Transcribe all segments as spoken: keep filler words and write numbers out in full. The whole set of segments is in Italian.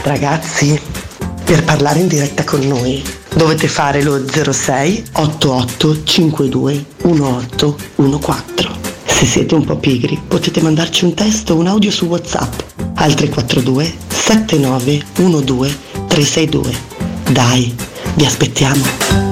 Ragazzi, per parlare in diretta con noi dovete fare lo zero sei otto otto cinque due uno otto uno quattro. Se siete un po' pigri potete mandarci un testo o un audio su WhatsApp al tre quattro due sette nove uno due tre sei due. Dai, vi aspettiamo.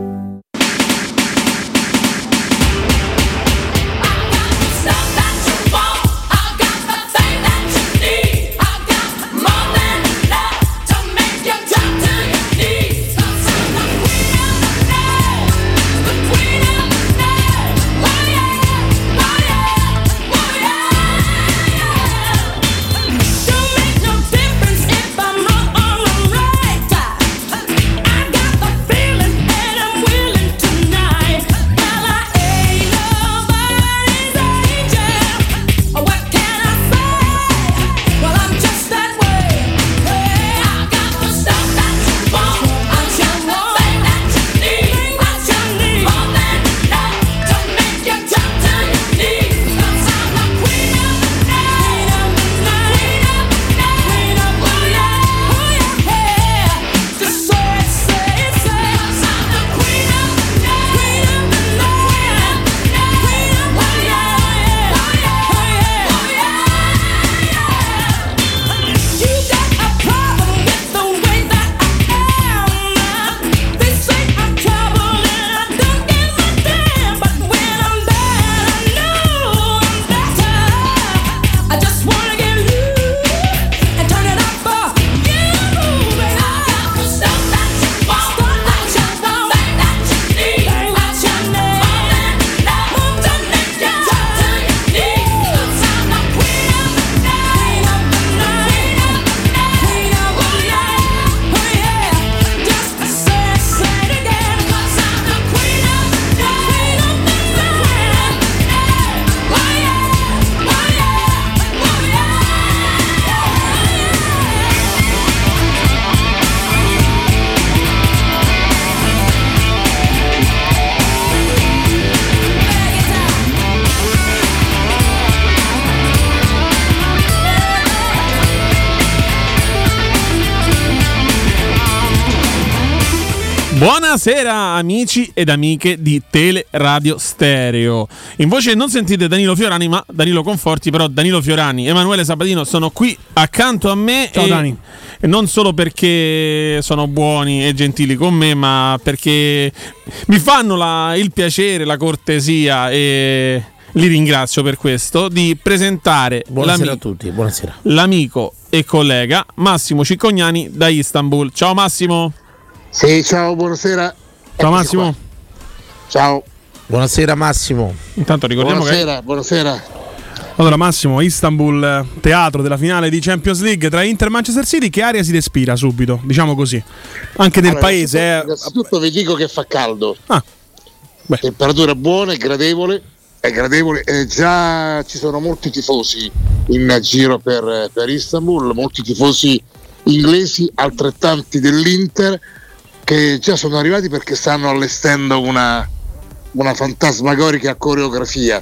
Buonasera amici ed amiche di Teleradio Stereo. In voce non sentite Danilo Fiorani, ma Danilo Conforti, però Danilo Fiorani e Emanuele Sabatino sono qui accanto a me. Ciao e, Dani. E non solo perché sono buoni e gentili con me, ma perché mi fanno la, il piacere, la cortesia, e li ringrazio per questo, di presentare Buonasera a tutti, buonasera. l'amico e collega Massimo Ciccognani da Istanbul. Ciao Massimo. Sì, ciao, buonasera. Ciao Massimo. Qua. Ciao. Buonasera Massimo. Intanto ricordiamo buonasera, che... buonasera. Allora Massimo, Istanbul, teatro della finale di Champions League tra Inter e Manchester City, che aria si respira subito, diciamo così, anche del allora, paese. Innanzitutto, eh... innanzitutto vi dico che fa caldo. Ah. Beh. Temperatura buona, è gradevole, è gradevole. Eh, già ci sono molti tifosi in giro per, per Istanbul, molti tifosi inglesi, altrettanti dell'Inter, che già sono arrivati perché stanno allestendo una, una fantasmagorica coreografia.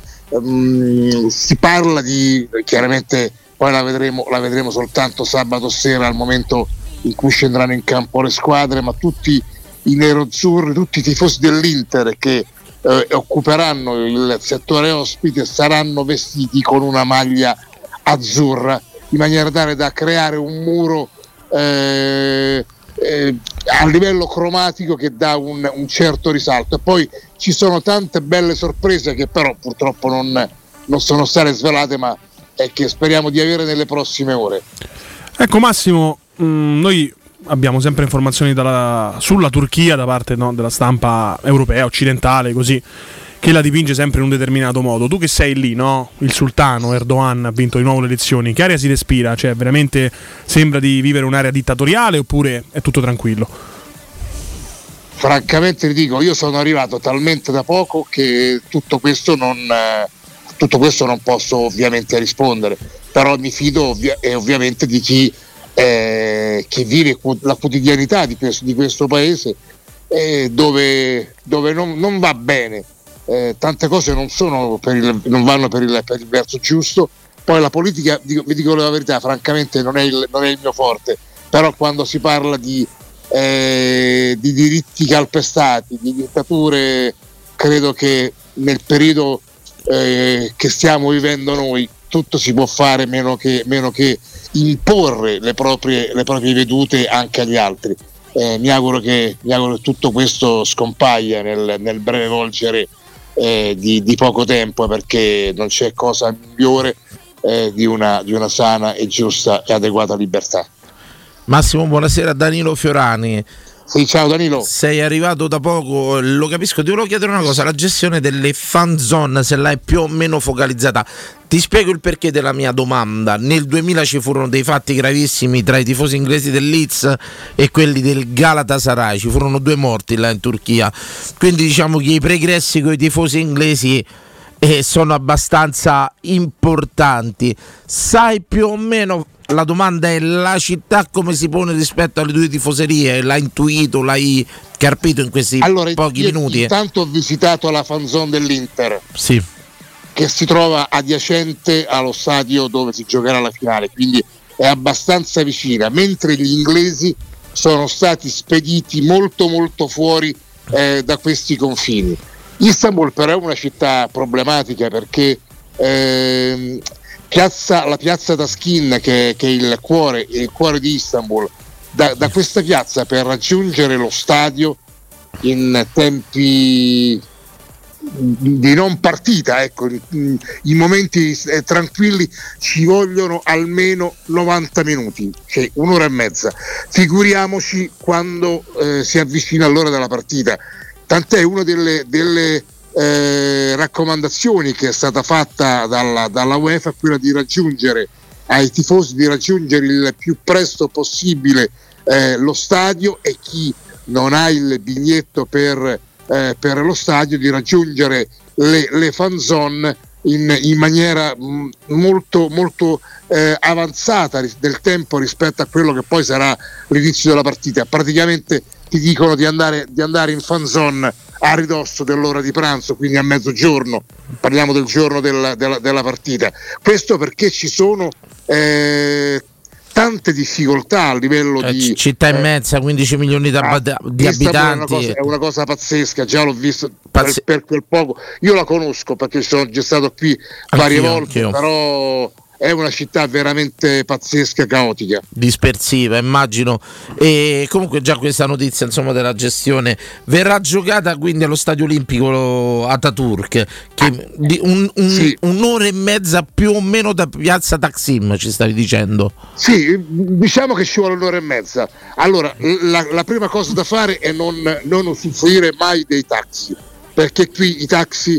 Um, si parla di, chiaramente poi la vedremo, la vedremo soltanto sabato sera, al momento in cui scenderanno in campo le squadre, ma tutti i neroazzurri, tutti i tifosi dell'Inter che eh, occuperanno il settore ospite saranno vestiti con una maglia azzurra, in maniera tale da creare un muro eh, Eh, a livello cromatico che dà un, un certo risalto. E poi ci sono tante belle sorprese che però purtroppo non, non sono state svelate, ma è che speriamo di avere nelle prossime ore. Ecco Massimo, mh, noi abbiamo sempre informazioni dalla, sulla Turchia da parte, no, della stampa europea, occidentale, così, che la dipinge sempre in un determinato modo. Tu che sei lì, no? Il sultano Erdogan ha vinto di nuovo le elezioni. Che aria si respira? Cioè, veramente sembra di vivere un'area dittatoriale oppure è tutto tranquillo? Francamente ti dico, io sono arrivato talmente da poco che tutto questo non, eh, tutto questo non posso ovviamente rispondere, però mi fido ovvia- eh, ovviamente di chi, eh, chi vive la quotidianità di questo, di questo paese, eh, dove, dove non, non va bene. Eh, tante cose non, sono per il, non vanno per il, per il verso giusto. Poi la politica, dico, vi dico la verità, francamente non è il, non è il mio forte, però quando si parla di, eh, di diritti calpestati, di dittature, credo che nel periodo eh, che stiamo vivendo noi tutto si può fare meno che, meno che imporre le proprie, le proprie vedute anche agli altri. Eh, mi auguro che mi auguro che tutto questo scompaia nel, nel breve volgere eh, di, di poco tempo, perché non c'è cosa migliore eh, di, una, di una sana e giusta e adeguata libertà. Massimo, buonasera. Danilo Fiorani. Sì, ciao Danilo. Sei arrivato da poco, lo capisco. Ti volevo chiedere una cosa: la gestione delle fan zone, se l'hai più o meno focalizzata. Ti spiego il perché della mia domanda. Nel duemila ci furono dei fatti gravissimi tra i tifosi inglesi del Leeds e quelli del Galatasaray, ci furono due morti là in Turchia, quindi diciamo che i pregressi con i tifosi inglesi eh, sono abbastanza importanti. Sai più o meno, la domanda è, la città come si pone rispetto alle due tifoserie? L'hai intuito, l'hai carpito in questi allora, pochi io minuti? Intanto ho visitato la fanzone dell'Inter, sì, che si trova adiacente allo stadio dove si giocherà la finale, quindi è abbastanza vicina, mentre gli inglesi sono stati spediti molto molto fuori eh, da questi confini. Istanbul però è una città problematica, perché ehm, Piazza, la piazza Taksim, che, che è il cuore, il cuore di Istanbul, da, da questa piazza per raggiungere lo stadio in tempi di non partita, ecco, in, in momenti eh, tranquilli ci vogliono almeno novanta minuti, cioè un'ora e mezza. Figuriamoci quando eh, si avvicina l'ora della partita. Tant'è una delle, delle Eh, raccomandazioni che è stata fatta dalla, dalla UEFA, quella di raggiungere ai tifosi di raggiungere il più presto possibile eh, lo stadio, e chi non ha il biglietto per, eh, per lo stadio di raggiungere le, le fan zone in, in maniera mh, molto, molto eh, avanzata del tempo rispetto a quello che poi sarà l'inizio della partita. Praticamente ti dicono di andare, di andare in fan zone a ridosso dell'ora di pranzo, quindi a mezzogiorno, parliamo del giorno della, della, della partita. Questo perché ci sono eh, tante difficoltà a livello eh, di città eh, immensa, quindici milioni di, ah, di abitanti. È una, cosa, è una cosa pazzesca, già l'ho visto Pazz- per, per quel poco. Io la conosco perché sono già stato qui varie anch'io, volte, anch'io. Però è una città veramente pazzesca, caotica, dispersiva, immagino. E comunque già questa notizia, insomma, della gestione verrà giocata quindi allo Stadio Olimpico Ataturk, che di un, un, sì. un'ora e mezza più o meno da piazza Taksim, ci stavi dicendo? Sì, diciamo che ci vuole un'ora e mezza. Allora, la, la prima cosa da fare è non, non usufruire mai dei taxi, perché qui i taxi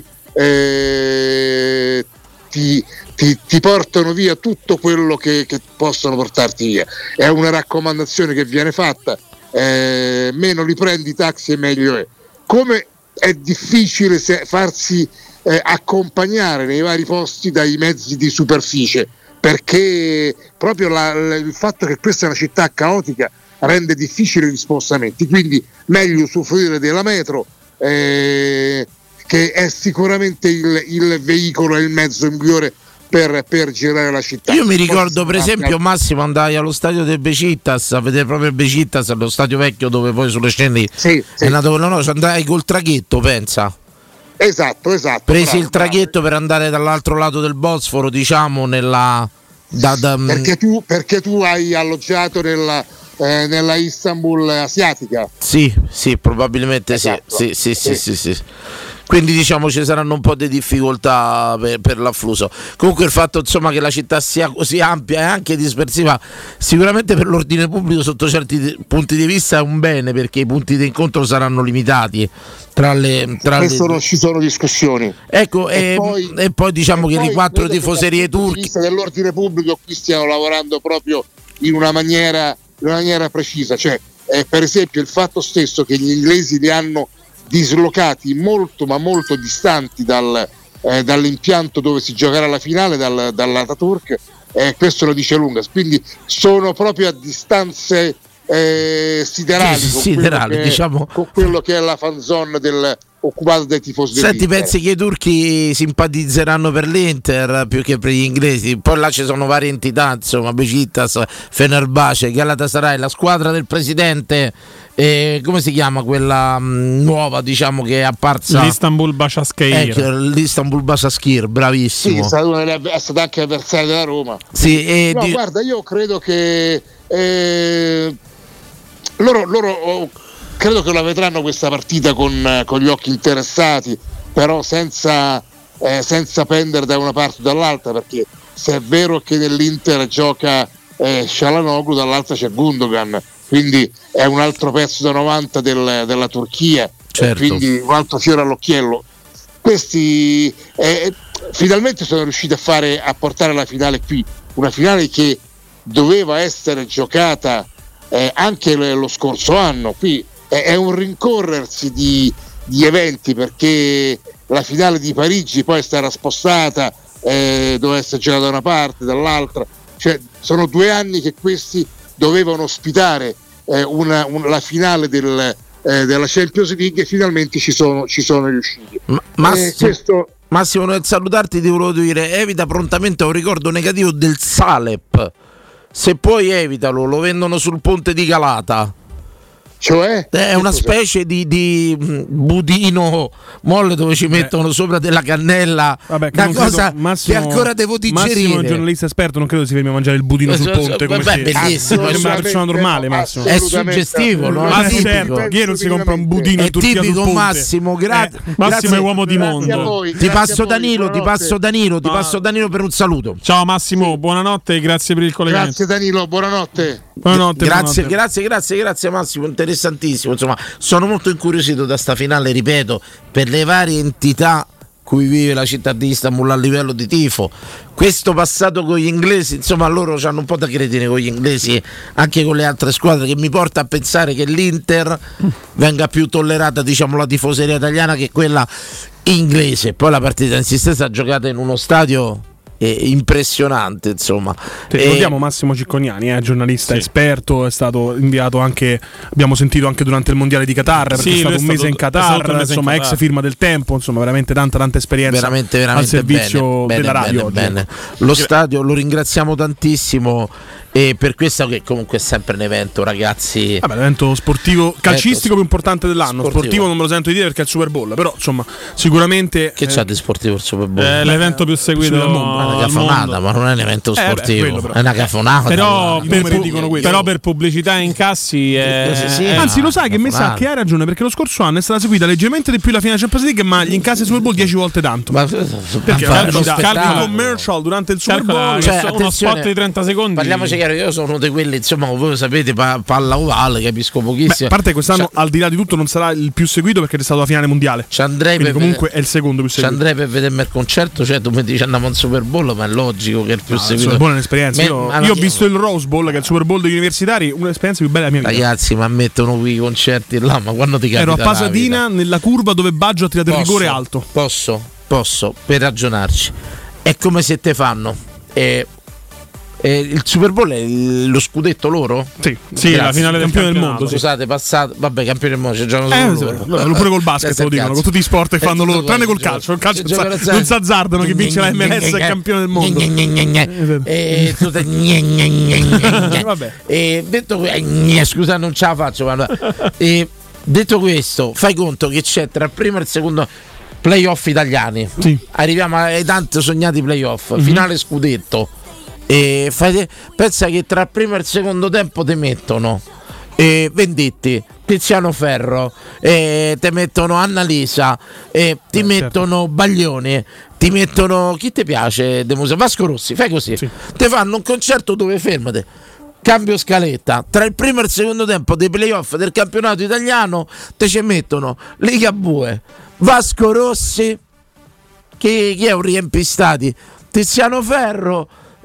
eh, ti Ti, ti portano via tutto quello che, che possono portarti via. È una raccomandazione che viene fatta, eh, meno li prendi i taxi e meglio è. Come è difficile se farsi eh, accompagnare nei vari posti dai mezzi di superficie, perché proprio la, la, il fatto che questa è una città caotica rende difficile gli spostamenti, quindi meglio usufruire della metro, eh, che è sicuramente il, il veicolo e il mezzo migliore Per, per girare la città. Io mi ricordo per esempio, Massimo, andai allo stadio del Besiktas a vedere proprio il Besiktas, allo stadio vecchio dove poi sulle scene sì, sì. è nato quello, no, ci andai col traghetto, pensa. Esatto, esatto. Presi bravo, il traghetto bravo. per andare dall'altro lato del Bosforo, diciamo, nella da, da, perché, tu, perché tu hai alloggiato nella, eh, nella Istanbul asiatica. Sì, sì, probabilmente esatto. sì, sì, sì, sì, sì, sì. Quindi diciamo ci saranno un po' di difficoltà per, per l'afflusso. Comunque il fatto, insomma, che la città sia così ampia e anche dispersiva, sicuramente per l'ordine pubblico sotto certi punti di vista è un bene, perché i punti di incontro saranno limitati tra le tra questo le... non ci sono discussioni. Ecco, e, e, poi, e poi diciamo e che poi le quattro tifoserie turche, vista dell'ordine pubblico, qui stiano lavorando proprio in una maniera, in una maniera precisa, cioè eh, per esempio il fatto stesso che gli inglesi li hanno dislocati molto ma molto distanti dal, eh, dall'impianto dove si giocherà la finale, dal, dall'Ataturk, eh, questo lo dice lunga, quindi sono proprio a distanze eh, siderali, sì, con, siderali quello che, diciamo. con quello che è la fan zone del occupata dai tifosi Senti, dell'Inter. pensi che i turchi simpatizzeranno per l'Inter più che per gli inglesi? Poi là ci sono varie entità, insomma, Beşiktaş, Fenerbahce, Galatasaray, la squadra del presidente, eh, come si chiama quella mh, nuova, diciamo, che è apparsa? L'Istanbul Başakşehir. Ecco, l'Istanbul Başakşehir, bravissimo. Sì, è stata, una delle, è stata anche avversaria della Roma. Sì, e No, di- guarda, io credo che eh, loro, loro oh, credo che la vedranno questa partita con, con gli occhi interessati, però senza, eh, senza pendere da una parte o dall'altra, perché se è vero che nell'Inter gioca eh, Çalhanoğlu, dall'altra c'è Gundogan, quindi è un altro pezzo da novanta del, della Turchia, Certo. quindi un altro fiore all'occhiello. Questi eh, finalmente sono riusciti a fare a portare la finale qui, una finale che doveva essere giocata eh, anche le, lo scorso anno. Qui è, è un rincorrersi di, di eventi, perché la finale di Parigi poi è stata spostata, eh, doveva essere giocata da una parte, dall'altra, cioè sono due anni che questi dovevano ospitare eh, una, un, la finale del, eh, della Champions League, e finalmente ci sono, ci sono riusciti. Ma- Eh, Massimo, questo Massimo, nel salutarti ti volevo dire, evita prontamente un ricordo negativo del Salep. Se puoi evitalo, lo vendono sul ponte di Galata. cioè È una cos'è? specie di, di mh, budino molle dove ci mettono sopra della cannella. Vabbè, che una non cosa credo- Massimo- che ancora devo Massimo è un digerire. giornalista esperto, non credo si fermi a mangiare il budino sul Eh, ponte come vabbè, se- bellissimo, sembra una persona normale, Massimo. È suggestivo, no? Ma È tipico. certo, chi è non si compra un budino È in Turchia sul tipico, ponte? Massimo, gra- Eh, Massimo grazie- è uomo di Grazie mondo. a voi, Ti grazie passo a voi, Danilo, ti buonanotte. passo Danilo, ti Ma- passo Danilo per un saluto. Ciao Massimo, buonanotte e grazie per il collegamento. Grazie Danilo, buonanotte. Buonanotte, grazie, buonanotte. grazie, grazie, grazie Massimo, interessantissimo. Insomma, sono molto incuriosito da sta finale, ripeto, per le varie entità cui vive la città di Istanbul a livello di tifo. Questo passato con gli inglesi, insomma, loro hanno un po' da credere con gli inglesi, anche con le altre squadre, che mi porta a pensare che l'Inter venga più tollerata, diciamo, la tifoseria italiana che quella inglese. Poi la partita in sé stessa giocata in uno stadio eh, impressionante, insomma. Sì, Eh, ricordiamo Massimo Cicconiani, eh, giornalista esperto, è stato inviato anche, abbiamo sentito anche durante il mondiale di Qatar, perché Sì, è lui stato è un stato- mese in è stato Qatar, un mese in insomma, Qatar. ex firma del tempo, insomma, veramente tanta tanta esperienza veramente, veramente al servizio bene, della bene, radio bene, oggi. bene. Lo stadio lo ringraziamo tantissimo, e per questo che comunque è sempre un evento, ragazzi. Vabbè, l'evento sportivo calcistico più importante dell'anno. sportivo. Sportivo non me lo sento di dire perché è il Super Bowl, però insomma, sicuramente Che eh, c'ha di sportivo il Super Bowl? È l'evento più seguito al mondo, Ma è una al cafonata, mondo. ma non è un evento Eh, beh, sportivo, quello però. è una cafonata. Però I per, numeri pu- dicono questo. però per pubblicità e incassi è, Sì, sì, è- Anzi, lo sai che mi sa cafonata. che hai ragione, perché lo scorso anno è stata seguita leggermente di più la finale Champions League, ma gli incassi Super Bowl dieci volte tanto. Ma Perché ma calcolo, lo calcolo spettacolo. commercial durante il Super calcola Bowl. che Cioè, so- uno attenzione, spot di trenta secondi. Parliamoci chiaro, io sono uno di quelli, insomma, voi lo sapete, pa- palla ovale, capisco Beh, pochissimo. a parte quest'anno, Ci- al di là di tutto, non sarà il più seguito perché c'è stata la finale mondiale. ci andrei Quindi per comunque vedere- è il secondo più ci seguito. andrei per vedermi il concerto, cioè tu mi dici andiamo a un Super Bowl, ma è logico che è il più No, il seguito. Super Bowl è un'esperienza. Me- Io, ma- io ho visto il Rose Bowl, che è il Super Bowl degli universitari, un'esperienza più bella della mia vita. Ragazzi, ma mettono qui i concerti là, ma quando ti capita? Ero a la Pasadena vita? nella curva dove Baggio ha tirato il Posso, rigore alto. Posso, posso, per ragionarci. È come se te fanno. eh, eh, il Super Bowl è il- lo scudetto loro? Sì, Sì, la Grazie. finale del Campione del campionato. mondo, sì. Scusate, passato. Vabbè, campione del mondo, c'è già Eh, sì, lo pure col basket lo dicono, con tutti gli sport che fanno loro, tranne col calcio. Il calcio non sa- non si azzardano che vince la M L S è campione del mondo. E tu te- gne, gne, gne, gne, gne. Vabbè. E detto que- eh, gne, scusa, non ce la faccio. Guarda. E detto questo, fai conto che c'è tra il primo e il secondo playoff italiani. Sì. Arriviamo ai tanti sognati playoff, finale scudetto. E fai, pensa che tra il primo e il secondo tempo ti mettono eh, Venditti, Tiziano Ferro, eh, ti mettono Annalisa, eh, ti Eh, mettono Baglioni, ti mettono chi ti piace de musica? Vasco Rossi, fai così, Sì. ti fanno un concerto dove fermate. Cambio scaletta, tra il primo e il secondo tempo dei playoff del campionato italiano te ci mettono Ligabue, Vasco Rossi, chi, chi è un riempistati, Tiziano Ferro,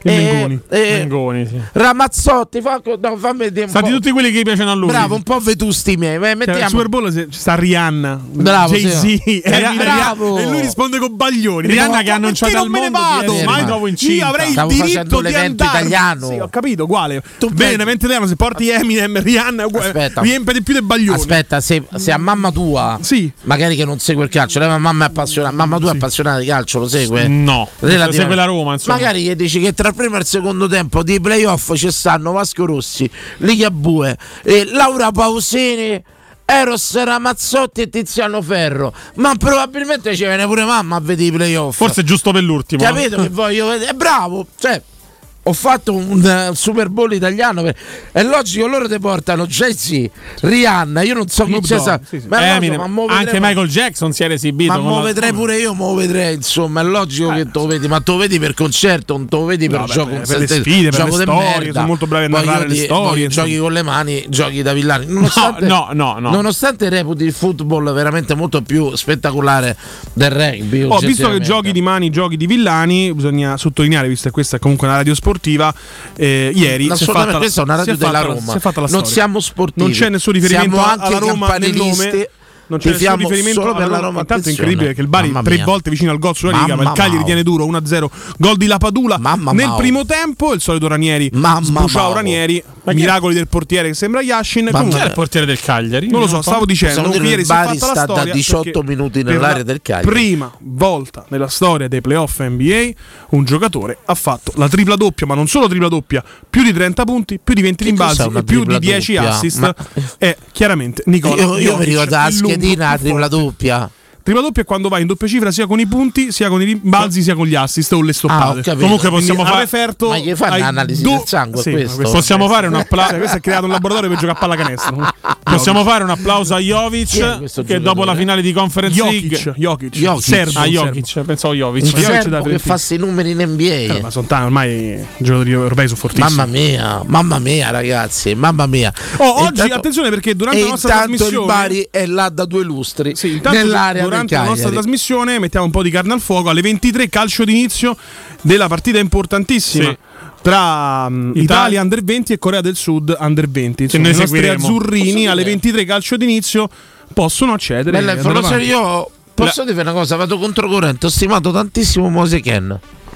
I Mengoni. eh, Mengoni, sì. Ramazzotti, fa, no, fammi vedere un Stati po'. tutti quelli che gli piacciono a lui. Bravo, un po' vetusti miei. Beh, Cioè, mettiamo. al Super Bowl se- ci sta Rihanna, Bravo, Jay-Z, sì. Eminem, Bravo. e lui risponde con baglioni. Rihanna No, che ha annunciato perché al non me ne mondo di vado, essere mai di nuovo incinta. io avrei il Stavo diritto facendo di l'evento andarmene. italiano. Sì, ho capito quale. Tu Bene, pensi- l'evento italiano se porti Eminem, Rihanna, uguale, Aspetta. riempie di più dei baglioni. Aspetta, se, se a mamma tua, Sì. magari che non segue il calcio, lei mamma è appassionata, mamma tua è appassionata di calcio, lo segue? No, Relativamente. segue la Roma, insomma. Magari gli dici che tra il primo e il secondo tempo di playoff ci stanno Vasco Rossi, Ligabue, e Laura Pausini, Eros Ramazzotti e Tiziano Ferro. Ma probabilmente ci viene pure mamma a vedere i playoff. Forse è giusto per l'ultimo. Capito che voglio vedere? È bravo, cioè ho fatto un uh, Super Bowl italiano per... è logico, loro ti portano Jay-Z, Rihanna, io non so chi Snoop c'è Dogg, sta... sì, sì. ma, è logico, Eminem, ma mo anche vedremo- Michael Jackson si era esibito. ma con mo la- vedrei pure io, mo vedrei, insomma, è logico che te lo vedi, ma te lo vedi per concerto, non te lo vedi per No, beh, gioco, per un le sette- sfide, per gioco le de storie, merda. sono molto bravi a Voglio narrare le dire, storie, voglio- insomma. giochi con le mani, giochi da villani, nonostante, No, no, no. nonostante reputi il football veramente molto più spettacolare del rugby. Oh, visto che oggettivamente. giochi di mani, giochi di villani, bisogna sottolineare, visto che questa è comunque una radio sportiva, eh, ieri si è Assolutamente, fatta, questa è una radio si è fatta della la- Roma. si è fatta la Non storia. siamo sportivi. Non c'è nessun riferimento Siamo alla anche Roma nel campanilisti. nome. Non c'è nessun Tifiamo riferimento solo per alla la Roma. Intanto è attenzione. incredibile che il Bari Mamma tre mia. volte vicino al gol sulla Liga, ma Mamma il Cagliari mao. tiene duro uno a zero. Gol di Lapadula Mamma nel mao. primo tempo, il solito Ranieri Mamma sbuciava mao. Ranieri, Ma chi- miracoli del portiere che sembra Yashin. Mamma Chi Comunque, era il portiere del Cagliari? non lo so, stavo dicendo Possiamo dire ieri che si è il Bari fatta la sta da storia diciotto perché minuti per nell'area la del Cagliari. Prima volta nella storia dei playoff N B A un giocatore ha fatto la tripla doppia, ma non solo tripla doppia, più di trenta punti, più di venti Che rimbalzi cos'è una e più di tripla dieci doppia? assist. Ma- È chiaramente Nicola Io, io mi Jokic, ricordo la il lungo schedina, la più tripla forte. doppia. Tripla doppia è quando vai in doppia cifra sia con i punti, sia con i rimbalzi, sia con gli assist o le Ah, ho stoppate. capito. Comunque possiamo Quindi, fare. a referto Ma gli fai hai un'analisi do- del sangue a Sì, questo? ma Possiamo fare un applauso. Cioè, questo è creato un laboratorio per giocare a pallacanestro. Possiamo fare un applauso a Chi è Jovic questo che giocatore? dopo la finale di Conference Jokic, League. Jokic, Jokic. Serbo, Ah, serbo. Jokic, pensavo Jovic. Un Jokic da serbo che Fiorentina. fa i numeri in N B A. Eh, ma sono tanti, ormai i giocatori europei sono fortissimi. Mamma mia, mamma mia, ragazzi, mamma mia. Oh, E oggi intanto- attenzione perché durante e la nostra intanto trasmissione il Bari è là da due lustri Sì, intanto nell'area durante del la nostra Cagliari. trasmissione mettiamo un po' di carne al fuoco alle ventitré, calcio d'inizio della partita importantissima Sì. tra um, Italia- Italia under venti e Corea del Sud under venti. Insomma, noi i nostri seguiremo. azzurrini Posso alle dire? ventitré calcio d'inizio possono accedere. Bella e andare informazione, avanti. io posso dire una cosa, vado controcorrente, ho stimato tantissimo Mose Ken.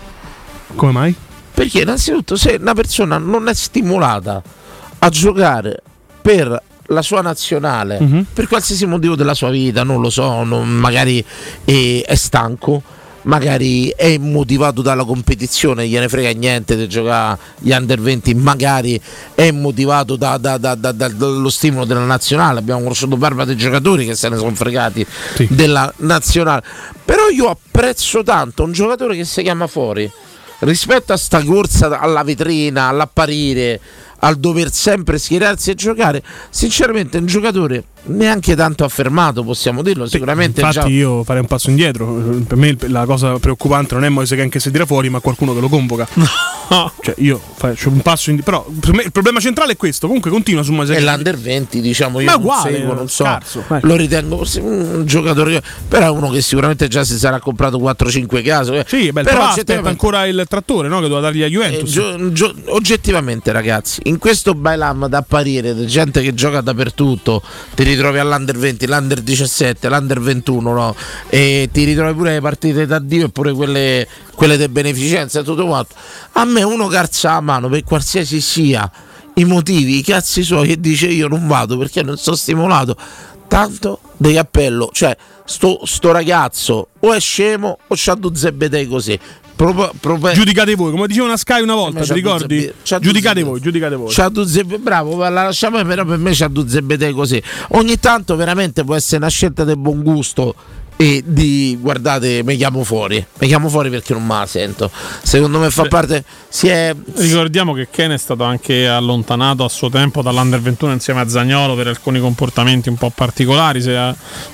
Come mai? Perché innanzitutto se una persona non è stimolata a giocare per la sua nazionale, Mhm. per qualsiasi motivo della sua vita, non lo so, non- magari è, è stanco, magari è motivato dalla competizione, gliene frega niente di giocare gli under venti, magari è motivato da- da- da- da- da- dallo stimolo della nazionale. Abbiamo conosciuto barba dei giocatori che se ne sono fregati Sì. della nazionale. Però io apprezzo tanto un giocatore che si chiama fuori rispetto a sta corsa alla vetrina, all'apparire, al dover sempre schierarsi e giocare. Sinceramente un giocatore neanche tanto affermato, possiamo dirlo, sicuramente Infatti già. io farei un passo indietro. Per me la cosa preoccupante non è Moise che si tira fuori, ma qualcuno che lo convoca. Cioè io faccio un passo indietro. Però per me il problema centrale è questo. Comunque continua su Moise. E l'Under venti, diciamo, io Ma non uguale, seguo, non so, scarso, vai. lo ritengo sì, un giocatore, però è uno che sicuramente già si sarà comprato quattro cinque case. Sì, beh, però però aspetta oggettivamente- ancora il trattore, no? Che doveva dargli a Eh, Juventus. gio- gio- oggettivamente, ragazzi, in questo bailam da apparire di gente che gioca dappertutto, ti ritrovi all'Under venti, l'Under diciassette, l'Under ventuno, no? E ti ritrovi pure le partite da Dio e pure quelle, quelle di beneficenza e tutto quanto. A me uno calza la mano per qualsiasi sia i motivi, i cazzi suoi, e dice io non vado perché non sono stimolato. Tanto di cappello, cioè sto, sto ragazzo o è scemo o c'ha due zebedei così. Propo- prope- Giudicate voi, come diceva una Sky una volta, Ma ti c'ha ricordi? due zebbe- c'ha due Giudicate zebbe- voi, giudicate voi. C'ha due zebbe- bravo, la lasciamo, però per me c'ha due zebedei così. Ogni tanto veramente può essere una scelta del buon gusto e di guardate, mi chiamo fuori. Mi chiamo fuori perché non me la sento. Secondo me fa Beh, parte. Si è. Ricordiamo che Ken è stato anche allontanato a suo tempo dall'Under ventuno insieme a Zaniolo per alcuni comportamenti un po' particolari, se-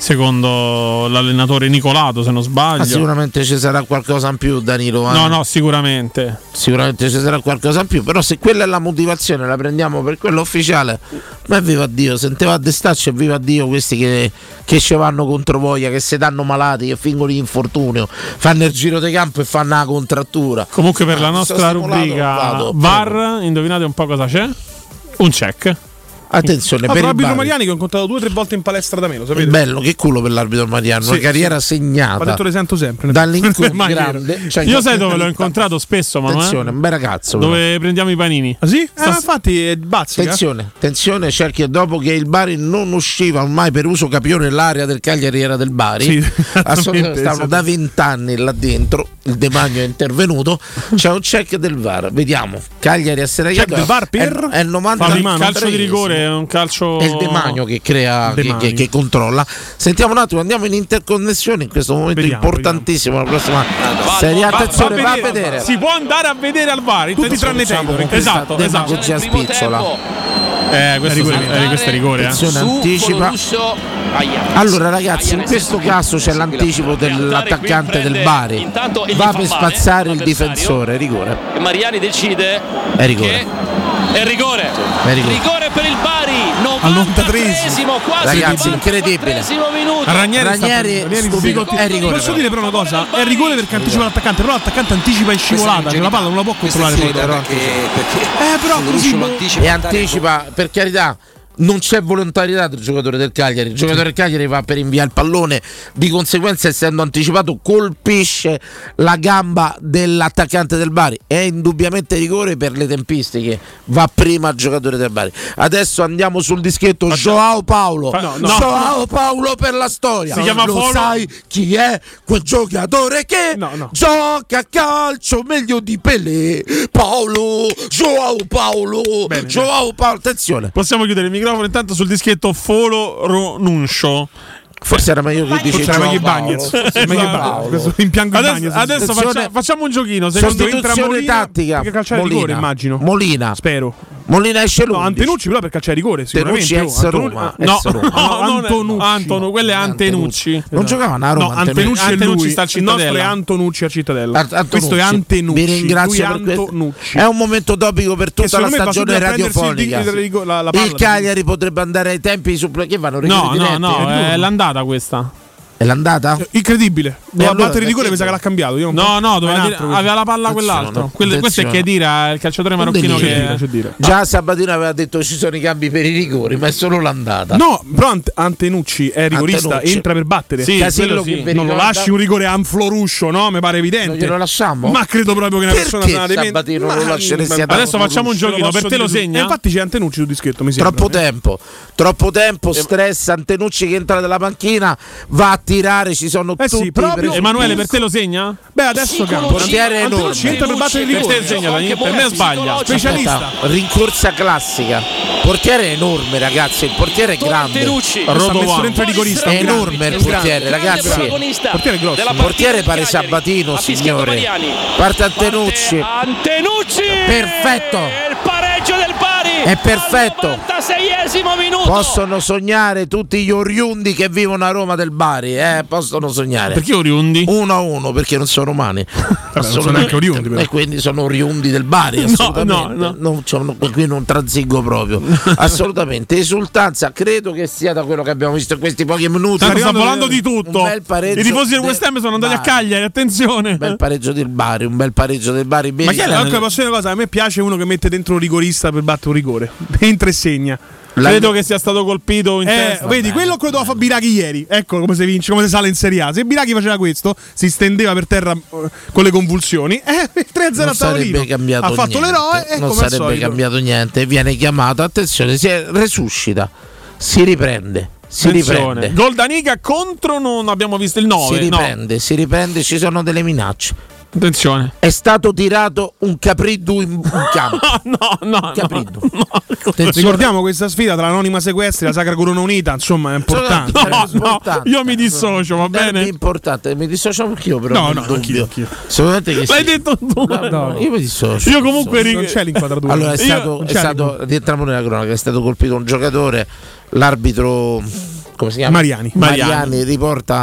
secondo l'allenatore Nicolato, se non Ma sbaglio. sicuramente ci sarà qualcosa in più, Danilo. eh. No, no, sicuramente. Sicuramente ci sarà qualcosa in più. Però se quella è la motivazione, la prendiamo per quella ufficiale. Ma viva Dio, senteva a destaccio e viva Dio questi che, che ci vanno contro voglia, che si danno stanno malati, che fingono di infortunio, fanno il giro di campo e fanno la contrattura. Comunque per la Ah, nostra sono stimolato, rubrica vado, V A R, indovinate un po' cosa c'è? Un check. Attenzione, Ah, per però il l'arbitro Bari. Mariani che ho incontrato due o tre volte in palestra da me, lo sapete? Bello, che culo per l'arbitro Mariano, Sì, una carriera sì. segnata Ha detto le sento sempre. dall'incontro Mai vero. grande. Cioè, Io sai dove l'ho incontrato spesso, ma Attenzione, un bel ragazzo. però. dove prendiamo i panini. Ah, sì? Eh, Sta- infatti è bazzica. Attenzione, attenzione, cerchi dopo che il Bari non usciva ormai per uso capione, l'area del Cagliari era del Bari. Sì, Assolutamente, stavano esattamente. da vent'anni là dentro. Il De Magno è intervenuto. C'è un check del V A R. Vediamo. Cagliari a Seregato. Check del V A R per? È, è il novanta Fallo di mano. Calcio di rigore, è un calcio. È il De Magno che crea, De che, Magno. che, che controlla. Sentiamo un attimo, andiamo in interconnessione in questo momento Vediamo, importantissimo. La prossima serie, attenzione, va a vedere. Si può andare a vedere al V A R. Tutti tranne te. Diciamo, con Esatto, questa esatto. demagogia spiazzola. Eh, questo, rigore, eh, questo è rigore, eh. Attenzione, anticipa. Allora ragazzi, in questo caso c'è l'anticipo dell'attaccante del Bari, va per spazzare il difensore, rigore. E Mariani decide È rigore. che è rigore. È rigore. Rigore per il Bari. Al novantatreesimo, quasi Ragazzi, incredibile. novantaquattresimo minuto. Ranieri, Ranieri sta, Ranieri stupido, stupido. è rigore, Posso però. dire però una cosa? È rigore perché anticipa l'attaccante, però l'attaccante anticipa in scivolata, cioè la palla non la può controllare poi dopo. Eh però così boh. E anticipa, per carità. Non c'è volontarietà del giocatore del Cagliari, il giocatore del Cagliari va per inviare il pallone, di conseguenza essendo anticipato colpisce la gamba dell'attaccante del Bari, è indubbiamente rigore per le tempistiche, va prima il giocatore del Bari. Adesso andiamo sul dischetto, Joao Paolo, No, no. Joao Paolo per la storia, Si chiama lo Folo. sai chi è quel giocatore che No, no. gioca a calcio meglio di Pelé, Paolo, Joao Paolo, Bene, Joao Paolo, attenzione. Possiamo chiudere il microfono intanto sul dischetto Folo Ronuncio. Forse era meglio che dice Forse era meglio i Joao Bagnets. Paolo. Forse era meglio i Joao Bagnets. Paolo. Questo rimpiango i Adesso, Bagnets. adesso Attenzione. faccia- facciamo un giochino. Secondo entra Sostituzione Molina, tattica. perché calciare Molina. rigore, immagino. Molina. Spero. Molina esce No, l'undici. Antenucci però per calciare rigore, sicuramente. Tenucci oh, ex Antonu- Roma. No, ex Roma. no, non è- Antonucci. Antonu, quello è Antenucci. Non giocava a Roma. No, Antenucci è Antenucci lui. sta al Il nostro è Cittadella. Antonucci a Cittadella. Ant- Antonucci. Questo è Antenucci. Vi ringrazio lui per questo. Antonucci. È un momento topico per Che tutta la secondo me va stagione subito a prendersi il radiofonica. di- il- la- la palla. Il Cagliari potrebbe andare ai tempi suppl- che vanno No, rigori no, diretti. no, è è duro. l'andata questa. È l'andata? Incredibile. Doveva allora, battere il rigore, mi perché sa che l'ha cambiato. Io non No, po- no, è doveva un dire- altro questo. aveva la palla Attenzione, quell'altro. Quello- questo è attenzione. Chedira, il calciatore Un marocchino delirio. che C'è dire. Già Sabatino aveva detto ci sono i cambi per i rigori, ma è solo l'andata. No, però Ant- Antenucci è rigorista, Antenucci. entra per battere. Sì, Casillo quello che sì. vi Non lo ricorda- lasci un rigore a un Floruscio, no? Mi pare Non evidente. glielo lasciamo? Ma credo proprio che una Perché persona sana demente- Sabatino Ma- lo lasceresti a Adesso facciamo un Te lo giochino, posso per te lo dire tu. segna? E infatti c'è Antenucci sul dischetto, mi sembra. Troppo eh. tempo, troppo tempo, stress, Antenucci che entra dalla panchina, va a tirare, ci sono Eh sì, tutti i proprio- presi- Emanuele, per te lo segna? Beh, adesso cambia. Portiere enorme. Antenucci entra per battere il Per te rigore. segna, Dani, per me sbaglia. Specialista. Aspetta, rincorsa classica. Portiere enorme, ragazzi, il portiere è grande. Antenucci. Sta Rodovan. messo dentro i rigorista. È un grande, enorme il un grande. portiere, ragazzi. protagonista Portiere grosso. della Il partita portiere del pare Cagliari. Sabatino, Ha fischiato signore. Mariani. Parte Antenucci. Parte Antenucci. Perfetto. Il pareggio del Bari. È perfetto. Al novantaseiesimo minuto. Possono sognare tutti gli oriundi che vivono a Roma del Bari, eh? Possono sognare. Perché Oriundi? Uno a uno perché non sono romani. non sono neanche oriundi, però. E quindi sono oriundi del Bari, assolutamente. no, no. Non, c'ho- no, qui non transigo proprio. Assolutamente. Esultanza, credo che sia da quello che abbiamo visto in questi pochi minuti. Tanto sta arrivando volando del- di tutto. un bel pareggio I tifosi del del West Ham sono andati a Bari. Cagliari, attenzione. Un bel pareggio del Bari, un bel pareggio del Bari. Ma chi è Bene. la posso dire una cosa? A me piace uno che mette dentro un rigorista per battere un rigore. Entra e segna. La- Credo che sia stato colpito in Eh, testa. vedi, quello quello doveva fare Biraghi ieri. Ecco come si vince, come si sale in Serie A. Se Biraghi faceva questo, si stendeva per terra eh, con le convulsioni. Eh, tre a zero non a tavolino. sarebbe cambiato Ha fatto niente. l'eroe e non come al sarebbe solito. cambiato niente. Viene chiamato, attenzione, si è- resuscita, si riprende, si Attenzione. riprende. Gol Daniga contro non abbiamo visto il Si nove. No. riprende, si riprende, ci sono delle minacce. Attenzione. È stato tirato un capriddu in, in campo. No, no, Capito. no. Attenzione. Ricordiamo questa sfida tra l'anonima sequestri e la Sacra Corona Unita, insomma, è importante. Sono- No, no, importante. io mi dissocio, va Derby bene? importante, mi dissocio anch'io però. No, nel no, dubbio. anch'io, anch'io. Assolutamente che L'hai sì. detto tu. No, no, io mi dissocio. Io comunque ri- Non c'è l'inquadratura. Allora è Io- stato, non è c'è stato rientriamo nella cronaca, è stato colpito un giocatore, l'arbitro come si chiama? Mariani. Mariani riporta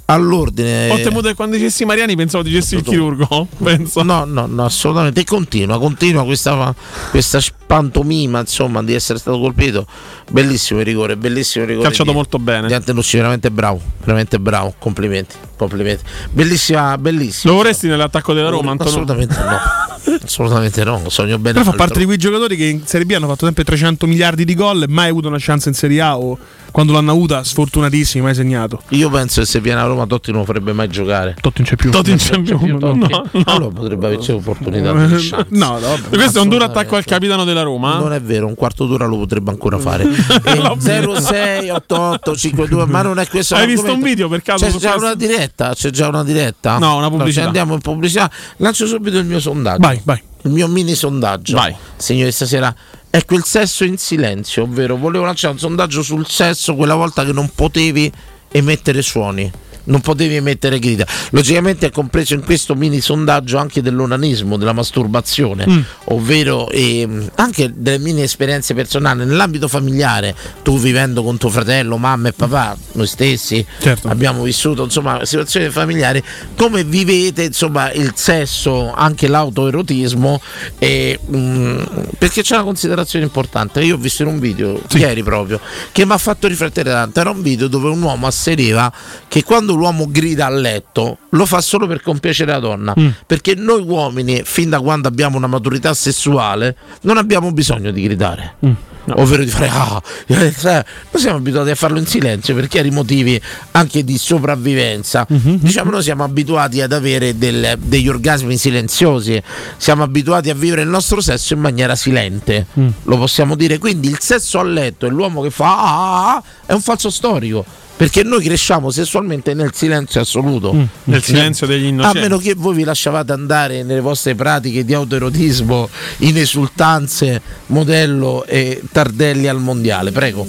all'ordine. Ho temuto che quando dicessi Mariani pensavo dicessi il chirurgo. Penso. No, no, no, assolutamente. E continua, continua questa, questa pantomima, insomma, di essere stato colpito. Bellissimo il rigore, bellissimo il rigore. Calciato di, molto bene. Di Antenucci, veramente bravo, veramente bravo. Complimenti, complimenti. Bellissima, bellissima. Lo vorresti nell'attacco della Roma, Antonio? Assolutamente no. Assolutamente no, sogno bene. Però fa parte di quei giocatori che in Serie B hanno fatto sempre trecento miliardi di gol e mai avuto una chance in Serie A, o quando l'hanno avuta sfortunatissimi, mai segnato. Io penso che se viene a Roma Totti non lo farebbe mai giocare. Totti non c'è più. Totti non c'è più. più. No, no, no. Allora potrebbe averci opportunità. No, no, vabbè. Questo è un duro attacco al capitano della Roma. Non è vero, un quarto d'ora lo potrebbe ancora fare. zero sei otto otto cinque due, ma non è questo. Hai visto un video per caso? C'è già una diretta? C'è già una diretta? No, una pubblicità. No, andiamo in pubblicità. Lancio subito il mio sondaggio. Vai, vai. Il mio mini sondaggio. Vai. Signori, stasera è quel sesso in silenzio, ovvero volevo lanciare un sondaggio sul sesso quella volta che non potevi emettere suoni, non potevi emettere grida. Logicamente è compreso in questo mini sondaggio anche dell'onanismo, della masturbazione, mm. ovvero eh, anche delle mini esperienze personali nell'ambito familiare. Tu vivendo con tuo fratello, mamma e papà, noi stessi certo. abbiamo vissuto insomma situazioni familiari, come vivete insomma il sesso, anche l'autoerotismo, e, mh, perché c'è una considerazione importante. Io ho visto in un video sì. ieri proprio che mi ha fatto riflettere tanto. Era un video dove un uomo asseriva che quando l'uomo grida a letto lo fa solo per compiacere la donna, mm. perché noi uomini fin da quando abbiamo una maturità sessuale non abbiamo bisogno di gridare, mm. no. ovvero di fare ah, noi siamo abituati a farlo in silenzio per chiari motivi anche di sopravvivenza. Mm-hmm. Diciamo, noi siamo abituati ad avere del, degli orgasmi silenziosi, siamo abituati a vivere il nostro sesso in maniera silente, mm. lo possiamo dire. Quindi il sesso a letto e l'uomo che fa ah, ah, è un falso storico, perché noi cresciamo sessualmente nel silenzio assoluto, mm, nel silenzio degli innocenti, a meno che voi vi lasciavate andare nelle vostre pratiche di autoerotismo in esultanze modello e Tardelli al mondiale. Prego.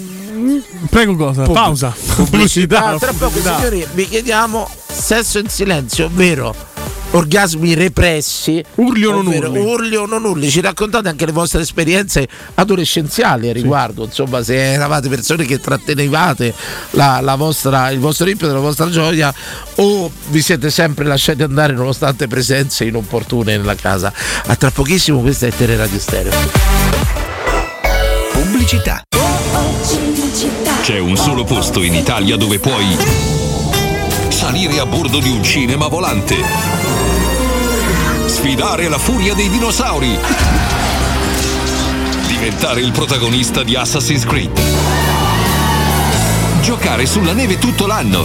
Prego cosa? Pub- Pausa. Pubblicità. Tra poco, signori, vi chiediamo sesso in silenzio, ovvero orgasmi repressi, urli o non urli. urli o non urli. Ci raccontate anche le vostre esperienze adolescenziali a riguardo, sì. insomma, se eravate persone che trattenevate la, la vostra, il vostro impeto, la vostra gioia, o vi siete sempre lasciati andare nonostante presenze inopportune nella casa. A tra pochissimo, questa è Teleradio Stereo. Pubblicità. C'è un solo posto in Italia dove puoi salire a bordo di un cinema volante, sfidare la furia dei dinosauri, diventare il protagonista di Assassin's Creed, giocare sulla neve tutto l'anno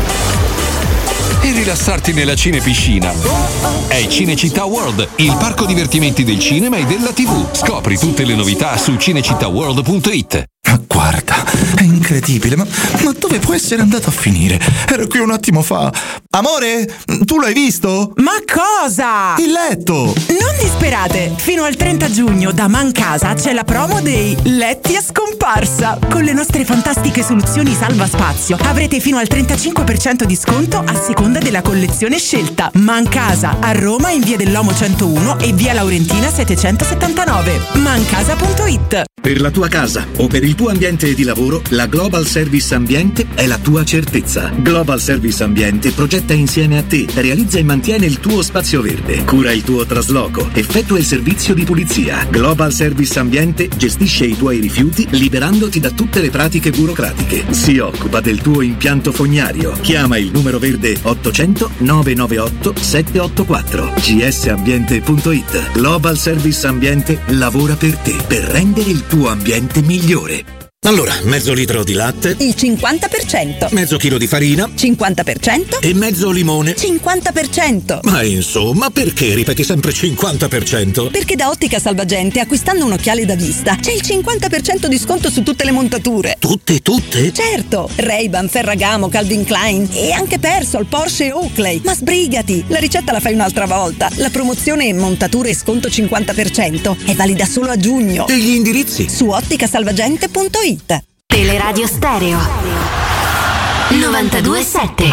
e rilassarti nella cinepiscina. È Cinecittà World, il parco divertimenti del cinema e della tivù. Scopri tutte le novità su cinecittà world punto it. Ma guarda, è incredibile, ma, ma dove può essere andato a finire? Ero qui un attimo fa. Amore, tu l'hai visto? Ma cosa? Il letto! Non disperate! Fino al trenta giugno da Mancasa c'è la promo dei letti a scomparsa. Con le nostre fantastiche soluzioni salva spazio avrete fino al trentacinque per cento di sconto a seconda della collezione scelta. Mancasa a Roma in via dell'Omo centouno e via Laurentina settecentosettantanove. Mancasa punto it. Per la tua casa o per il tuo ambiente di lavoro, la Global Service Ambiente è la tua certezza. Global Service Ambiente progetta insieme a te, realizza e mantiene il tuo spazio verde, cura il tuo trasloco, effettua il servizio di pulizia. Global Service Ambiente gestisce i tuoi rifiuti liberandoti da tutte le pratiche burocratiche. Si occupa del tuo impianto fognario. Chiama il numero verde ottocento nove nove otto sette otto quattro. g s ambiente punto it. Global Service Ambiente lavora per te, per rendere il tuo ambiente migliore. Allora, mezzo litro di latte. Il cinquanta per cento. Mezzo chilo di farina. cinquanta per cento. E mezzo limone. cinquanta per cento. Ma insomma, perché ripeti sempre cinquanta per cento? Perché da Ottica Salvagente, acquistando un occhiale da vista, c'è il cinquanta per cento di sconto su tutte le montature. Tutte, tutte? Certo! Ray-Ban, Ferragamo, Calvin Klein e anche Persol, Porsche e Oakley. Ma sbrigati! La ricetta la fai un'altra volta. La promozione montature e sconto cinquanta per cento è valida solo a giugno. E gli indirizzi? Su ottica salvagente punto it. Teleradio Stereo novantadue sette.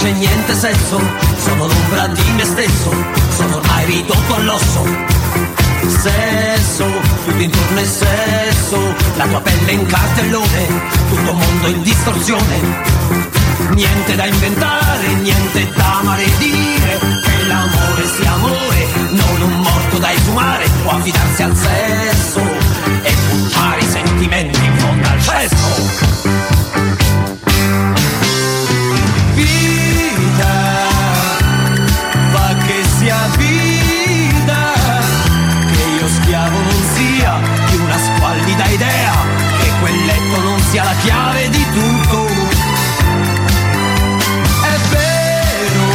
c'è niente senso, sono l'ombra di me stesso, sono ormai ridotto all'osso. Sesso, tutto intorno è sesso, la tua pelle in cartellone, tutto mondo in distorsione. Niente da inventare, niente da maledire, che l'amore sia amore, non un morto da esumare, può affidarsi al sesso e buttare i sentimenti in fondo al cesso. Vita, fa che sia vita, che io schiavo non sia di una squallida idea, che quel letto non sia la chiave di tutto. È vero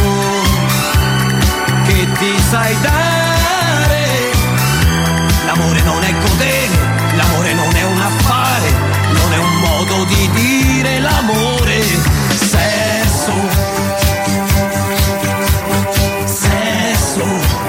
che ti sai dare, l'amore non è godere, l'amore non è un affare, non è un modo di dire l'amore. Sesso, sesso,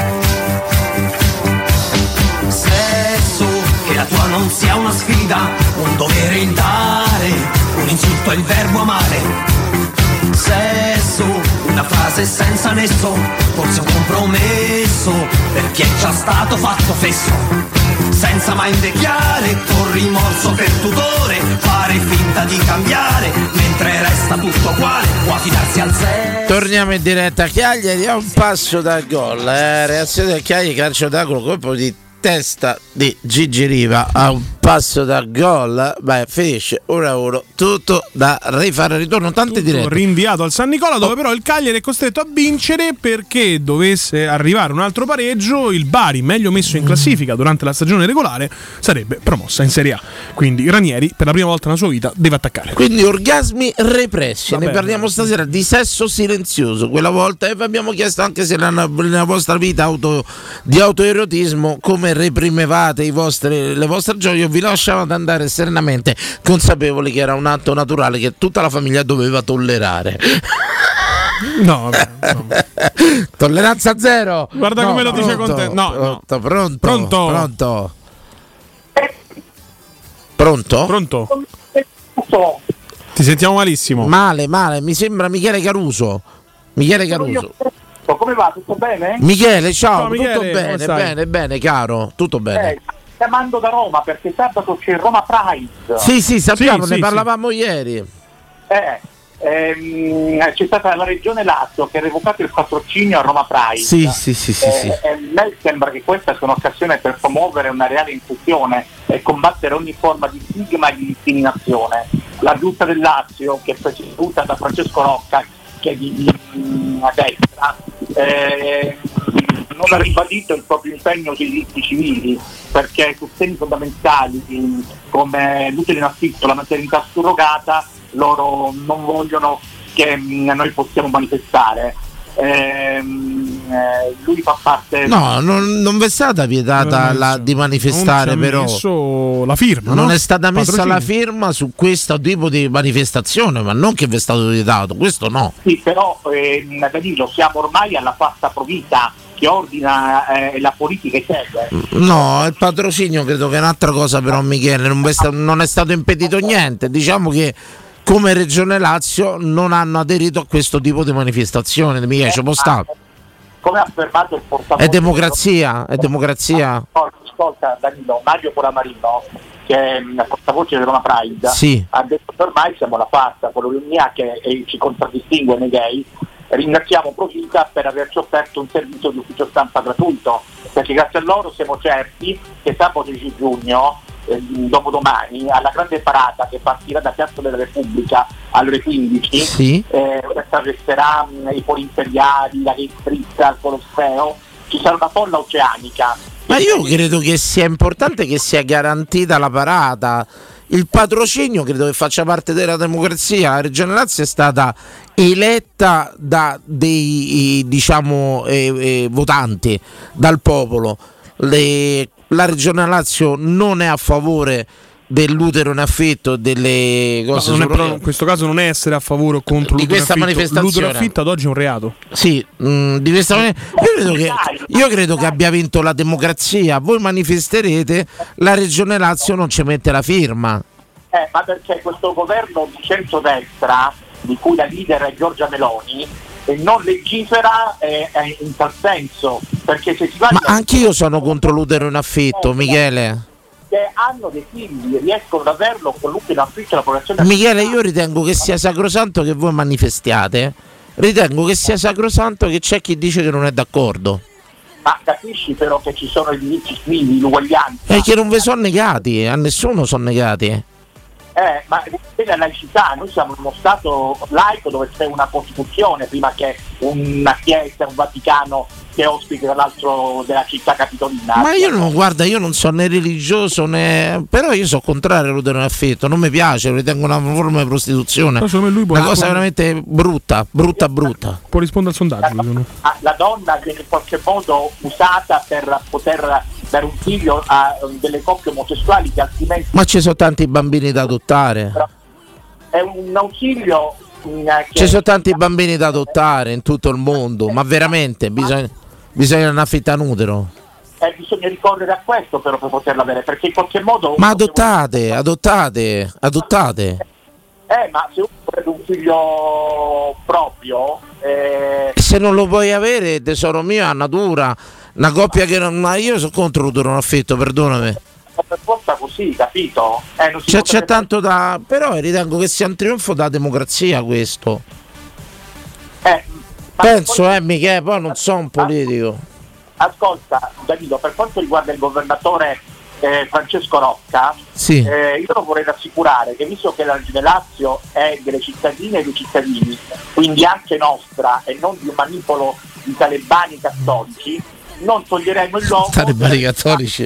sesso, che la tua non sia una sfida, un dovere il dare, un insulto è il verbo amare. Sesso, una frase senza nesso, forse un compromesso, per chi è già stato fatto fesso. Senza mai invecchiare, con rimorso per tutore, fare finta di cambiare, mentre resta tutto uguale, può affidarsi al sesso. Torniamo in diretta a Cagliari, a un passo dal gol, eh? Reazione del Cagliari, calcio d'angolo, colpo di testa di Gigi Riva a un passo dal gol. Beh, finisce uno a uno, tutto da rifare. Ritorno tante tutto dirette, rinviato al San Nicola, dove però il Cagliari è costretto a vincere perché dovesse arrivare un altro pareggio, il Bari, meglio messo in classifica durante la stagione regolare, sarebbe promossa in Serie A. Quindi Ranieri per la prima volta nella sua vita deve attaccare. Quindi orgasmi repressi. Vabbè, ne parliamo stasera di sesso silenzioso, quella volta, e vi abbiamo chiesto anche se nella, nella vostra vita auto, di autoerotismo come reprimevate i vostri, le vostre gioie, o vi lasciavate andare serenamente, consapevoli che era un atto naturale che tutta la famiglia doveva tollerare. No, vabbè, no. Tolleranza zero. Guarda no, come lo pronto, dice con te. No, pronto, no. pronto, Pronto. pronto, pronto, pronto. Ti sentiamo malissimo. Male, male. Mi sembra Michele Caruso. Michele Caruso. Come va? Tutto bene? Michele, ciao, ciao Michele, tutto bene, bene, bene, caro, tutto bene. Eh, chiamando da Roma perché sabato c'è Roma Pride. Sì, sì, sappiamo, Sì, ne sì, parlavamo sì. ieri. Eh, ehm, c'è stata la regione Lazio che ha revocato il patrocinio a Roma Pride. Sì, sì, sì, sì, eh, sì. E a me sembra che questa sia un'occasione per promuovere una reale inclusione e combattere ogni forma di stigma e di discriminazione. La giunta del Lazio, che è presieduta da Francesco Rocca, che è di, di a destra, eh, non ha ribadito il proprio impegno sui diritti civili, perché su temi fondamentali come l'utile in affitto, la maternità surrogata, loro non vogliono che noi possiamo manifestare. Eh, eh, lui fa parte. No, non, non vi è stata vietata non la, di manifestare, non però. Messo la firma, non no? è stata messa Patrocinio. la firma su questo tipo di manifestazione, ma non che vi è stato vietato, questo no. Sì, però eh, Danilo, siamo ormai alla pasta provita che ordina eh, la politica e segue. No, il patrocinio credo che è un'altra cosa, però Michele, non, è stato, non è stato impedito niente. Diciamo che come Regione Lazio non hanno aderito a questo tipo di manifestazione. Michele, ci può stare. Come ha affermato il portavoce, È democrazia, è democrazia. Ascolta Danilo, Mario Colamarino, che è il portavoce di Roma Pride, Sì. ha detto che ormai siamo alla farsa, quello che eh, ci contraddistingue nei gay. Ringraziamo Provita per averci offerto un servizio di ufficio stampa gratuito, perché grazie a loro siamo certi che sabato dieci giugno, eh, dopodomani, alla grande parata che partirà da Piazza della Repubblica alle ore quindici, Sì. eh, attraverserà mh, i poli imperiali, la Gay Street, al Colosseo, ci sarà una folla oceanica. Ma io credo che sia importante che sia garantita la parata. Il patrocinio credo che faccia parte della democrazia. La Regione Lazio è stata eletta da dei diciamo eh, eh, votanti, dal popolo. Le, la Regione Lazio non è a favore dell'utero in affitto, delle cose non è, surrogate. però, in questo caso non è essere a favore o contro di l'utero questa in affitto. manifestazione. L'utero in affitto ad oggi è un reato. Sì, mh, di questa maniera. Io credo che io credo che abbia vinto la democrazia. Voi manifesterete, la Regione Lazio non ci mette la firma. Eh, ma perché questo governo di centrodestra, di cui la leader è Giorgia Meloni, e non legifera eh, eh, in tal senso, perché se si va Ma anch'io sono contro l'utero in affitto, Michele. che hanno dei figli riescono ad averlo con l'utero in affitto la popolazione. Michele, io ritengo che sia sacrosanto che voi manifestiate. Ritengo che sia sacrosanto che c'è chi dice che non è d'accordo. Ma capisci però che ci sono i diritti civili, l'uguaglianza. E che non vi sono negati, a nessuno sono negati. Eh, ma la laicità, noi siamo uno Stato laico dove c'è una Costituzione prima che una Chiesa, un Vaticano che ospiti tra l'altro della città capitolina. Ma io non, guarda, io non sono né religioso né. Però io sono contrario all'utero in affitto, non mi piace, lo ritengo una forma di prostituzione. Lui una cosa veramente brutta, brutta, brutta. Può rispondere al sondaggio. La, la donna viene in qualche modo usata per poter dare un figlio a delle coppie omosessuali che altrimenti. Ma ci sono tanti bambini da adottare. È un ausilio. Che... Ci sono tanti bambini da adottare in tutto il mondo, ma veramente bisogna, bisogna un affittanuero. Eh, bisogna ricorrere a questo però per poterlo avere, perché in qualche modo. Ma adottate, adottate, adottate. Eh, ma se uno vuole un figlio proprio. Eh... Se non lo puoi avere, tesoro mio, a natura. Una coppia che non. Ma io sono contro l'utero in affitto, perdonami. Per forza così, capito? Eh, non si C'è, potrebbe... c'è tanto da. Però ritengo che sia un trionfo della democrazia questo. Eh, Penso, poi... eh, Michele, poi non sono un politico. Ascolta, Danilo, per quanto riguarda il governatore eh, Francesco Rocca, sì. eh, io lo vorrei rassicurare che visto che la Regione Lazio è delle cittadine e dei cittadini, quindi anche nostra e non di un manipolo di talebani cattolici, non toglieremo il logo. Talebani cattolici.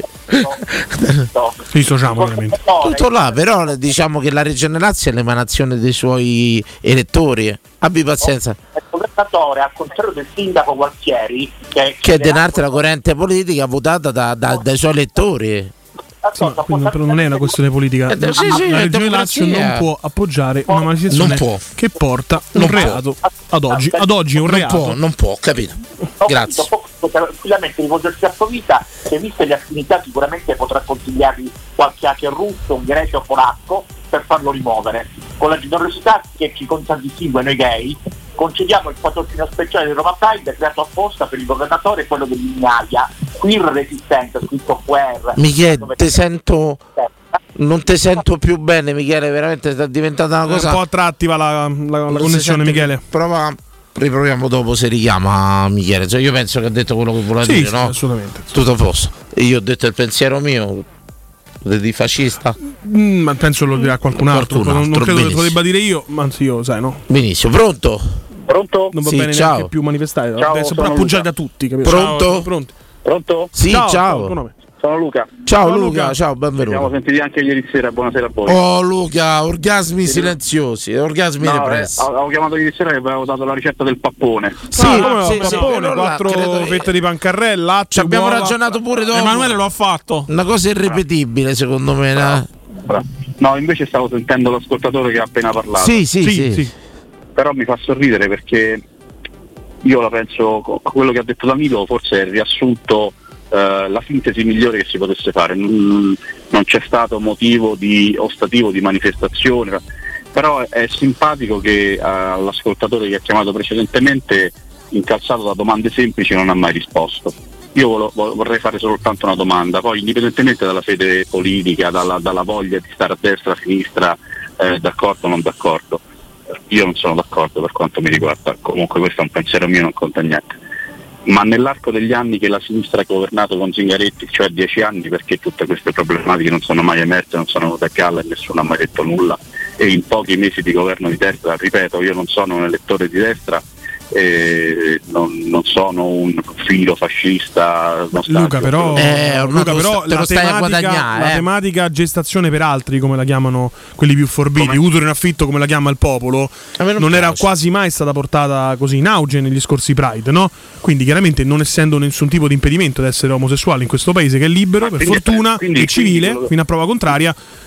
Dissociamo veramente. Tutto là, però diciamo che la Regione Lazio è l'emanazione dei suoi elettori. Abbi pazienza. Il governatore, al contrario del sindaco Gualtieri, che, che è denarte corrente politica votata da, da, dai suoi elettori. Sì, ma quindi non è una questione politica. Eh, sì, sì, la Regione Lazio non può appoggiare una manifestazione che porta un non reato può. ad oggi. Ad oggi è un non reato. Può, non può, capito? Grazie. Può tranquillamente rivolgersi a Provita, che viste le affinità sicuramente potrà consigliargli qualche hacker russo, ungherese o polacco per farlo rimuovere. Con la generosità che ci contraddistingue noi gay, concediamo il patrocinio speciale del Roma Pride creato apposta per il governatore e quello dell'Ignaia. Qui Resistenza, scritto Q R. Michele, ti sento. Non ti sento più bene, Michele, veramente sta diventata una cosa. Un po' attrattiva la, la, la connessione, Michele. Prova. Riproviamo dopo se richiama Michele. Cioè, io penso che ha detto quello che voleva sì, dire, sì, no? Assolutamente. Tutto a posto. E io ho detto il pensiero mio di fascista. Mm, ma penso lo dirà qualcun altro. Qualcun altro non credo benissimo. che lo debba dire io, ma anzi io, sai, no? Benissimo, pronto? Pronto? Non va sì, bene ciao. neanche più manifestare. Ciao, adesso sono appoggiare Luca. da tutti, capito? Pronto? Ciao, pronto? Pronto? Sì, ciao. ciao. ciao. Sono Luca. Ciao, Ciao, Luca, Luca. ciao, benvenuto. Siamo sentiti anche ieri sera, buonasera a voi. Oh Luca, orgasmi silenziosi, orgasmi no, repressi. eh, avevo chiamato ieri sera e avevo dato la ricetta del pappone. Sì, ah, come sì, no, sì, pappone, sì, quattro credo io. fette di pancarrella, latte, Ci abbiamo uova. ragionato pure dopo. Emanuele lo ha fatto. Una cosa irripetibile, secondo me. Bravo. Bravo. No, invece stavo sentendo l'ascoltatore che ha appena parlato. Sì, sì, sì, sì, sì. Però mi fa sorridere perché io la penso, quello che ha detto Danilo forse è il riassunto, eh, la sintesi migliore che si potesse fare. Non, non c'è stato motivo di ostativo, di manifestazione, però è, è simpatico che eh, all'ascoltatore che ha chiamato precedentemente, incalzato da domande semplici, non ha mai risposto. Io volo, vorrei fare soltanto una domanda, poi indipendentemente dalla fede politica, dalla, dalla voglia di stare a destra, a sinistra, eh, d'accordo o non d'accordo, io non sono d'accordo per quanto mi riguarda, comunque questo è un pensiero mio, non conta niente. Ma nell'arco degli anni che la sinistra ha governato con Zingaretti, cioè dieci anni, perché tutte queste problematiche non sono mai emerse, non sono venute a galla e nessuno ha mai detto nulla, e in pochi mesi di governo di destra, ripeto, io non sono un elettore di destra, eh, non, non sono un filo fascista Luca però, eh, Luca, però te lo la, stai tematica, a guadagnare, la eh. tematica gestazione per altri, come la chiamano quelli più forbiti, utero in affitto come la chiama il popolo, non, non era quasi mai stata portata così in auge negli scorsi Pride, no? Quindi chiaramente non essendo nessun tipo di impedimento ad essere omosessuali in questo paese che è libero, per quindi, fortuna quindi, e civile, quindi, fino a prova contraria,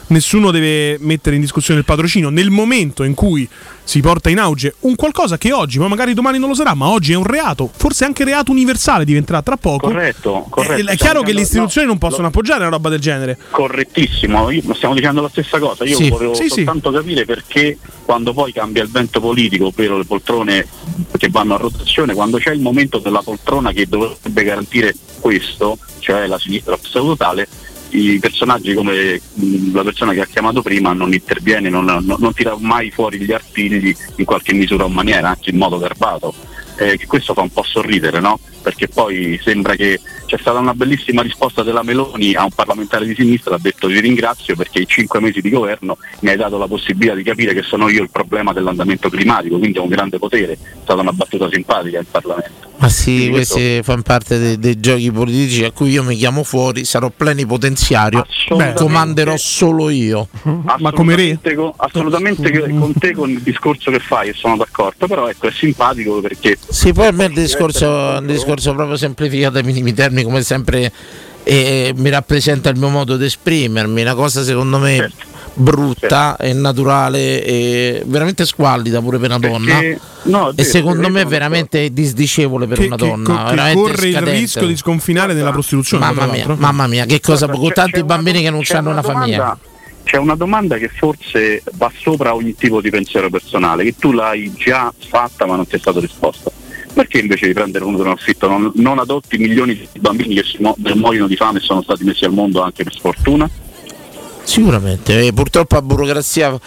nessuno deve mettere in discussione il patrocinio nel momento in cui si porta in auge un qualcosa che oggi, ma magari domani non lo sarà, ma oggi è un reato, forse anche reato universale diventerà tra poco. Corretto, corretto. È, è chiaro che le istituzioni no, non possono lo, appoggiare una roba del genere. Correttissimo, io, stiamo dicendo la stessa cosa. Io sì, volevo sì, soltanto sì. capire perché quando poi cambia il vento politico, ovvero le poltrone che vanno a rotazione, quando c'è il momento della poltrona che dovrebbe garantire questo, cioè la sinistra pseudotale, i personaggi come mh, la persona che ha chiamato prima non interviene, non, non, non tira mai fuori gli artigli in qualche misura o maniera, anche in modo garbato, eh, che questo fa un po' sorridere, no? Perché poi sembra che c'è stata una bellissima risposta della Meloni a un parlamentare di sinistra, ha detto vi ringrazio perché in cinque mesi di governo mi hai dato la possibilità di capire che sono io il problema dell'andamento climatico, quindi ho un grande potere. È stata una battuta simpatica in Parlamento. Ma sì, quindi questi questo... fanno parte dei, dei giochi politici a cui io mi chiamo fuori, sarò plenipotenziario, comanderò solo io. Ma come re? Con, assolutamente con te, con il discorso che fai, e sono d'accordo, però ecco, è simpatico perché... Sì, poi a me il discorso, il discorso proprio semplificato ai minimi termini, come sempre, eh, mi rappresenta il mio modo di esprimermi, una cosa secondo me... Certo. brutta e naturale e veramente squallida pure per una donna. Perché, no, e secondo me è veramente disdicevole per che, una che, donna che veramente corre scadente. il rischio di sconfinare nella prostituzione. Mamma mia, mamma mia, che cosa, con c'è, tanti c'è bambini una, che non hanno una, una famiglia. Domanda, c'è una domanda che forse va sopra ogni tipo di pensiero personale, che tu l'hai già fatta ma non ti è stata risposta. Perché invece di prendere uno in affitto non, non adotti milioni di bambini che si mu- muoiono di fame e sono stati messi al mondo anche per sfortuna? Sicuramente, eh, purtroppo la burocrazia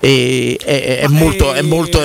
è, è, è molto, è molto, è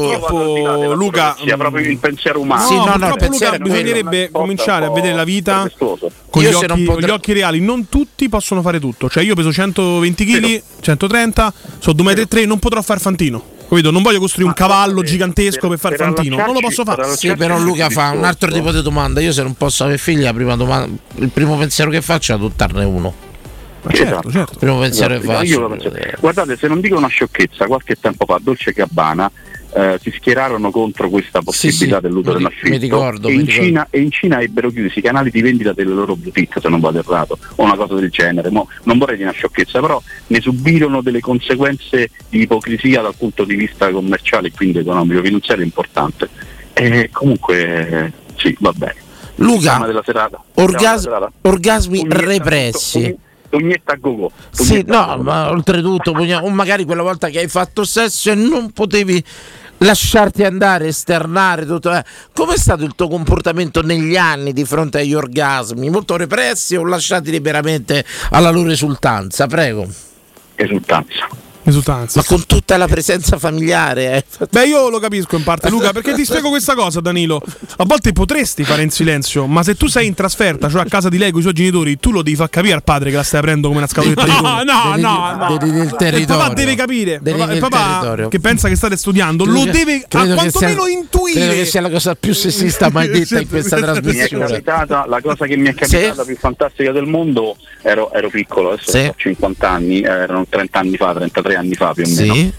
molto. Luca, sia proprio il pensiero umano. No, sì, no, no, no, il Luca, bisognerebbe cominciare a vedere la vita con gli, occhi, potrei... con gli occhi reali. Non tutti possono fare tutto. Cioè, io peso centoventi chili, centotrenta, sono due metri e tre, non potrò far fantino. Capito? Non voglio costruire un cavallo gigantesco per, per far per fantino, non lo posso fare. Sì, però Luca fa un altro tipo di domanda. Io se non posso avere figli, la prima domanda, il primo pensiero che faccio è adottarne uno. Certo, certo. Il primo pensiero esatto. che faccio. Io lo penso. Guardate, se non dico una sciocchezza, qualche tempo fa Dolce e Gabbana eh, si schierarono contro questa possibilità sì, sì, dell'utero in affitto. Mi ricordo, e, mi in ricordo. Cina, e in Cina ebbero chiusi i canali di vendita delle loro boutique, se non vado errato, o una cosa del genere. Mo, non vorrei dire una sciocchezza, però ne subirono delle conseguenze di ipocrisia dal punto di vista commerciale e quindi economico, finanziario importante. E comunque, sì, va bene. Luca, della serata. orgas- della serata. orgasmi Pugnetta, repressi. Pugnetta a go-go. Sì, no, ma oltretutto, o magari quella volta che hai fatto sesso e non potevi lasciarti andare, esternare tutto. Eh. Com'è stato il tuo comportamento negli anni di fronte agli orgasmi? Molto repressi o lasciati liberamente alla loro esultanza? Prego. Esultanza. Esultanza. Ma con tutta la presenza familiare. Eh. Beh, io lo capisco in parte, Luca, perché ti spiego questa cosa, Danilo. A volte potresti fare in silenzio, ma se tu sei in trasferta, cioè a casa di lei con i suoi genitori, tu lo devi far capire al padre che la stai aprendo come una scatoletta di no, tonno. no, devi, no, no. Devi il territorio. Il papà deve capire. Devi Il papà territorio. che pensa che state studiando, credo lo che, deve a quantomeno sia, intuire. Credo che sia la cosa più sessista mai detta in questa trasmissione. Mi è capitata, la cosa che mi è capitata sì. più fantastica del mondo, ero, ero piccolo, adesso sì. ho cinquanta anni, erano trenta anni fa, trentatré anni fa più o meno. Sì.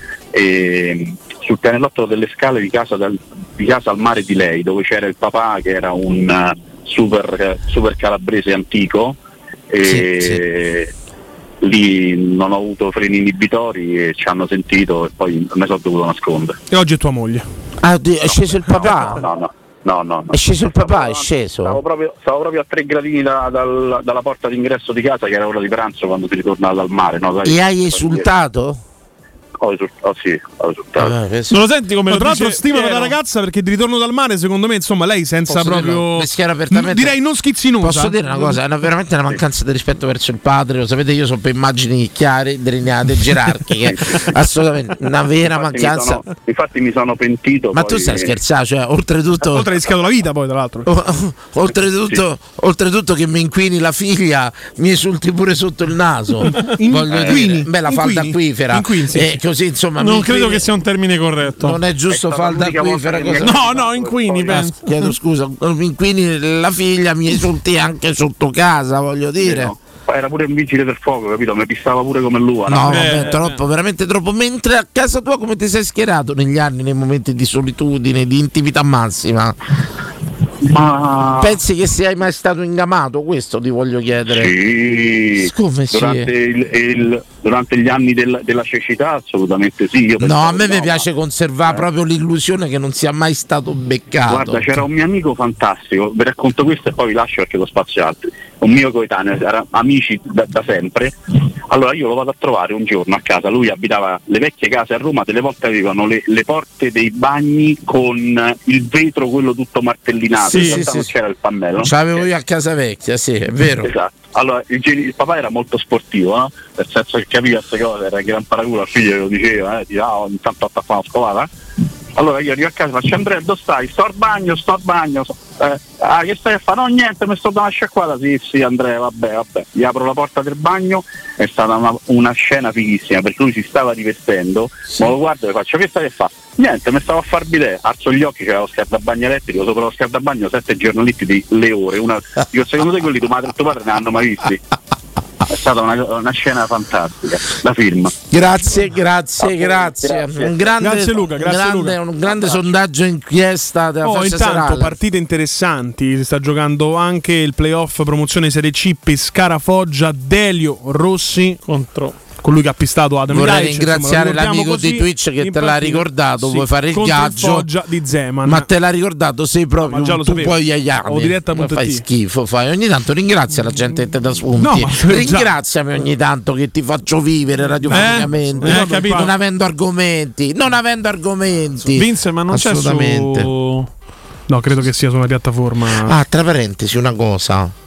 E sul pianerottolo delle scale di casa, dal, di casa al mare di lei, dove c'era il papà che era un uh, super, super calabrese antico e sì, sì. lì non ho avuto freni inibitori e ci hanno sentito e poi me sono dovuto nascondere. E oggi è tua moglie? Ah, è sceso il papà? No, no, no. No, no, no. È sceso il papà, è sceso. Stavo proprio, stavo proprio a tre gradini da, dal, dalla porta d'ingresso di casa, che era ora di pranzo quando si ritornava dal mare. No? E hai esultato? Ho esultato, oh, sì, ho esultato. Ah, non lo senti come lo tra l'altro stimano la ragazza perché di ritorno dal mare secondo me insomma lei senza posso proprio dirlo, direi non schizzinosa. Posso dire una cosa, è una, veramente una mancanza di rispetto verso il padre, lo sapete, io sono per immagini chiare, delineate, gerarchiche, assolutamente una vera infatti mancanza. Mi sono, infatti mi sono pentito. Ma poi... tu stai scherzando, cioè oltretutto oltre hai rischiato la vita poi tra l'altro. oltretutto, sì. oltretutto che mi inquini la figlia, mi esulti pure sotto il naso. In, Voglio eh, dire, beh, la falda acquifera. Inquini, sì, e sì. così insomma non mi credo che sia un termine corretto. Non è giusto falda acquifera cosa... No, no, inquini penso. Chiedo scusa, mi inquini la figlia, mi esulti anche sotto casa, voglio dire. No. Era pure un vigile del fuoco, capito? Mi pissava pure come lui. No, no vabbè, troppo, veramente troppo. Mentre a casa tua come ti sei schierato negli anni, nei momenti di solitudine, di intimità massima? Ma pensi che sei mai stato ingamato? Questo ti voglio chiedere. Sì. Come durante sì? il, il durante gli anni del, della cecità assolutamente sì. Io no, a me no, mi piace ma, conservare eh. proprio l'illusione che non sia mai stato beccato. Guarda, c'era un mio amico fantastico, vi racconto questo e poi vi lascio perché lo spazio è altri. Un mio coetaneo, erano amici da, da sempre. Allora io lo vado a trovare un giorno a casa, lui abitava le vecchie case a Roma, delle volte avevano le, le porte dei bagni con il vetro quello tutto martellinato, sì, in sì, realtà sì, non sì. c'era il pannello. Ce l'avevo io a casa vecchia, sì, è vero. Esatto. Allora il, il papà era molto sportivo, no? Nel senso che capiva queste cose, era gran paraculo al figlio, lo diceva, eh, diceva, ah, ogni tanto a fare una scovata. Allora io arrivo a casa, faccio Andrea, dove stai? Sto al bagno, sto al bagno. Sto, eh, ah, che stai a fare? No, niente, mi sto dando una sciacquata. Sì, sì, Andrea, vabbè, vabbè. Gli apro la porta del bagno, è stata una, una scena fighissima, perché lui si stava rivestendo, sì. Ma lo guardo e faccio, che stai a fare? Niente, mi stavo a far bidet, alzo gli occhi, c'era lo scaldabagno elettrico, sopra lo scaldabagno sette giornalisti di le ore. Una, dico, secondo te quelli tuo madre e tuo padre ne hanno mai visti? È stata una, una scena fantastica, la film. Grazie, grazie, okay, grazie. grazie. Un grande, grazie Luca, grazie grande, Luca. Un grande sondaggio inchiesta della oh, fascia intanto serale. Partite interessanti, si sta giocando anche il playoff promozione Serie C Pescara Foggia, Delio Rossi contro colui che ha pistato Adam Vorrei Ilaic, ringraziare insomma, l'amico così, di Twitch che te l'ha ricordato, sì, vuoi fare il gaggio il Foggia di Zeman. Ma te l'ha ricordato, sei proprio no, un tu poi Iaiani. Fai schifo, fai ogni tanto ringrazia la gente che te dà spunti. No, ringraziami ogni tanto che ti faccio vivere radiofonicamente, eh? Eh, non avendo argomenti, non avendo argomenti. Vince, ma non c'è su... No, credo che sia su una piattaforma. Ah, tra parentesi una cosa.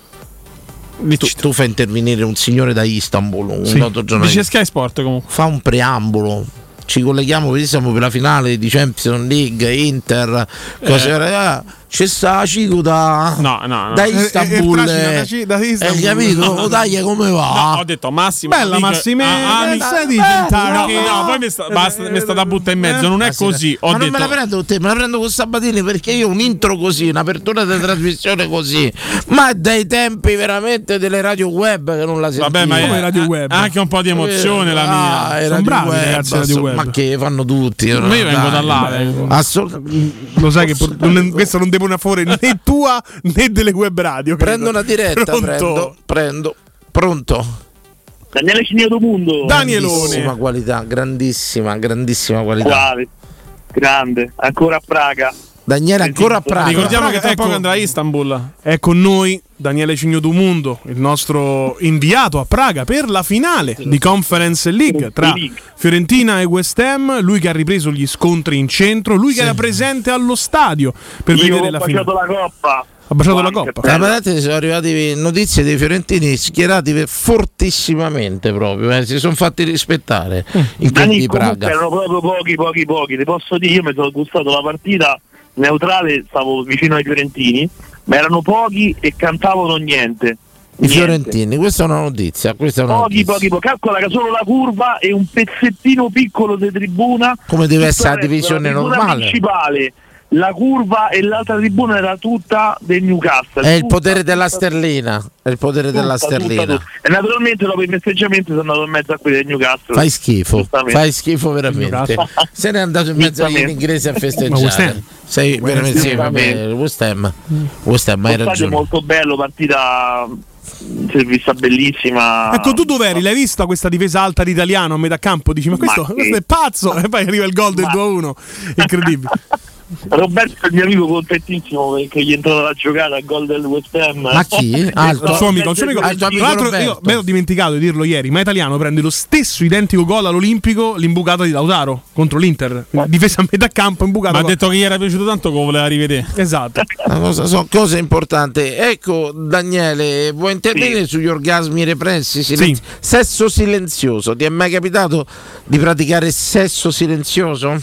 Tu, tu fai intervenire un signore da Istanbul, un sì. noto giornalista. Dice Sky Sport comunque. Fa un preambolo. Ci colleghiamo, siamo per la finale di Champions League, Inter, cose eh. C'è sta Cico da, no, no, no. da Istanbul, eh, eh, da Istanbul. Hai capito? No, no, dai, come va? No, ho detto Massimo. Bella Massimo, ah, ah, mi stai diventando. No, poi mi sta, basta, mi sta da buttare in mezzo. Non è così. Ho ma detto... non me la prendo con te, me la prendo con Sabatini perché io un intro così, un'apertura della trasmissione così, ma dai tempi veramente delle radio web che non la sentivo. Vabbè, ma come radio web? Anche un po' di emozione la mia. Ah, sono bravi web, ragazzi radio web. Ma che fanno tutti? Ma io vengo da là. Assolutamente. Lo sai che non, questo non deve una fuori né tua né delle web radio. Prendo una diretta, Pronto? prendo, prendo. Pronto? Daniele Cigneto Mundo. Danielone. Grandissima qualità, grandissima, grandissima qualità. Quale? Grande, ancora a Praga. Daniele ancora a Praga. Ricordiamo Praga, che tra ecco, poco andrà a Istanbul. È con noi Daniele Cigneto Mundo, il nostro inviato a Praga per la finale di Conference League tra Fiorentina e West Ham. Lui che ha ripreso gli scontri in centro, lui che sì. era presente allo stadio per Io vedere la finale. Ho baciato la coppa. Ha baciato la coppa. Tra parentesi sono arrivate notizie dei fiorentini schierati fortissimamente proprio, eh. si sono fatti rispettare in quel di Praga. Erano proprio pochi, pochi, pochi. Ti posso dire, io mi sono gustato la partita neutrale, stavo vicino ai fiorentini, ma erano pochi e cantavano niente. I niente. fiorentini, questa è una notizia. Questa è una pochi, notizia. pochi, pochi. Calcola che solo la curva e un pezzettino piccolo di tribuna. Come deve essere la divisione la normale. Principale. La curva e l'altra tribuna era tutta del Newcastle. È tutta, il potere della tutta, sterlina. È il potere tutta, della tutta, sterlina. Tutta, tutta. E naturalmente dopo i festeggiamenti sono andato in mezzo a quelli del Newcastle. Fai schifo, fai schifo veramente. Se n'è andato in mezzo agli inglesi a festeggiare. Sei West veramente sì, vabbè, West Ham. West Ham, hai ragione. Molto bello, partita servizia bellissima. Ecco, tu dov'eri? L'hai vista questa difesa alta di Italiano a metà campo? Dici, ma questo, ma questo è pazzo! E poi arriva il gol del due a uno. Incredibile. Roberto è il mio amico contentissimo perché gli è entrata la giocata al gol del West Ham. Ma chi? Ah, il suo amico, il suo amico. Tra l'altro io mi ero dimenticato di dirlo ieri, ma Italiano prende lo stesso identico gol all'Olimpico, l'imbucata di Lautaro contro l'Inter, difesa a metà campo, imbucata. Ma ha detto che gli era piaciuto tanto che lo voleva rivedere. Esatto. Cosa, sono cose importanti. Ecco, Daniele, vuoi intervenire sì. sugli orgasmi repressi? Silenzi- sì. Sesso silenzioso. Ti è mai capitato di praticare sesso silenzioso?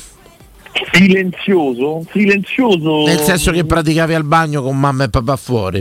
Silenzioso? Silenzioso? Nel senso che praticavi al bagno con mamma e papà fuori.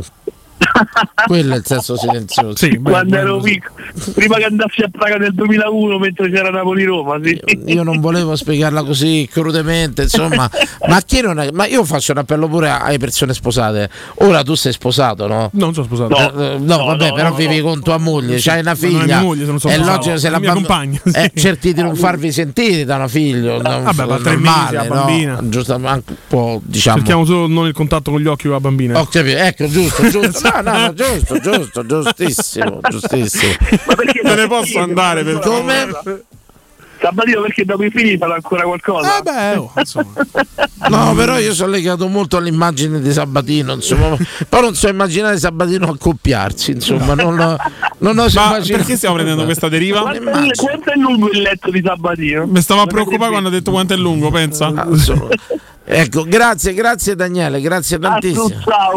Quello è il senso silenzioso. Sì, quando ero piccolo, prima che andassi a Praga nel duemilauno mentre c'era Napoli-Roma. Sì. Io, io non volevo spiegarla così crudemente, insomma. Ma chi non è, ma io faccio un appello pure alle persone sposate. Ora tu sei sposato, no? Non sono sposato. No, eh, no, no vabbè, no, però no, vivi no. con tua moglie, c'hai una figlia. Moglie, non so è logico se la, la compagna. Sì. Eh, cerchi di non farvi sentire da una figlia. No, vabbè, ma tre mesi la bambina. No? Giusto, anche un po', diciamo. Cerchiamo solo non il contatto con gli occhi con la bambina. Ho capito, ecco, giusto, giusto. No, no, no, giusto, giusto, giustissimo, giustissimo. Ma perché me ne posso andare per come? Sabatino, perché dopo i figli farà ancora qualcosa? Eh beh, oh, insomma. No, però io sono legato molto all'immagine di Sabatino, insomma. Poi non so immaginare Sabatino accoppiarsi, insomma, non lo, non lo so Ma immaginare. perché stiamo prendendo questa deriva? Quanto è, quanto è lungo il letto di Sabatino? Mi stavo a preoccupare quando ha detto quanto è lungo, pensa. Ah, ecco, grazie, grazie Daniele, grazie tantissimo.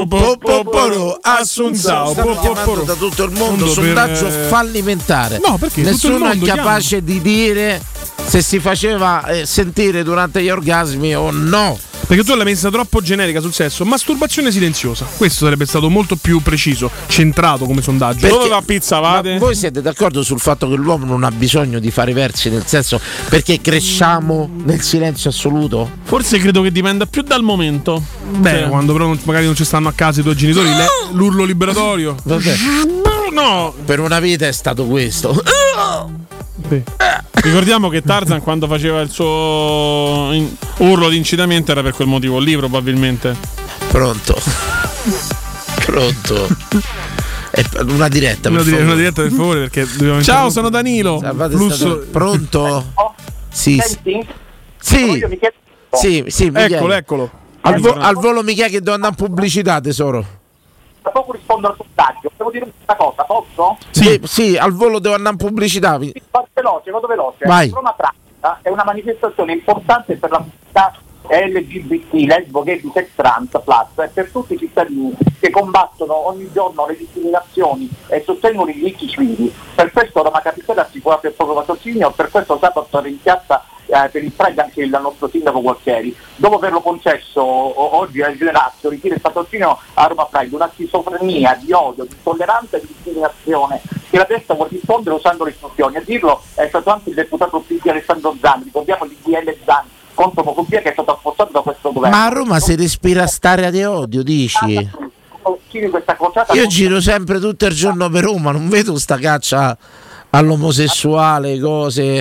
Assunzao, stiamo chiamando da tutto il mondo, sondaggio per... fallimentare. No, perché nessuno è capace chiama. di dire se si faceva eh, sentire durante gli orgasmi o no. Perché tu l'hai messa troppo generica sul sesso. Masturbazione silenziosa. Questo sarebbe stato molto più preciso, centrato come sondaggio. Perché, dove la pizza vade? Ma voi siete d'accordo sul fatto che l'uomo non ha bisogno di fare versi nel sesso perché cresciamo nel silenzio assoluto? Forse credo che dipenda più dal momento. Beh, cioè, quando però non, magari non ci stanno a casa i tuoi genitori, le, l'urlo liberatorio. Vabbè. No, per una vita è stato questo. Beh. Ricordiamo che Tarzan quando faceva il suo in- urlo di incitamento era per quel motivo lì probabilmente. Pronto. Pronto. È una diretta, una, per dire- una diretta per favore perché dobbiamo Ciao, sono Danilo. Flusso... Stato... Pronto? Sì. Senti? Sì. Sì, sì, eccolo, eccolo. Al, vo- al volo mi chiede che devo andare in pubblicità, tesoro. Tra poco rispondo al sondaggio. Devo dire una cosa, posso? Sì, sì, al volo devo andare in pubblicità. Sì, vado veloce, vado veloce. Vai. Roma Pratica è una manifestazione importante per la comunità L G B T, lesbo, gay, bisex, trans, plus, e per tutti i cittadini che combattono ogni giorno le discriminazioni e sostengono i diritti civili. Per questo Roma Capitale ha assicurato il proprio patrocinio, per questo sabato sarà in piazza eh, per il Pride anche il nostro sindaco Gualtieri. Dopo averlo concesso o- oggi al Generazio, ritira il patrocinio a Roma Pride, una schizofrenia di odio, di intolleranza e di discriminazione che la destra vuole rispondere usando le istruzioni. A dirlo è stato anche il deputato P D Alessandro Zanni, ricordiamo il D L Zanni contro omofobia che è stato affossato da questo governo. Ma a Roma si respira st'area di odio, dici? Io giro sempre tutto il giorno per Roma, non vedo sta caccia all'omosessuale, cose.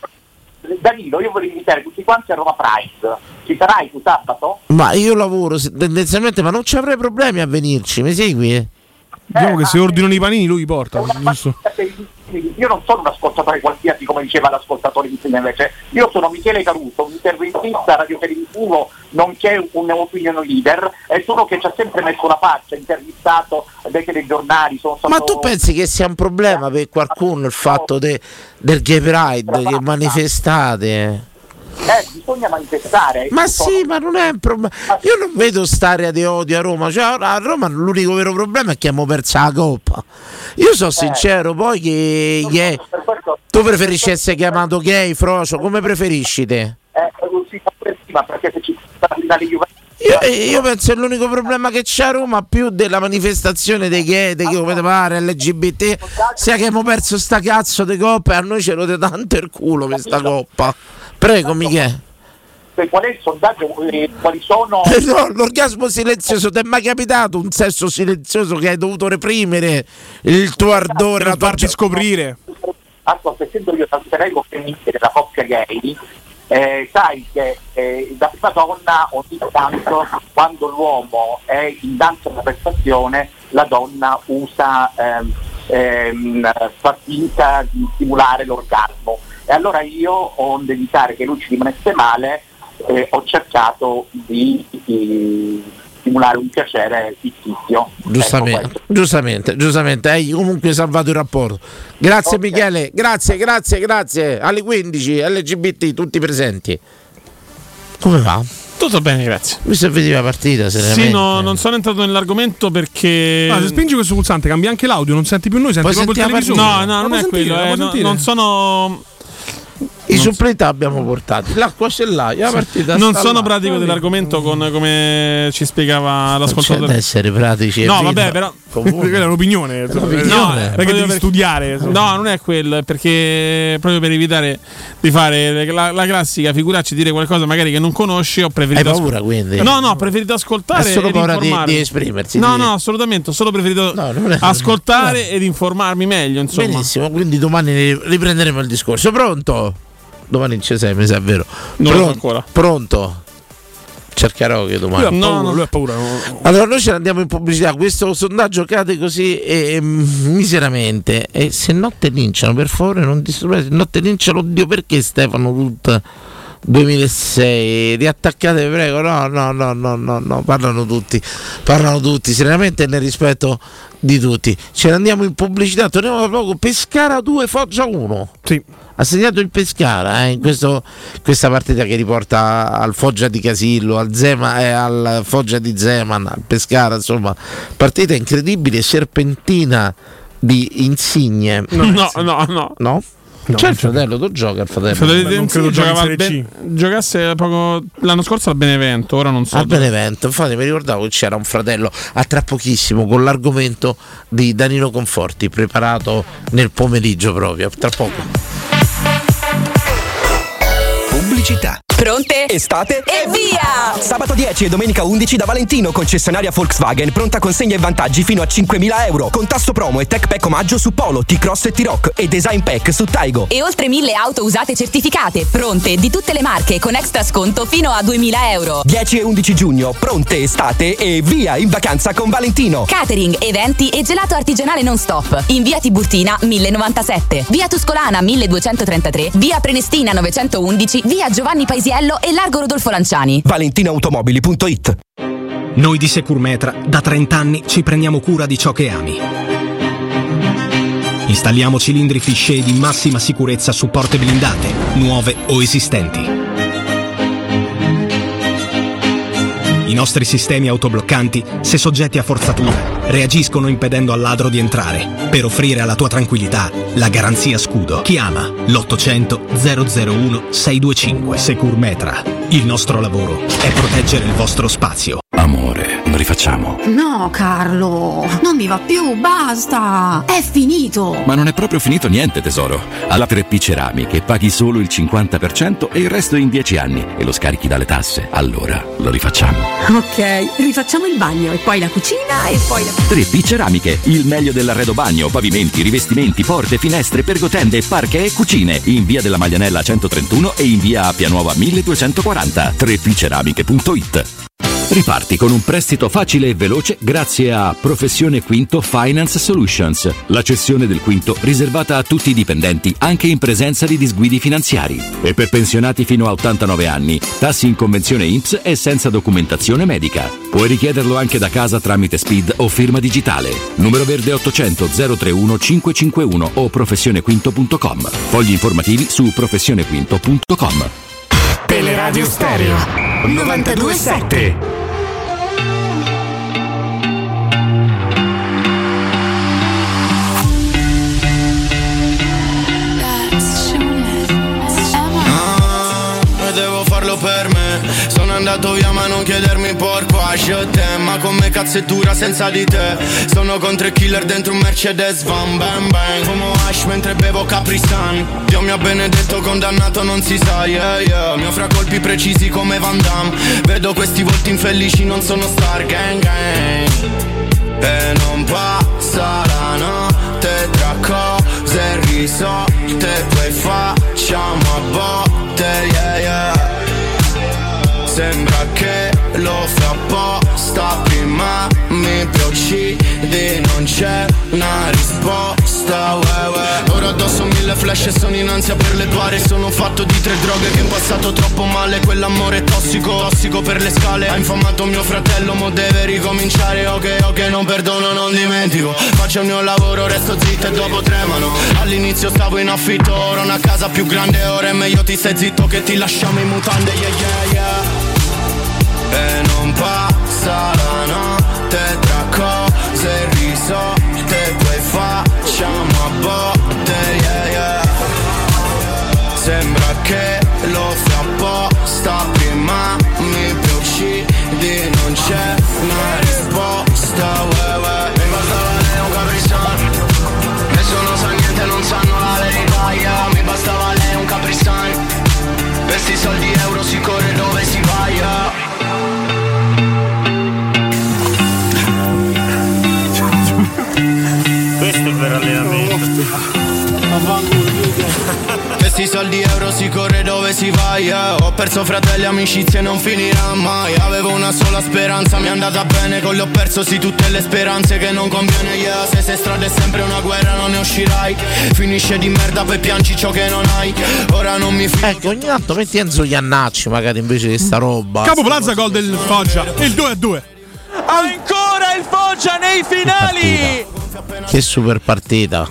Danilo, io voglio invitare tutti quanti a Roma Pride. Ci sarai tu sabato? Ma io lavoro tendenzialmente, ma non ci avrei problemi a venirci, mi segui? Diciamo eh, che se ordinano i panini lui li porta, giusto? Io non sono un ascoltatore qualsiasi come diceva l'ascoltatore di prima, invece io sono Michele Caruso, un intervistista radiotelevisivo nonché un opinion leader e sono che ci ha sempre messo la faccia, intervistato dai telegiornali. Sono stato... Ma tu pensi che sia un problema per qualcuno il fatto de, del Gay Pride che manifestate? Eh, bisogna manifestare. Ma sì, ma non è un problema. Io non vedo st'area di odio a Roma. Cioè, a Roma l'unico vero problema è che abbiamo perso la coppa. Io sono sincero, poi che gay. Tu preferisci essere chiamato gay, frocio? Come preferisci te? Eh, si fa prima perché se ci sta la Juventus. Io, io penso che l'unico problema che c'è a Roma più della manifestazione dei gay, dei che come pare, L G B T, sia che abbiamo perso sta cazzo di coppa e a noi ce lo dà tanto il culo questa coppa. Prego, Michele. Qual è il sondaggio? Quali sono? No, l'orgasmo silenzioso, ti è mai capitato un sesso silenzioso che hai dovuto reprimere il tuo ardore, per farti scoprire? Ascolta, essendo io l'alter ego femminile della coppia gay, eh, sai che eh, da prima donna ogni tanto quando l'uomo è in danza della prestazione la donna usa ehm, ehm, fa finta di stimolare l'orgasmo e allora io, onde evitare che lui ci rimanesse male, eh, ho cercato di, di stimolare un piacere fittizio. Giustamente, ecco, giustamente, giustamente, hai comunque salvato il rapporto. Grazie, okay. Michele, grazie, grazie, grazie. Alle quindici L G B T tutti presenti. Come va? Tutto bene, grazie. Mi se vedi la partita, seriamente. Sì, no, non sono entrato nell'argomento perché. Ah, se spingi questo pulsante cambia anche l'audio, non senti più noi, senti Poi proprio il televisore. No, no, non lo è sentire, quello, eh, no, non sono. I supplenti abbiamo portati, l'acqua ce l'hai, la partita non sta sono là. pratico dell'argomento con, come ci spiegava l'ascoltatore. Non c'è da essere pratici. No, vabbè, però quella è un'opinione, è un'opinione. No, perché devi per... studiare. No, non è quello, è perché proprio per evitare di fare la, la classica figuraccia e dire qualcosa magari che non conosci, ho preferito. Hai paura, quindi? No, no, ho preferito ascoltare. È solo ed paura di, informarmi. di esprimersi. No, di... no, assolutamente, ho solo preferito no, non è... ascoltare no. ed informarmi meglio, insomma. Benissimo, quindi domani riprenderemo il discorso. Pronto? Domani ci sei, mi sa, è vero. Non Pronto? lo so ancora. Pronto? Cercherò che domani. Lui ha paura, lui ha paura. Allora noi ce ne andiamo in pubblicità. Questo sondaggio cade così eh, miseramente. E se no te linciano, per favore non disturbate. No te linciano, oddio, perché Stefano Ruth duemilasei, riattaccate prego. No, no, no, no, no, no. Parlano tutti, parlano tutti, serenamente nel rispetto di tutti. Ce ne andiamo in pubblicità, torniamo tra poco. Pescara due, Foggia uno. Sì. Ha segnato il Pescara eh, in questo, questa partita che riporta al Foggia di Casillo, al, Zema, eh, al Foggia di Zeman, al Pescara, insomma, partita incredibile, serpentina di Insigne. No, no, no. no. no? No, c'è il fratello, tu gioca il fratello. fratello Beh, non credo giocava al ben, giocasse poco l'anno scorso al Benevento, ora non so. Al Benevento, infatti mi ricordavo che c'era un fratello a tra pochissimo con l'argomento di Danilo Conforti preparato nel pomeriggio proprio, tra poco. Pubblicità. Pronte? Estate? E via! Sabato dieci e domenica undici da Valentino, concessionaria Volkswagen, pronta consegna e vantaggi fino a cinquemila euro. Con tasso promo e tech pack omaggio su Polo, T-Cross e T-Rock e design pack su Taigo. E oltre mille auto usate certificate, pronte, di tutte le marche, con extra sconto fino a duemila euro. dieci e undici giugno, pronte estate e via in vacanza con Valentino. Catering, eventi e gelato artigianale non stop. In via Tiburtina mille novantasette, via Tuscolana milleduecentotrentatré, via Prenestina novecentoundici, via Giovanni Paisiello e largo Rodolfo Lanciani. valentinoautomobili punto it. Noi di Securmetra da trenta anni ci prendiamo cura di ciò che ami. Installiamo cilindri Fichet di massima sicurezza su porte blindate, nuove o esistenti. I nostri sistemi autobloccanti, se soggetti a forzatura, reagiscono impedendo al ladro di entrare, per offrire alla tua tranquillità la garanzia scudo. Chiama l'ottocento zero zero uno sei due cinque. Securmetra. Il nostro lavoro è proteggere il vostro spazio. Amore, lo rifacciamo? No, Carlo, non mi va più, basta, è finito. Ma non è proprio finito niente, tesoro. Alla tre P Ceramiche paghi solo il cinquanta per cento e il resto in dieci anni e lo scarichi dalle tasse. Allora lo rifacciamo. Ok, rifacciamo il bagno e poi la cucina e poi la... tre P Ceramiche, il meglio dell'arredo bagno, pavimenti, rivestimenti, porte, finestre, pergotende, parquet e cucine. In via della Maglianella centotrentuno e in via Appia Nuova milleduecentoquaranta. tre P ceramiche punto it. Riparti con un prestito facile e veloce grazie a Professione Quinto Finance Solutions, la cessione del quinto riservata a tutti i dipendenti anche in presenza di disguidi finanziari. E per pensionati fino a ottantanove anni, tassi in convenzione I N P S e senza documentazione medica. Puoi richiederlo anche da casa tramite S P I D o firma digitale. Numero verde ottocento zero trentuno cinquecentocinquantuno o professionequinto punto com. Fogli informativi su professionequinto punto com. Teleradio Stereo novantadue sette. Per me sono andato via ma non chiedermi porquà je t'aime, ma con me cazzo è dura senza di te. Sono con tre killer dentro un Mercedes van bang bang. Fumo hash mentre bevo Capri Sun. Dio mi ha benedetto, condannato non si sa, yeah yeah. Mi offre colpi precisi come Van Damme. Vedo questi volti infelici, non sono star gang gang. E non passa la notte tra cose e risolte. Poi facciamo a botte, yeah yeah. Sembra che lo fa apposta, prima mi uccidi, non c'è una risposta, uè, uè. Ora addosso mille flash e sono in ansia per le pare. Sono fatto di tre droghe che in passato troppo male. Quell'amore tossico, tossico per le scale. Ha infamato mio fratello, mo deve ricominciare. Ok, ok, non perdono, non dimentico. Faccio il mio lavoro, resto zitto e dopo tremano. All'inizio stavo in affitto, ora una casa più grande. Ora è meglio ti stai zitto che ti lasciamo in mutande, yeah yeah yeah. E non passa la notte tra cose e risolte. Poi facciamo a botte, yeah yeah. Sembra che lo fa apposta, prima mi uccidi, non c'è una risposta, uè uè. Mi bastava lei un caprisan, nessuno sa niente, non sanno la verità, yeah. Mi bastava lei un caprisan, per sti soldi euro si corre dove si va, yeah. Questo è per allenamento. Questi soldi euro si corre dove dove si va, yeah. Ho perso fratelli, amicizie, non finirà mai. Avevo una sola speranza, mi è andata bene. Con le ho perso sì tutte le speranze che non conviene, yeah. Se sei strada è sempre una guerra, non ne uscirai. Finisce di merda, poi piangi ciò che non hai. Ora non mi fido. Ecco, ogni tanto metti Enzo Iannacci magari invece di sta roba. Capo Plaza, gol del Foggia, il due a due. Ancora il Foggia nei finali. Che super partita.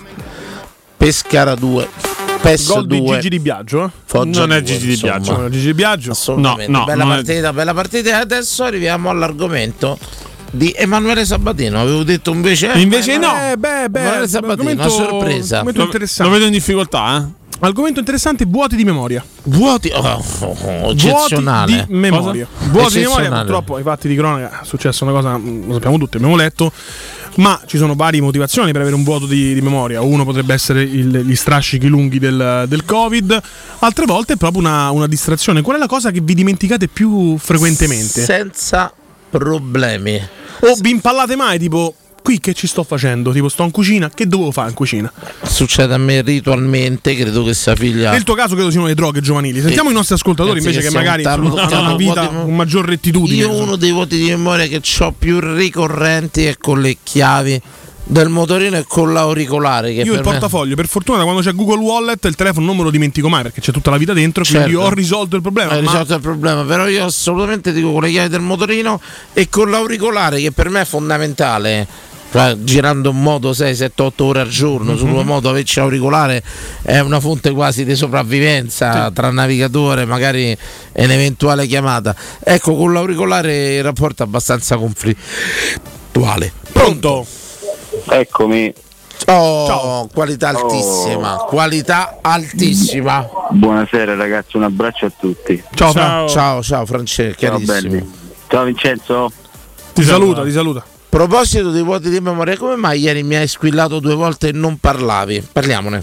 Pescara due, P E S gol due. di Gigi Di Biagio, eh? Foggia non è due, Gigi Di insomma. Biagio, non è Gigi Di Biagio. Assolutamente. No, no, bella non è- partita, bella partita. E adesso arriviamo all'argomento di Emanuele Sabatino. Avevo detto invece E invece no. Eh, beh, beh, Emanuele Sabatino, una argomento- sorpresa. argomento Lo, interessante. lo vedo in difficoltà, eh? Argomento interessante, vuoti di memoria. Vuoti, oh, oh, oh, eccezionale. Vuoti di memoria. Cosa? Vuoti di memoria, Eccezionale. purtroppo ai fatti di cronaca è successa una cosa, mm, lo sappiamo tutti, abbiamo letto, ma ci sono varie motivazioni per avere un vuoto di, di memoria. Uno potrebbe essere il- gli strascichi lunghi del, del Covid, altre volte è proprio una, una distrazione. Qual è la cosa che vi dimenticate più frequentemente? Senza problemi. O vi impallate mai tipo, qui che ci sto facendo? Tipo, sto in cucina, che dovevo fare in cucina? Succede a me ritualmente, credo che sia figlia. Nel tuo caso credo siano le droghe giovanili. Sentiamo Eh, i nostri ascoltatori pensi invece che, che sia magari un tarlo- hanno una tarlo- vita vuoti- con maggior rettitudine. Io uno dei vuoti di memoria che ho più ricorrenti è con le chiavi del motorino e con l'auricolare. Che Io per il me- portafoglio, per fortuna, da quando c'è Google Wallet, il telefono non me lo dimentico mai perché c'è tutta la vita dentro. Quindi Certo. ho risolto il problema. Hai ma- risolto il problema, però io assolutamente dico con le chiavi del motorino e con l'auricolare, che per me è fondamentale. Cioè, girando in moto sei sette otto ore al giorno Mhm. sulla moto, averci l'auricolare è una fonte quasi di sopravvivenza tra navigatore magari e un'eventuale chiamata. Ecco, con l'auricolare il rapporto è abbastanza conflittuale. Pronto? Eccomi. Oh, qualità altissima, qualità altissima. Buonasera ragazzi, un abbraccio a tutti. Ciao, ciao, ciao, ciao Francesco, Ciao, carissimo. belli. Ciao Vincenzo. Ti saluta, ti saluta. A proposito dei vuoti di memoria, come mai ieri mi hai squillato due volte e non parlavi? Parliamone.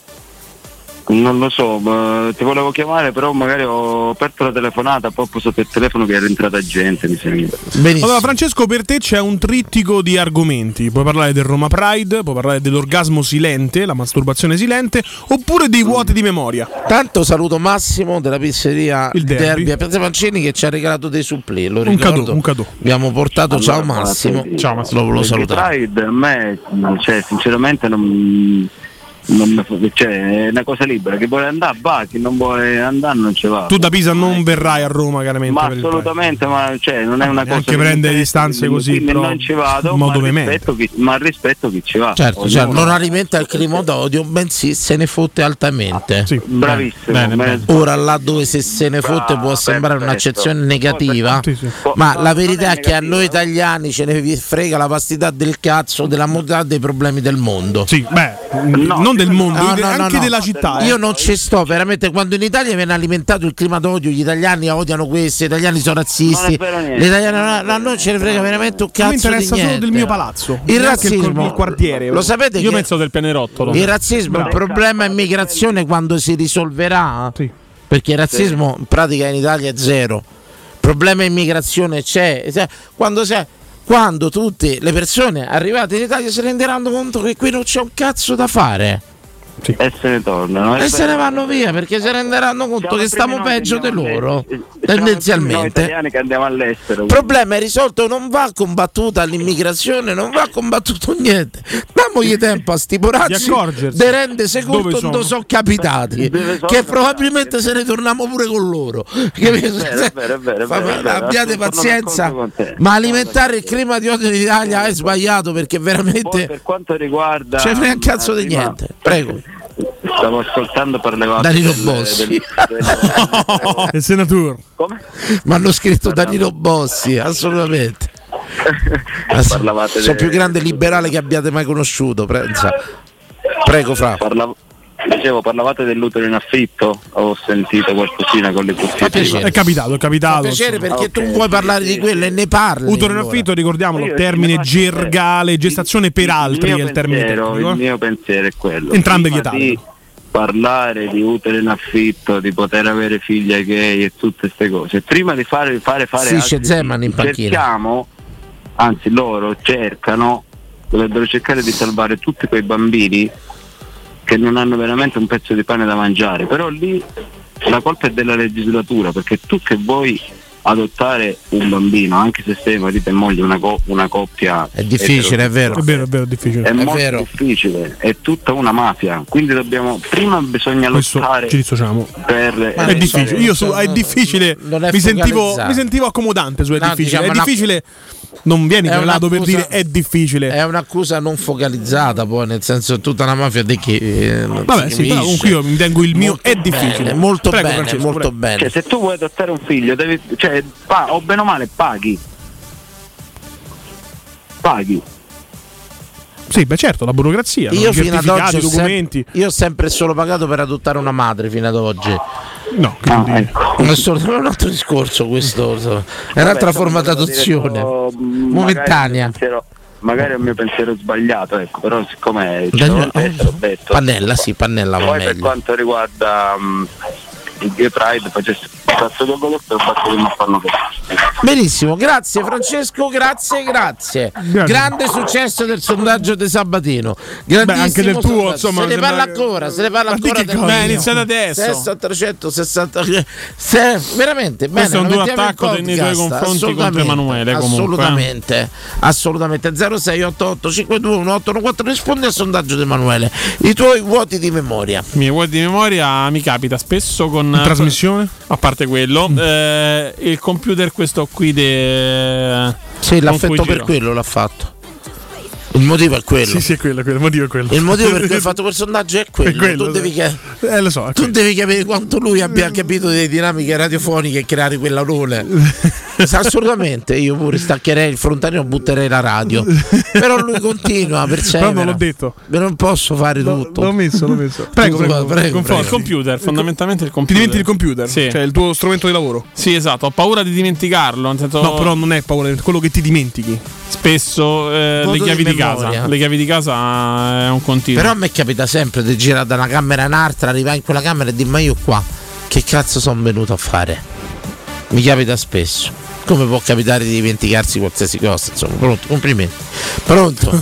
Non lo so, ma ti volevo chiamare, però magari ho aperto la telefonata, poi ho posato il telefono che era entrata gente, mi sembra. Allora, Francesco, per te c'è un trittico di argomenti. Puoi parlare del Roma Pride, puoi parlare dell'orgasmo silente, la masturbazione silente, oppure dei vuoti di memoria. Tanto saluto Massimo della pizzeria Il Derby. Derby a Piazza Mancini che ci ha regalato dei supplì. Lo Un ricordo. cadeau, un cadeau. Abbiamo portato, ciao Allora, Massimo. buonasera. Ciao Massimo. Lo volevo Perché salutare. Pride a me, cioè, sinceramente non, non mi- cioè, è una cosa libera, chi vuole andare va, chi non vuole andare non ci va. Tu da Pisa non verrai a Roma, chiaramente. Ma per il Pride. assolutamente, ma cioè, non è una cosa Neanche che mi prendere interessa, distanze quindi così, però, non ci vado, in modo ma veemente. rispetto, chi, ma rispetto chi ci va. Certo, Ognuno- certo, non alimenta il clima d'odio, bensì se ne fotte altamente. Bravissimo. Bene, bene. bene. Ora là dove se se ne fotte può sembrare perfetto. un'accezione negativa, Sì, sì. ma No, la non è verità è che a negativa. noi italiani ce ne frega la vastità del cazzo, della modalità dei problemi del mondo. Sì, beh, non del mondo, No, ide- no, no, anche no. della città. eh. Io non ci sto, veramente, quando in Italia viene alimentato il clima d'odio, gli italiani odiano questo, gli italiani sono razzisti, Non è vero niente. gli italiani, no, non ce ne frega veramente un A me cazzo di interessa solo niente. del mio palazzo. Il neanche il, razzismo, il quartiere. lo sapete Io che penso del pianerottolo. il razzismo, il problema immigrazione quando si risolverà, perché il razzismo in pratica in Italia è zero. Il problema immigrazione c'è, cioè, quando, c'è, quando tutte le persone arrivate in Italia si renderanno conto che qui non c'è un cazzo da fare. E se ne tornano. E se ne vanno via perché si renderanno conto Siamo che i stiamo primi noi peggio che di andiamo loro, all'estero. Siamo i primi noi tendenzialmente. italiani che andiamo all'estero. Il problema è risolto, non va combattuta l'immigrazione, non va combattuto niente. Damogli tempo a sti porazzi Di accorgersi de rendese dove conto sono. dove sono capitati, Dove sono che capitati. probabilmente se ne torniamo pure con loro. Che- È vero, è vero, è vero, è Fa- vero, è vero. abbiate Sono pazienza, d'accordo con te. ma alimentare il clima di odio in Italia è sbagliato perché Poi veramente per quanto riguarda ce ne frega un cazzo di prima- niente. Prego. Stavo ascoltando parlare Danilo Bossi. Il senatore. Come? Mi hanno scritto Danilo Bossi, assolutamente. Parlavate Sono de- più grande liberale che abbiate mai conosciuto, pensa. Prego, Fra. Parlavo- Dicevo, parlavate dell'utero in affitto? Ho sentito qualcosina con le cuffiette. È capitato, è capitato. Fa piacere perché Ok, tu vuoi parlare di quello e ne parli. Utero in allora. affitto, ricordiamolo, Io- termine io faccio- gergale, gestazione per altri il è mio il termine pensiero, tecnico. il mio pensiero è quello. Entrambe Prima vietate. di parlare di utero in affitto, di poter avere figli ai gay e tutte queste cose, prima di fare fare fare Sì, altri c'è Zeman in figli, panchina. cerchiamo, anzi loro cercano, dovrebbero cercare di salvare tutti quei bambini che non hanno veramente un pezzo di pane da mangiare, però lì la colpa è della legislatura, perché tu che vuoi adottare un bambino, anche se sei marito e moglie, una, co- una coppia è difficile, è vero, è vero, è vero, difficile. È, È molto vero. difficile, è tutta una mafia, quindi dobbiamo prima bisogna Questo lottare ci dissociamo. per Ma è difficile. Io su è difficile. non è mi, sentivo, focalizzato. mi sentivo accomodante su è No, difficile. diciamo è una- difficile. Non vieni È querelato per un'accusa- dire è difficile. È un'accusa non focalizzata, poi nel senso tutta una mafia di che eh, non Vabbè, si sì, però capisce. comunque io mi tengo il mio Molto è difficile. bene, molto Prego, bene, Francesco, molto prego. bene. Cioè, se tu vuoi adottare un figlio, devi, cioè, pa- o bene o male paghi. Paghi. Sì, beh certo, la burocrazia, Io no? I fino ad certificati, oggi i ho sem- documenti. io ho sempre solo pagato per adottare una madre fino ad oggi. No, che Ah, vuol dire? ecco. È solo- è un altro discorso questo, so. È un'altra Vabbè, forma insomma, d'adozione devo dire, oh, momentanea. Magari è un pensiero, magari è un mio pensiero sbagliato, ecco, però siccome ce Daniele- l'ho detto, l'ho detto. Pannella, sì, Pannella va Poi per meglio. quanto riguarda um, il Gay Pride facesse il cazzo che ho detto e il fatto che non fanno così. Benissimo, grazie Francesco, grazie, grazie. Grazie. Grande successo del sondaggio di Sabatino. Beh, anche Grandissimo del tuo, sondaggio. insomma, se ne sembra parla che- ancora, se ne parla Ma di ancora che del cosa? mio. Beh, iniziate adesso. Sesta, trecentosessanta se, veramente bene, Questo è un lo duro mettiamo in attacco nei tuoi podcast, confronti contro assolutamente, Emanuele, comunque, assolutamente, assolutamente. zero sei otto otto cinque due uno otto uno quattro, rispondi al sondaggio di Emanuele. I tuoi vuoti di memoria. I miei vuoti di memoria mi capita spesso con In trasmissione? A parte quello, eh, il computer questo qui de... Sì, con l'affetto cui per giro. quello l'ha fatto. Il motivo è quello. Sì, sì, è quello, quello, il motivo è quello. Il motivo per cui ho fatto quel sondaggio è quello. È quello, tu devi, sì. che- Eh, lo so, è tu quello. devi capire quanto lui abbia capito delle dinamiche radiofoniche e creare quell'alone. Assolutamente, io pure staccherei il frontalino e butterei la radio. Però lui continua, persevera. Però non l'ho detto. Io non posso fare L'ho- tutto. l'ho messo, l'ho messo. Prego, Tutto, prego, prego, confronto. Il computer, fondamentalmente il Ti computer. dimentichi il computer? Sì. Cioè il tuo strumento di lavoro? Sì, esatto, ho paura di dimenticarlo. Nel senso, No, però non è paura, è quello che ti dimentichi. spesso eh, Voto le di chiavi di, memoria. casa. Le chiavi di casa è un continuo. Però a me capita sempre di girare da una camera a un'altra, arrivare in quella camera e dire ma io qua che cazzo sono venuto a fare? Mi capita spesso. Come può capitare di dimenticarsi qualsiasi cosa? Insomma, pronto, complimenti. Pronto?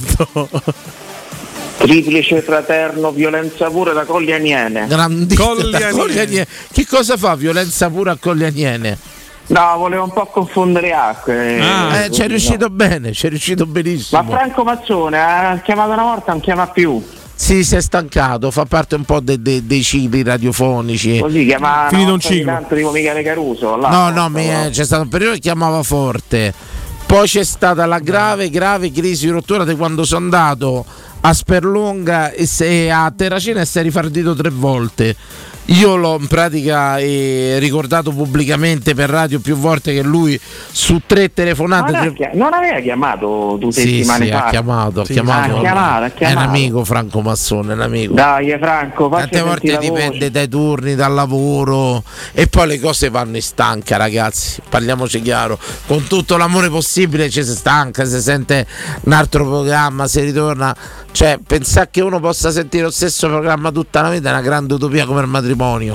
Triplice fraterno, violenza pura da Colli Aniene. Grandissimo. Colli da Colli Aniene. Aniene. Che cosa fa violenza pura a Colli Aniene? No, volevo un po' confondere acque. Eh, ci è riuscito bene, ci è riuscito benissimo. Ma Franco Mazzone ha chiamato una volta, non chiama più. Sì, si è stancato, fa parte un po' de- de- dei cicli radiofonici. Così chiama Finito una un volta di ciclo. tanto tipo Michele Caruso. Là, No, no, mi è- c'è stato un periodo che chiamava forte. Poi c'è stata la grave, grave crisi di rottura di quando sono andato a Sperlonga e se- a Terracina e si è rifardito tre volte. Io l'ho in pratica eh, ricordato pubblicamente per radio più volte che lui su tre telefonate. Ma non, tre- ha chia- non aveva chiamato due Sì, settimane sì, fa? ha chiamato, ha Sì, chiamato. ha chiamato, ha È un chiamato. amico Franco Massone, è un amico. Dai Franco, faccia Tante volte sentire la dipende voce. dai turni, dal lavoro e poi le cose vanno in stanca, ragazzi. Parliamoci chiaro, con tutto l'amore possibile ci si stanca, si sente un altro programma, si ritorna. Cioè, pensare che uno possa sentire lo stesso programma tutta la vita è una grande utopia come il matrimonio.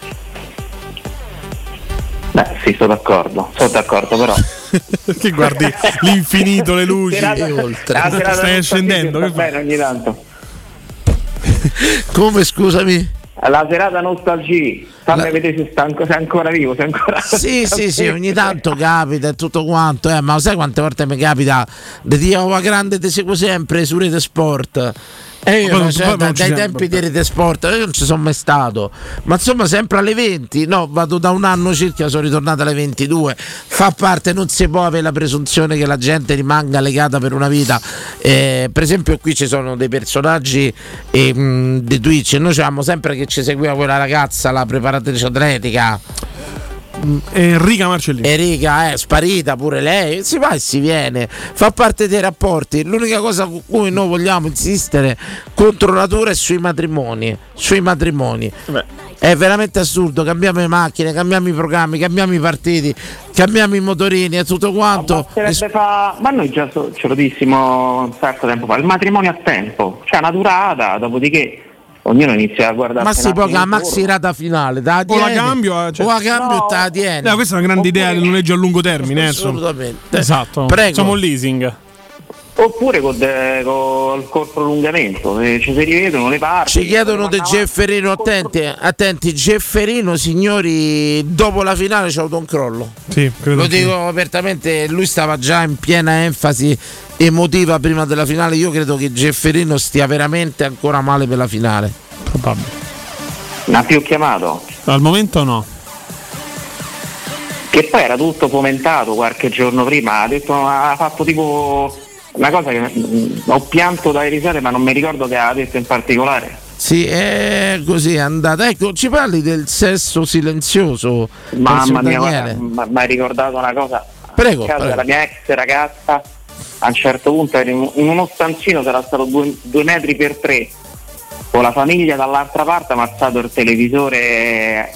Beh, sì, sono d'accordo, sono d'accordo, però. Che guardi l'infinito, le luci. Serata- e oltre. la serata Stai non scendendo, sta che bene ogni tanto. Come, scusami? La serata nostalgia, fammi vedere se, sta anco- se è ancora vivo, se è ancora. Sì, sì, sì, ogni tanto capita e tutto quanto, eh, ma sai quante volte mi capita di dire oh, ma grande ti seguo sempre su Rete Sport. E io Poi non- cioè, poi da- non ci dai siamo, tempi vabbè. di Rete Sport io non ci sono mai stato, ma insomma sempre alle venti, no, vado da un anno circa, sono ritornato alle ventidue, fa parte, non si può avere la presunzione che la gente rimanga legata per una vita. Eh, per esempio qui ci sono dei personaggi eh, mh, di Twitch, noi diciamo sempre che ci seguiva quella ragazza, la preparatrice atletica Enrica Marcellini. Enrica è sparita pure lei, si va e si viene, fa parte dei rapporti. L'unica cosa con cui noi vogliamo insistere contro natura è sui matrimoni, sui matrimoni. Beh. È veramente assurdo, cambiamo le macchine, cambiamo i programmi, cambiamo i partiti, cambiamo i motorini e tutto quanto. Basterebbe fa- Ma noi già so- ce lo dissimo un certo tempo fa, il matrimonio a tempo, cioè una durata, dopodiché ognuno inizia a guardare. Ma si può che la maxi rata finale da O la tiene, cambio, eh, cioè- o la cambio No. te la tiene. No, questa è una grande idea del noleggio a lungo termine. eh, insomma. Assolutamente. Esatto. Prego. Facciamo un leasing. Oppure col, de, col, col prolungamento, se ci si rivedono le parti. Ci chiedono di Gefferino, attenti, attenti, Gefferino signori, dopo la finale c'è avuto un crollo. Sì, credo. Lo dico sì. apertamente, lui stava già in piena enfasi emotiva prima della finale, io credo che Gefferino stia veramente ancora male per la finale. Probabile. Non ha più chiamato? Al momento no. Che poi era tutto fomentato qualche giorno prima, ha detto, ha fatto tipo una cosa che mh, ho pianto dalle risate, ma non mi ricordo che ha detto in particolare. Sì, è così è andata. Ecco, ci parli del sesso silenzioso. Mamma mia, mi hai ricordato una cosa. Prego, a casa prego. della mia ex ragazza, a un certo punto ero in in uno stanzino, sarà stato due, due metri per tre, con la famiglia dall'altra parte, ha ammazzato il televisore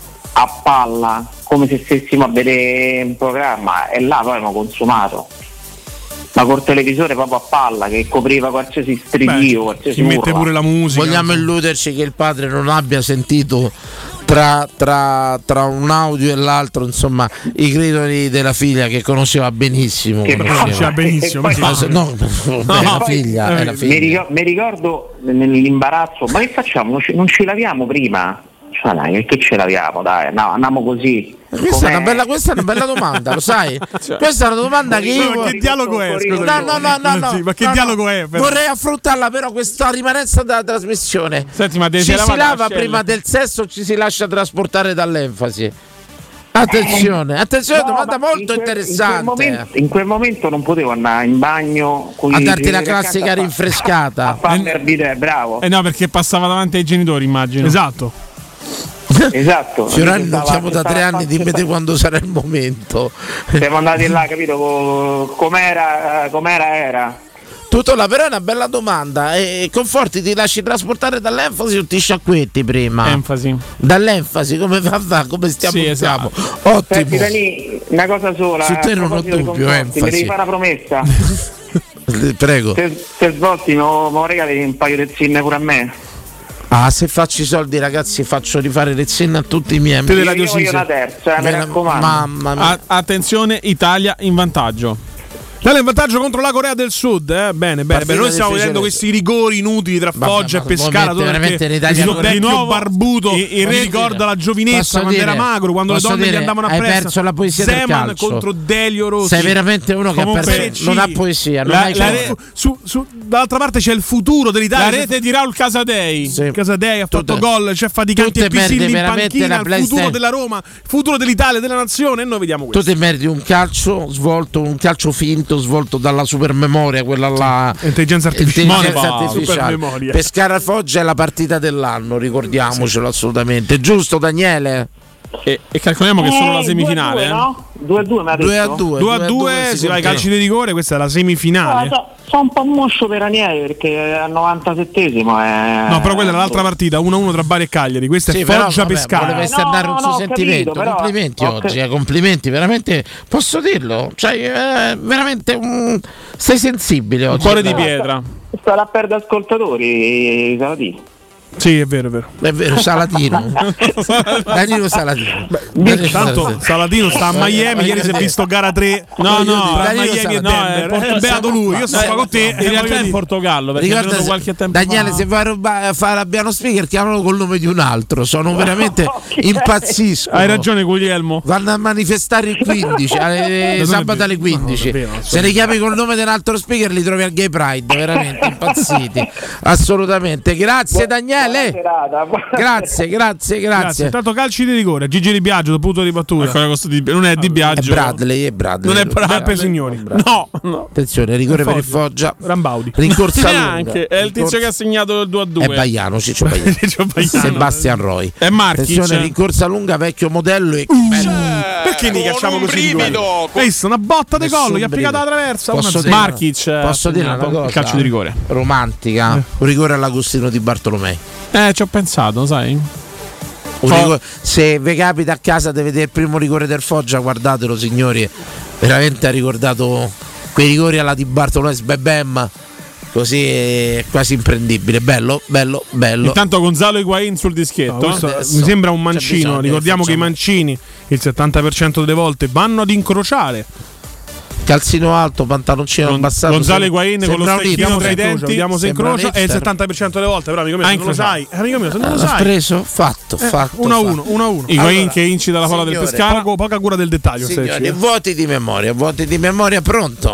a palla, come se stessimo a vedere un programma, e là poi abbiamo consumato. Ma col televisore proprio a palla che copriva qualsiasi stridio, qualsiasi si mette urla. pure la musica. Vogliamo illuderci che il padre non abbia sentito tra, tra, tra un audio e l'altro, insomma, i gridoni della figlia che conosceva benissimo. Che conosceva benissimo. E poi- no, no, è la figlia, è la Mi figlia. ricordo, mi ricordo nell'imbarazzo, ma che facciamo? Non ci, non ci laviamo prima? Cioè, dai, che ce laviamo? Dai, no, andiamo così. Questa è, una bella, questa è una bella domanda, lo sai? Questa è una domanda che io. Ma che dialogo è? Scusa, No, no, no, no, no, Sì, ma che no, dialogo no. è? Però? Vorrei affrontarla, però, questa rimanenza della trasmissione. Senti, ma te ci sei si lavato lava l'ascella? prima del sesso o ci si lascia trasportare dall'enfasi? Attenzione, attenzione, No, domanda ma molto in quel- interessante. In quel, momento, in quel momento non potevo andare in bagno con A i darti la genitori accanto classica a fa- rinfrescata. a farmi il bidet, bravo. Eh no, perché passava davanti ai genitori, immagino. Esatto. Esatto. Fiorani, non Stava- siamo da tre stava- anni, dimmi te quando sarà il momento. Siamo andati là, capito? co- Com'era, com'era era. Tutto là, però è una bella domanda. E Conforti, ti lasci trasportare dall'enfasi o ti sciacquetti prima? Enfasi. Dall'enfasi, come va? va come stiamo? Sì, stiamo? esatto. Ottimo. Senti, Dani, una cosa sola. Su te a non ho proposito dei dubbio, confronti, enfasi. Mi devi fare una promessa. Prego. Se, se svolti, mi regali un paio di zinne pure a me. Ah, se faccio i soldi, ragazzi, faccio rifare le cene a tutti i miei amici. Io voglio una terza, eh, mi Vera- raccomando. Mamma mia. A- attenzione, Italia in vantaggio. L'Italia in vantaggio contro la Corea del Sud, eh? Bene, bene, Partita bene. Noi stiamo difficile. vedendo questi rigori inutili tra Vabbè, Foggia ma e Pescara. voi mette veramente perché l'Italia questo Corea- vecchio Di nuovo, barbuto in- in mi rete- ricorda la giovinezza Posso quando dire- era magro, quando le posso donne gli dire, andavano hai appresso. perso la poesia del Zeman calcio. contro Delio Rossi. Sei veramente uno che ha Comunque, perso. Serie C. Non ha poesia. Non La- hai la cuore. re- su- su- dall'altra parte c'è il futuro La dell'Italia. rete di Raul Casadei. Sì. Casadei ha fatto Tutte- gol, c'è Faticanti tutte e Pisilli perde in veramente panchina, la il futuro PlayStation. della Roma, il futuro dell'Italia, della nazione, e noi vediamo Tu questo. ti meriti un calcio svolto, un calcio finto svolto dalla supermemoria, quella là. Intelligenza artificiale. Intelligenza Moneyball, artificiale. supermemoria. Pescara Foggia è la partita dell'anno, ricordiamocelo assolutamente. Giusto, Daniele? E, e calcoliamo che è solo la semifinale. due a due, no? due a due mi ha detto. due a due. due a due, si va ai calci di rigore, questa è la semifinale. Ah, so, so un po' moscio per Ranieri perché al novantasettesimo è... No, però quella è l'altra partita, uno a uno tra Bari e Cagliari. Questa Sì, è però, Foggia vabbè, Pescara. voleva Eh, esternare no, un no, suo ho sentimento. capito, però- complimenti ho oggi, cap- eh, complimenti, veramente posso dirlo? Cioè, eh, veramente un- sei sensibile oggi. Cuore di pietra. Starà a perdere ascoltatori, Saladini. Sì, è vero, è vero. È vero, Saladino. Danilo Saladino. Danilo Tanto Saladino. Saladino sta a Miami, ieri si è visto gara tre. No, no, tra Danilo Miami e Saladino. Denver. No, è Eh, beato lui, io sto No, qua con te. in e voglio realtà è in dire- Portogallo perché è Ricorda, venuto se- qualche tempo Daniele, fa. se vai a ruba- fare abbiano speaker, chiamalo col nome di un altro. Sono veramente impazzisco. Hai ragione, Guglielmo. Vanno a manifestare il quindici, alle- Non è sabato vero. alle quindici. No, non è vero, Se li chiami col nome di un altro speaker, li trovi al Gay Pride. Veramente impazziti. Assolutamente. Grazie, Daniele. Serata. Grazie, grazie, Grazie. grazie. Intanto calci di rigore. Gigi Di Biagio, punto di battuta. Ecco, questo di- non è di È Biagio. Bradley, è Bradley. Non è Bradley. Beppe Signori. No, no. Attenzione, rigore per il Foggia. Rambaudi. Rincorsa lunga. Neanche. È il tizio che ha segnato il due a due. È Baiano, Ciccio Baiano. Ciccio Baiano. Sebastian Roy. È Marchic. Attenzione, rincorsa lunga, vecchio modello e Perché ne cacciamo così di gol? Hai visto? Una botta di Nessun gol, gli ha brivido. piegato la traversa. Posso uno a dire- zero. Marchic. Posso dire una cosa? Il calcio di rigore. Romantica. Eh. Un rigore all'Agostino di Bartolomei. Eh, ci ho pensato, sai. Un Fo- rigore- se vi capita a casa di vedere il primo rigore del Foggia, guardatelo, signori. Veramente ha ricordato quei rigori alla di Bartolomei Sbebem. Così è quasi imprendibile. Bello, bello, bello. Intanto Gonzalo Higuain sul dischetto. No, questo Adesso mi sembra un c'è mancino. bisogno, Ricordiamo che i facciamo- mancini il settanta per cento delle volte vanno ad incrociare. calzino alto, pantaloncino abbassato. Gonzalo Higuain con lo stecchino tra i denti. Vediamo se incrocia. È il settanta per cento delle volte, però amico mio, Ah, se non lo sai, amico mio, se non lo L'ha sai. preso, fatto, Eh, fatto. uno a fatto. uno, uno a uno. Higuain Allora, che incita la palla del signore, Pescara. Poco, poca cura del dettaglio. Signori, stai dicendo. voti di memoria, voti di memoria, pronto?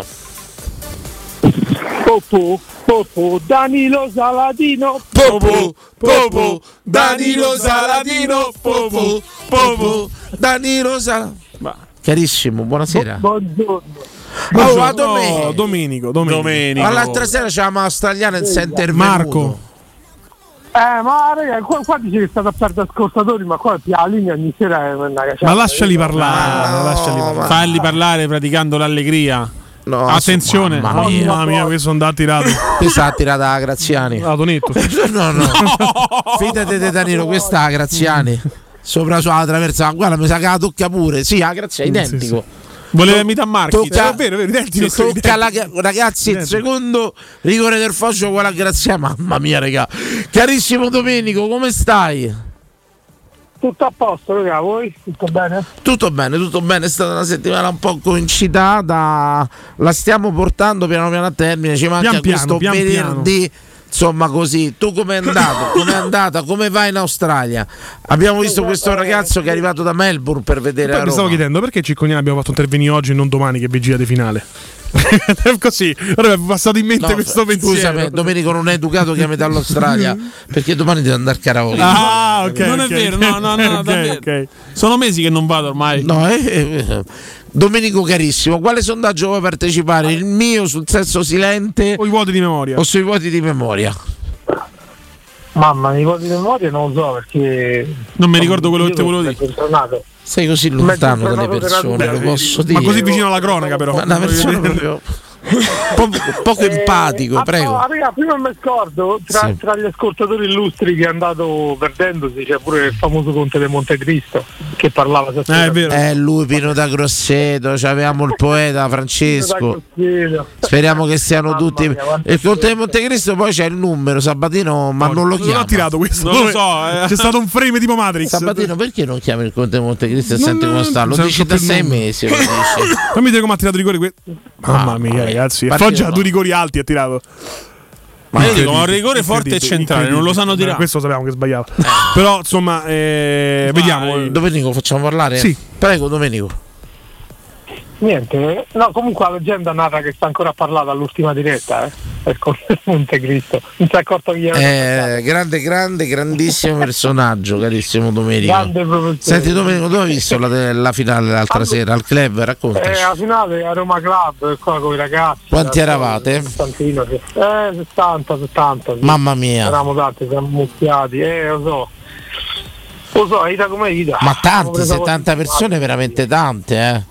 Popo, Popo, Danilo Saladino. Popo, Popo, Danilo Saladino, Popo, Popo, Danilo Saladino. Carissimo, buonasera. Buongiorno. Oh, a No, Domenico. Domenico, Domenico. Domenico. L'altra sera c'eravamo australiano e si è intervenuto. Marco. Eh, ma raga, qua, qua dice che è stato a perdere ascoltatori, ma qua la linea ogni sera è una cacciata. Ma lasciali parlare, no, lasciali parlare. Falli parlare praticando l'allegria. No, Attenzione. mamma mia. Mamma mia, questo sono da tirato. Questa ha tirata la Graziani. Ah, Tonetto. No, no. Fidate di Danilo, questa è la Graziani. Sopra sulla traversa, guarda, mi sa che la tocca pure. Sì, la Graziani, Sì, identico. sì, Voleva imitare Marchi. Tocca, È vero, è vero, identico, sì, tocca alla, identico. ragazzi, il Identico. secondo rigore del Focio con la Grazia. Mamma mia, raga. Carissimo Domenico, come stai? Tutto a posto, raga, voi? Tutto bene? Tutto bene, tutto bene, è stata una settimana un po' coincidata, la stiamo portando piano piano a termine, ci manca Pian piano, questo pian venerdì, insomma così. Tu com'è andato? Com'è andata? Come vai in Australia? Abbiamo visto questo ragazzo che è arrivato da Melbourne per vedere Poi la mi stavo Roma. chiedendo perché Cicconiani abbiamo fatto intervenire oggi e non domani che è vigilia di finale. Così, ora mi è passato in mente No, questo pensiero. scusami, Domenico non è educato che mi dall'Australia perché domani deve andare a karaoke. Ah, ok. Non ok. è vero, no, no, no, Ok, davvero. ok. Sono mesi che non vado ormai. No, eh, eh, Domenico carissimo, quale sondaggio vuoi partecipare? Il mio sul sesso silente O i vuoti di memoria. o sui vuoti di memoria? Mamma, i voti di memoria non lo so perché. Non mi ricordo quello che te volevo dire. dire. Sei così lontano Mezzo dalle tornato persone, della lo Luna, posso sì. dire. Ma così vicino alla cronaca, però. Ma una persona proprio po- poco empatico, ah, prego. No, raga, prima mi scordo, tra, Sì. tra gli ascoltatori illustri che è andato perdendosi c'è pure il famoso Conte di Montecristo che parlava Eh, è vero. Eh, lui Pino da Grosseto, avevamo il poeta Francesco. Speriamo che siano Mamma tutti. mia, quanto Il Conte di Montecristo poi c'è il numero, Sabatino, ma non lo Non chiama. l'ha tirato questo. Non lo so, eh. C'è stato un frame tipo Matrix. Sabatino, perché non chiami il Conte di Montecristo e Non- senti come sta? Lo non dici so da più il sei nome. mesi. Lo dici. Fammi vedere come ha tirato i rigori. que- Mamma mia, ragazzi. Partito Foggia no. due rigori alti ha tirato. Ma io dico, ma un rigore forte e Incredibile, centrale, non lo sanno incredibile. tirare. Eh, questo sapevamo che sbagliava. Però insomma, eh, vediamo. Domenico, facciamo parlare? Sì. Prego, Domenico. Niente, no, comunque la leggenda è nata che sta ancora a parlare all'ultima diretta, eh, per Conte di Montecristo. Non si è accorto chi era. Eh, grande, grande, grandissimo personaggio, carissimo Domenico. Grande professore. Senti, Domenico, dove hai visto la, la finale l'altra Allora- sera? Al club? Eh, Raccontaci. la finale a Roma Club qua con i ragazzi. Quanti da- eravate? Sessantino, sì. Eh, sessanta, settanta. Sì. Mamma mia. Eravamo tanti, siamo muschiati, eh, lo so. Lo so, Ida come Ida. Ma Abbiamo tanti, preso settanta quasi- persone, veramente tante, eh.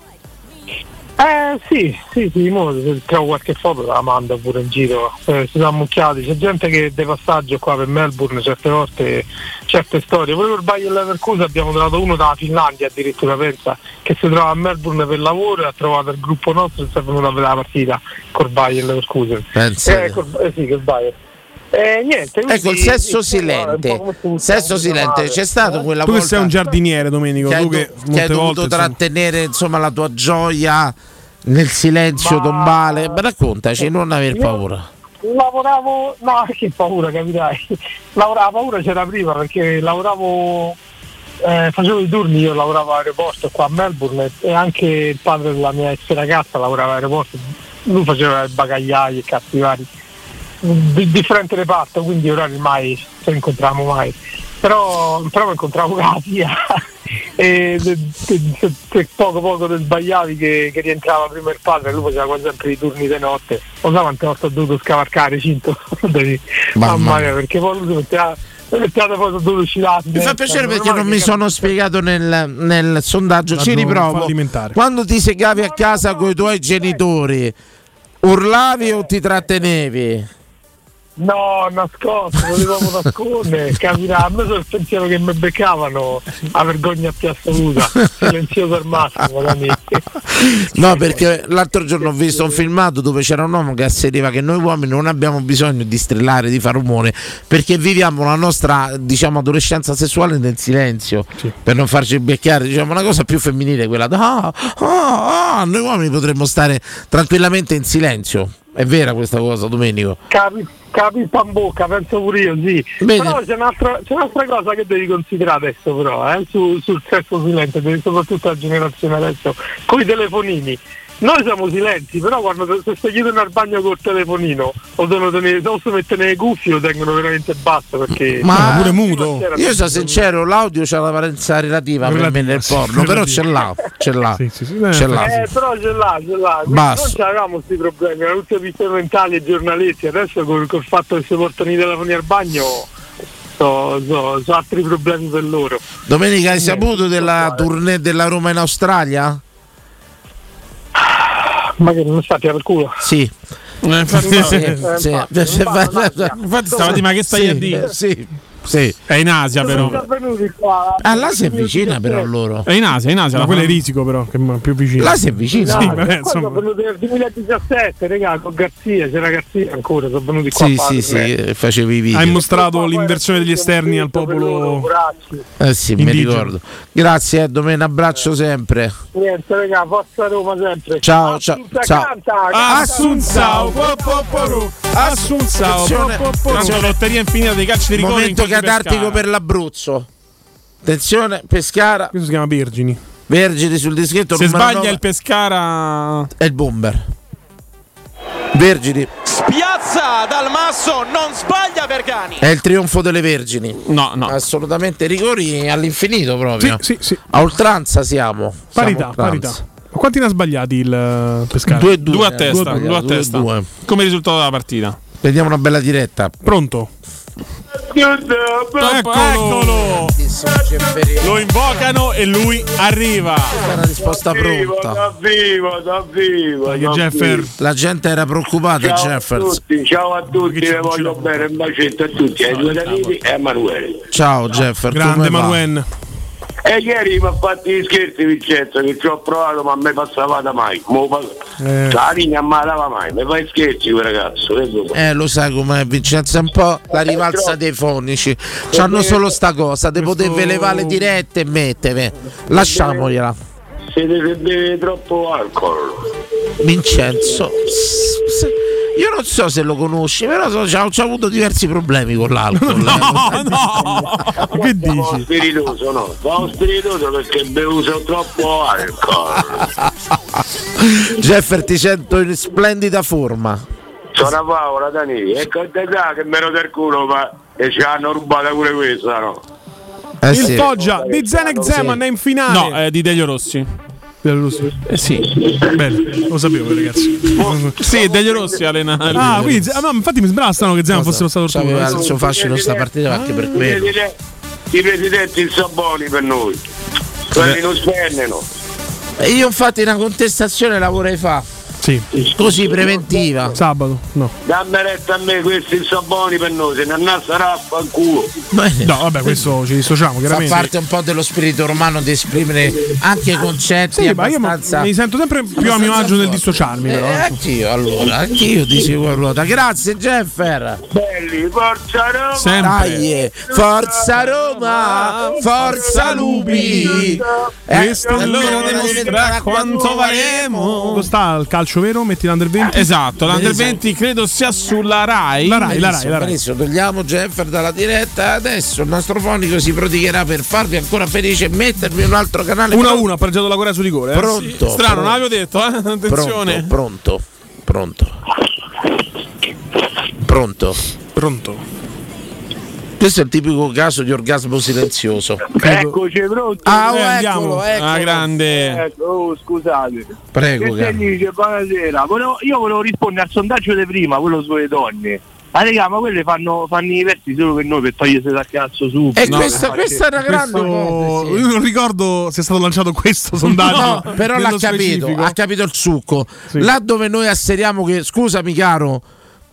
Eh sì, sì, sì, mo, se trovo qualche foto la mando pure in giro, eh, si sono ammucchiati, c'è gente che de passaggio qua per Melbourne certe volte, certe storie, pure per Bayer Leverkusen abbiamo trovato uno dalla Finlandia addirittura, pensa, che si trova a Melbourne per lavoro e ha trovato il gruppo nostro e si è venuto a vedere la partita col Bayer Leverkusen. Pensa. Eh, col, eh sì, col Bayer. Eh, niente, quindi- Ecco, il sesso sì, silente. un po' come tu, Sesso silente, c'è stato quella Tu che volta sei un giardiniere, Domenico. che hai, Tu che do- che molte hai dovuto volte. insomma, trattenere insomma la tua gioia nel silenzio Ma- tombale. Beh, raccontaci, non aver Io- paura. Lavoravo, no, che paura, capirai. Lavoravo, la paura c'era prima perché lavoravo, eh, facevo i turni, io lavoravo all'aeroporto qua a Melbourne e anche il padre della mia ex ragazza lavorava all'aeroporto, lui faceva i bagagliai e cazzi vari, di differente reparto, quindi orari mai ci incontravamo mai. Però, però mi incontravo con la tia e se, se- se- se poco poco ti sbagliavi che, che rientrava prima il padre, lui faceva quasi sempre i turni di notte, non so quante volte ho dovuto scavalcare cinto Mamma mamma mia, perché poi lui si metteva si metteva poi sono dovuto uscire. Mi fa piacere perché non mi sono spiegato nel, nel sondaggio. Ci Dato riprovo. fallimentare. Quando ti segavi a casa con i tuoi genitori, urlavi o ti trattenevi? No, nascosto, volevamo nascondere, capirà, a me sono il pensiero che mi beccavano, a vergogna più assoluta, silenzioso al massimo, no, perché l'altro giorno ho visto un filmato dove c'era un uomo che asseriva che noi uomini non abbiamo bisogno di strillare, di far rumore, perché viviamo la nostra, diciamo, adolescenza sessuale nel silenzio, sì. Per non farci beccare, diciamo, una cosa più femminile, quella da ah, ah, ah, noi uomini potremmo stare tranquillamente in silenzio. È vera questa cosa, Domenico? Capi, capi in bocca, penso pure io, sì. Bene. Però c'è un'altra, c'è un'altra cosa che devi considerare adesso, però, eh, su, sul sesso silente, soprattutto la generazione adesso, con i telefonini. Noi siamo silenti, però quando se stai chiudendo al bagno col telefonino o devono tenere, o si mettere le cuffie lo tengono veramente basso perché. Ma pure muto. Io sono sincero, l'audio c'ha la valenza relativa, relativa per me nel porno, però ce l'ha, ce l'ha. Sì, sì, sì, ce l'ha. Eh, però ce l'ha, ce l'ha. Basso. Non avevamo questi problemi, erano tutti pistoie mentali e giornalisti, adesso col, col fatto che si portano i telefoni al bagno so, so, so altri problemi per loro. Domenica hai saputo della tournée della Roma in Australia? Ma che non sta per culo? Sì. Eh, infatti, sì, sì, sì, sì. infatti stava di ma che stai sì, a dire? Sì. Sì. È in Asia però. Ah, là si è vicina però loro. È in Asia, in Asia. Ma quello è Risico però, che è più vicino. Là si è vicina. No, sì, vabbè, sono venuti nel duemiladiciassette, regà, con Garzia, c'era Garzia ancora, sono venuti qua. Sì, sì, sì, facevi i video. Hai mostrato l'inversione degli esterni al popolo. Eh sì, mi ricordo. Grazie, eh, Domenico, un abbraccio sempre. Niente, regà, forza Roma sempre. Ciao, ciao. Ciao. Assunzao, Assunzao, Assunzao. Lotteria infinita dei calci di rigore. Momento catartico per l'Abruzzo. Attenzione, Pescara. Questo si chiama Vergini. Vergini sul dischetto. Se sbaglia nove. Il Pescara è il bomber. Vergini. Spiazza dal Masso, non sbaglia Vergani. È il trionfo delle Vergini. No, no. Assolutamente rigori all'infinito proprio. Sì, sì, sì. A oltranza siamo. Parità, siamo parità. Ma quanti ne ha sbagliati il Pescara? Due, due, due a testa, due, due a due, testa. Due. Come risultato della partita. Vediamo una bella diretta. Pronto? Eccolo! Lo invocano e lui arriva. È una risposta pronta. Da vivo, da vivo. Che Jeffer. La gente era preoccupata. Ciao Jeffer. a tutti, ciao a tutti, vi voglio bene, un bacetto a tutti, ai due Danili e a Emanuele. Ciao Jeffer. Grande Emanuele. E ieri mi ha fatto gli scherzi Vincenzo, che ci ho provato ma a me passava da mai. Eh. La linea non mi dava mai, mi fai scherzi quel ragazzo. Eh lo sai com'è Vincenzo, è un po' la rivalsa dei fonici. C'hanno solo sta cosa, te Questo... potevi levare le dirette e mettere. Lasciamogliela. Siete se beve troppo alcol. Vincenzo. Io non so se lo conosci, però so, c'ho, c'ho avuto diversi problemi con l'alcol. No, no. Che dici? Sono spiritoso, no? Sono spiritoso perché bevuto troppo alcol. Jeffer, ti sento in splendida forma. Sono una favola, Dani. E con te sa che me lo del culo, ma e ci hanno rubata pure questa, no? Eh il sì. Foggia di Zenek Zeman è in finale. No, è di Delio Rossi. Eh sì, bene, lo sapevo ragazzi. Sì, Delio Rossi allena. Ah, quindi, ah, infatti mi sembrava strano che Zeman fosse lo stato tortura. Aveva il suo fascino sta partita anche per quello. I presidenti in Saboni per noi. Quelli non spennano. E io infatti una contestazione la vorrei fare. Sì. Così preventiva. Sabato, no. Dammi retta a me questi Saboni per noi, se ne annassa raffa al culo. No, vabbè, questo ci dissociamo chiaramente. Fa parte un po' dello spirito romano di esprimere anche i concetti. Sì, abbastanza... ma io mi sento sempre più a mio agio nel dissociarmi. Eh, però. anch'io, allora, anch'io ti seguo a ruota. Grazie Jeffer. Belli, forza Roma. Sempre. Dai, forza Roma, forza Lupi. Questo è l'ora dimostra quanto valemo. Dove sta il calcio vero? Metti l'Under venti? Esatto, l'Under venti credo sia sulla Rai. La Rai, la Rai, la Rai. Adesso togliamo Jeffer dalla diretta. Adesso il nostro fonico si prodigherà per farvi ancora felice e mettervi un altro canale. uno a uno ha pareggiato la Corea su rigore. Eh? Pronto. Sì, strano, non l'avevo detto, eh? Attenzione. Pronto, pronto. Pronto. Pronto. Questo è il tipico caso di orgasmo silenzioso. Eccoci, pronto. Ah, oh, Eh, eccolo, andiamo. eccolo. Ah, grande. Ecco, oh, scusate. Prego, Che caro. dice, buonasera. Volevo, io volevo rispondere al sondaggio di prima, quello sulle donne. Ma raga, ma quelle fanno, fanno i versi solo per noi, per togliersi dal cazzo su. E no, questa, no, questa è una grande Questo... ipotesi. Io non ricordo se è stato lanciato questo sondaggio. No, però l'ha capito, ha capito il succo. Sì. Là dove noi asseriamo che, scusami caro,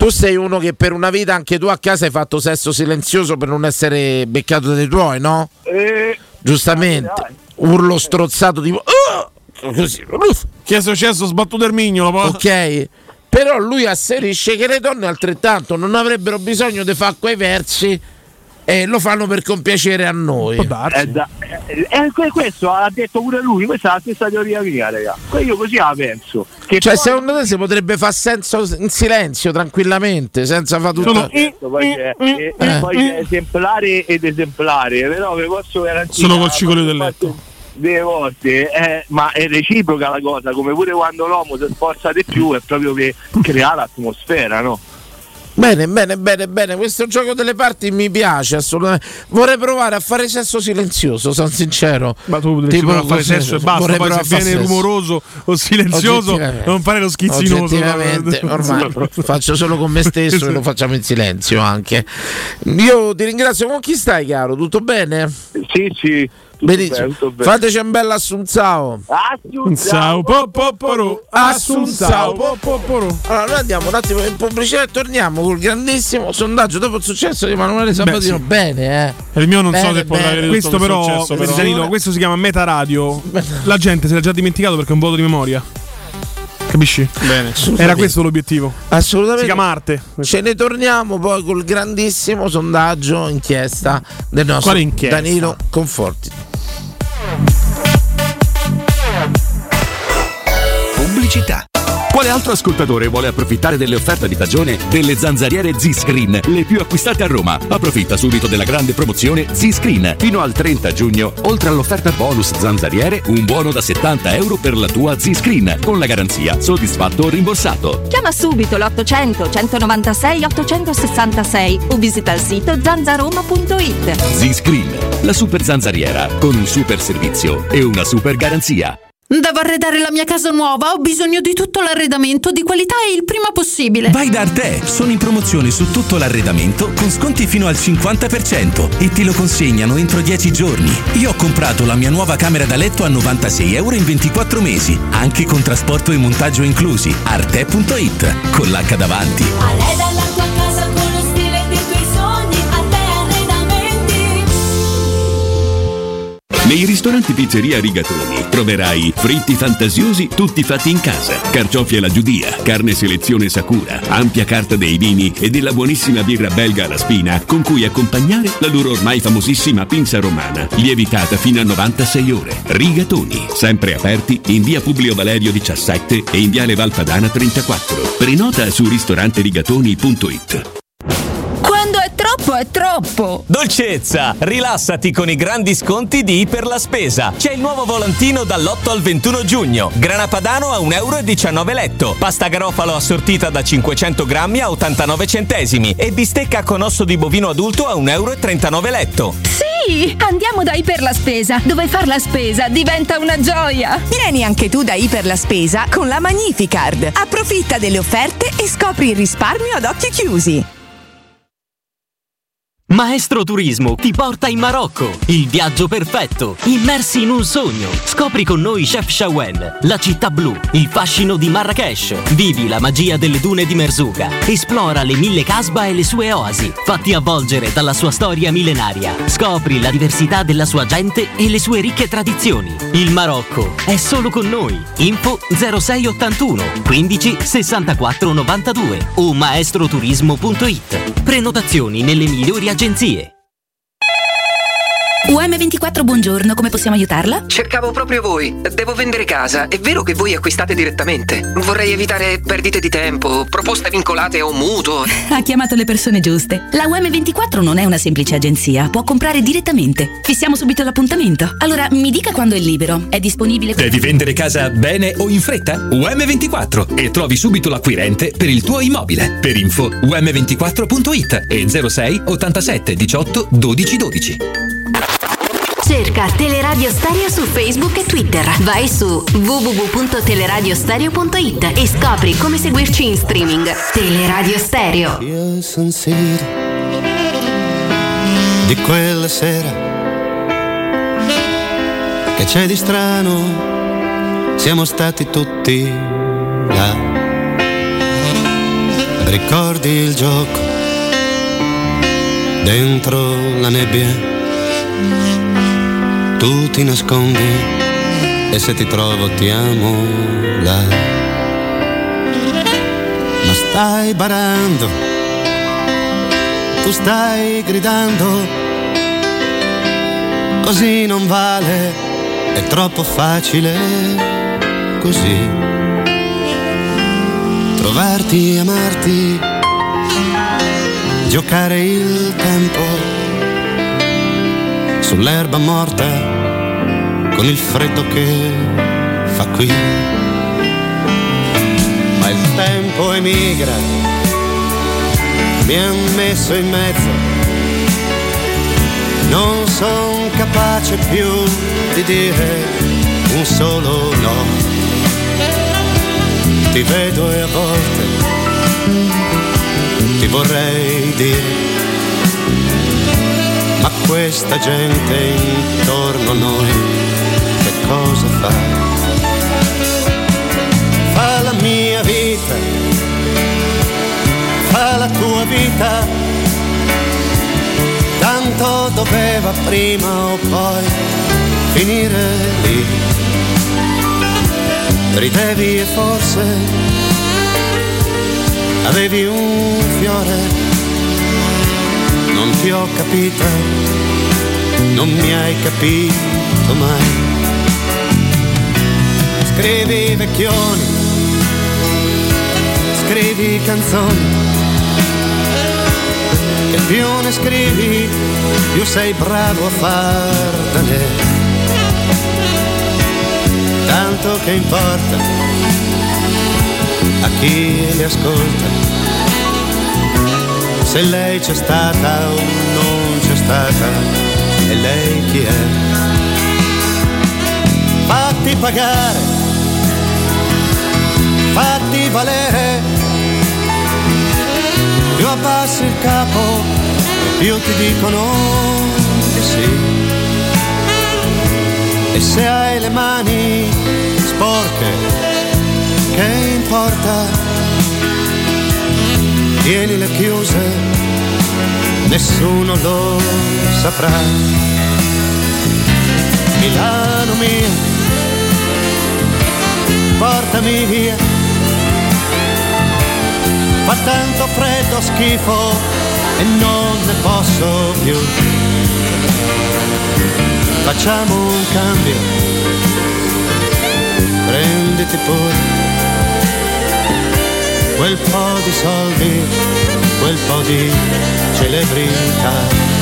tu sei uno che per una vita anche tu a casa hai fatto sesso silenzioso per non essere beccato dai tuoi, no? Eh, Giustamente, urlo strozzato tipo uh! così. Che è successo? Sbattuto il mignolo poi. Ok, però lui asserisce che le donne altrettanto non avrebbero bisogno di fare quei versi e lo fanno per compiacere a noi. Eh, da, eh, eh, questo ha detto pure lui, questa è la stessa teoria mia, raga. Io così la penso. Che Cioè, poi... secondo te si potrebbe fare senso in silenzio, tranquillamente, senza fare tutto. Sono... Eh, poi, c'è, eh, eh. poi c'è esemplare ed esemplare, però vi posso garantire. Sono col ciclo del letto. Delle volte, eh, ma è reciproca la cosa, come pure quando l'uomo si sforza di più, è proprio per creare l'atmosfera, no? Bene, bene, bene, bene, questo gioco delle parti mi piace assolutamente. Vorrei provare a fare sesso silenzioso, sono sincero. Ma tu potresti Tipo, provare a fare sesso e basta, poi se viene rumoroso o silenzioso non fare lo schizzinoso. Oggettivamente, ormai faccio solo con me stesso e lo facciamo in silenzio anche. Io ti ringrazio, con chi stai caro? Tutto bene? Sì, sì. Benissimo. Fateci un bel assunzao. Assunzao. Assunzao. Allora noi andiamo un attimo in pubblicità e torniamo col grandissimo sondaggio dopo il successo di Emanuele Sabatino. Beh, sì. Bene, eh. Il mio non bene, so se potrà avere questo tutto però, successo, però. Danilo, questo si chiama Meta Radio. La gente se l'ha già dimenticato perché è un voto di memoria. Capisci? Bene. Era questo l'obiettivo. Assolutamente. Si chiama arte. Ce ne torniamo poi col grandissimo sondaggio inchiesta del nostro Quale inchiesta? Danilo Conforti. Pubblicità. Quale altro ascoltatore vuole approfittare delle offerte di stagione delle zanzariere Z-Screen, le più acquistate a Roma? Approfitta subito della grande promozione Z-Screen. Fino al trenta giugno, oltre all'offerta bonus zanzariere, un buono da settanta euro per la tua Z-Screen, con la garanzia soddisfatto o rimborsato. Chiama subito l'ottocento centonovantasei ottocentosessantasei o visita il sito zanzaroma punto it. Z-Screen, la super zanzariera, con un super servizio e una super garanzia. Devo arredare la mia casa nuova, ho bisogno di tutto l'arredamento di qualità e il prima possibile. Vai da Arte, sono in promozione su tutto l'arredamento con sconti fino al cinquanta per cento e ti lo consegnano entro dieci giorni. Io ho comprato la mia nuova camera da letto a novantasei euro in ventiquattro mesi, anche con trasporto e montaggio inclusi. Arte punto it, con l'H davanti. Arreda la tua casa con lo stile dei tuoi sogni, Arte Arredamenti. Nei ristoranti Pizzeria Rigatoni troverai fritti fantasiosi tutti fatti in casa, carciofi alla giudia, carne selezione Sakura, ampia carta dei vini e della buonissima birra belga alla spina con cui accompagnare la loro ormai famosissima pinza romana, lievitata fino a novantasei ore. Rigatoni, sempre aperti in via Publio Valerio diciassette e in viale Valpadana trentaquattro. Prenota su ristoranterigatoni punto it. Quando è troppo è troppo. Dolcezza, rilassati con i grandi sconti di Iper la Spesa. C'è il nuovo volantino dall'otto al ventuno giugno. Grana padano a un euro e diciannove letto. Pasta garofalo assortita da cinquecento grammi a ottantanove centesimi. E bistecca con osso di bovino adulto a un euro e trentanove letto. Sì, andiamo da Iper la Spesa, dove far la spesa diventa una gioia. Vieni anche tu da Iper la Spesa con la Magnificard. Approfitta delle offerte e scopri il risparmio ad occhi chiusi. Maestro Turismo ti porta in Marocco, il viaggio perfetto, immersi in un sogno. Scopri con noi Chef Shawen, la città blu, il fascino di Marrakesh. Vivi la magia delle dune di Merzouga. Esplora le mille casba e le sue oasi. Fatti avvolgere dalla sua storia millenaria. Scopri la diversità della sua gente e le sue ricche tradizioni. Il Marocco è solo con noi. Info zero sei ottantuno quindici sessantaquattro novantadue o maestroturismo punto it. Prenotazioni nelle migliori agenzie. U M ventiquattro, buongiorno, come possiamo aiutarla? Cercavo proprio voi. Devo vendere casa. È vero che voi acquistate direttamente? Vorrei evitare perdite di tempo, proposte vincolate o mutuo. Ha chiamato le persone giuste. La U M ventiquattro non è una semplice agenzia, può comprare direttamente. Fissiamo subito l'appuntamento. Allora, mi dica quando è libero. È disponibile... Devi vendere casa bene o in fretta? U M ventiquattro e trovi subito l'acquirente per il tuo immobile. Per info u m ventiquattro punto it e zero sei ottantasette diciotto dodici dodici. Cerca Teleradio Stereo su Facebook e Twitter. Vai su w w w punto teleradiostereo punto it e scopri come seguirci in streaming. Teleradio Stereo. Io son sicuro di quella sera che c'è di strano. Siamo stati tutti là Ricordi il gioco dentro la nebbia? Tu ti nascondi e se ti trovo ti amo là. Ma stai barando, tu stai gridando, così non vale, è troppo facile così. Trovarti, amarti, giocare il tempo sull'erba morta con il freddo che fa qui. Ma il tempo emigra, mi ha messo in mezzo, non son capace più di dire un solo no. Ti vedo e a volte ti vorrei dire, ma questa gente intorno a noi che cosa fa? Fa la mia vita, fa la tua vita, tanto doveva prima o poi finire lì. Ridevi e forse avevi un fiore, non ti ho capita, non mi hai capito mai. Scrivi vecchioni, scrivi canzoni, che più ne scrivi più sei bravo a fartene. Tanto che importa a chi li ascolta, se lei c'è stata o non c'è stata, e lei chi è? Fatti pagare, fatti valere, più abbassi il capo più ti dicono di sì. E se hai le mani sporche, che importa? Tienile chiuse, nessuno lo saprà. Milano mia, portami via, fa tanto freddo, schifo e non ne posso più. Facciamo un cambio, prenditi pure quel po' di soldi, quel po' di celebrità.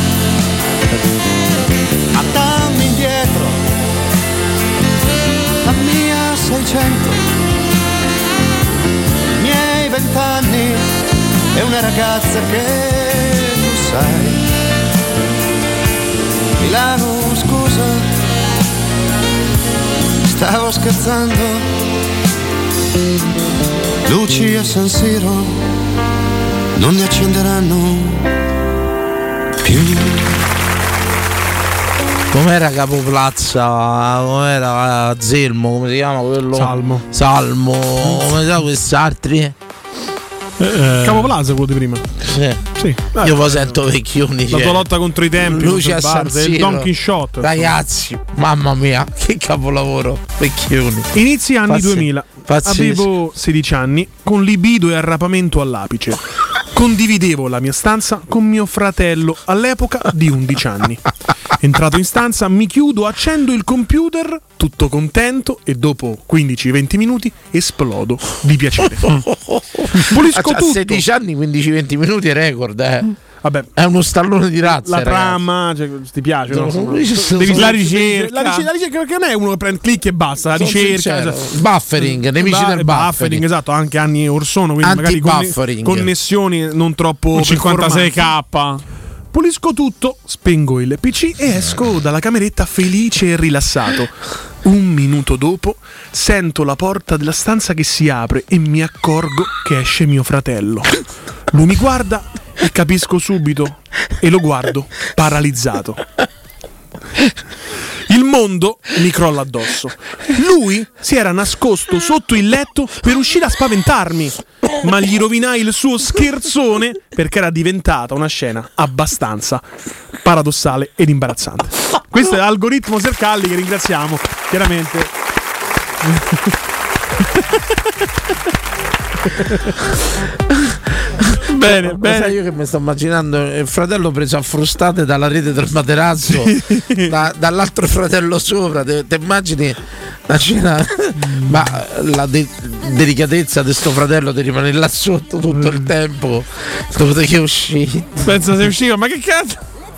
Ma dammi indietro la mia seicento, i miei vent'anni e una ragazza che tu sai. Milano, scusa, stavo scherzando. Luci a San Siro non ne accenderanno più. Com'era Capoplazza? Com'era Zelmo? Come si chiama quello? Salmo. Salmo. Come si chiama quest'altri? Eh, Capoplaza quello di prima. Sì. Sì. Io eh, poi sento vecchioni. La tua lotta contro i tempi, Luce a San il Siro. Don Quixote. Ragazzi, mamma mia, che capolavoro. Vecchioni. Inizi anni Pazzesco. duemila. Pazzesco. Avevo sedici anni, con libido e arrapamento all'apice. Condividevo la mia stanza con mio fratello, all'epoca di undici anni. Entrato in stanza, mi chiudo, accendo il computer, tutto contento, e dopo quindici venti minuti esplodo di piacere. Pulisco a tutto. sedici anni, quindici venti minuti è record, eh. Vabbè, è uno stallone di razza. La trama, cioè, ti piace? No? No, Devi sono, la ricerca. La ricerca, la ricerca perché non è uno che prende click e basta. La sono ricerca, sincero, cioè, buffering, nemici del buffering. buffering, esatto, anche anni or sono, quindi magari conne- connessioni non troppo cinquantasei K. Pulisco tutto, spengo il P C e esco dalla cameretta felice e rilassato. Un minuto dopo sento la porta della stanza che si apre e mi accorgo che esce mio fratello. Lui mi guarda e capisco subito e lo guardo paralizzato. Il mondo mi crolla addosso. Lui si era nascosto sotto il letto per uscire a spaventarmi, ma gli rovinai il suo scherzone perché era diventata una scena abbastanza paradossale ed imbarazzante. Questo è l'algoritmo Sercalli, che ringraziamo chiaramente. Bene, bene. Sai, io che mi sto immaginando il fratello preso a frustate dalla rete del materasso, da, dall'altro fratello sopra. Ti immagini la scena, ma la de- delicatezza di sto fratello di rimanere là sotto tutto il tempo dopo che è uscito. Pensa sei uscito, ma che cazzo?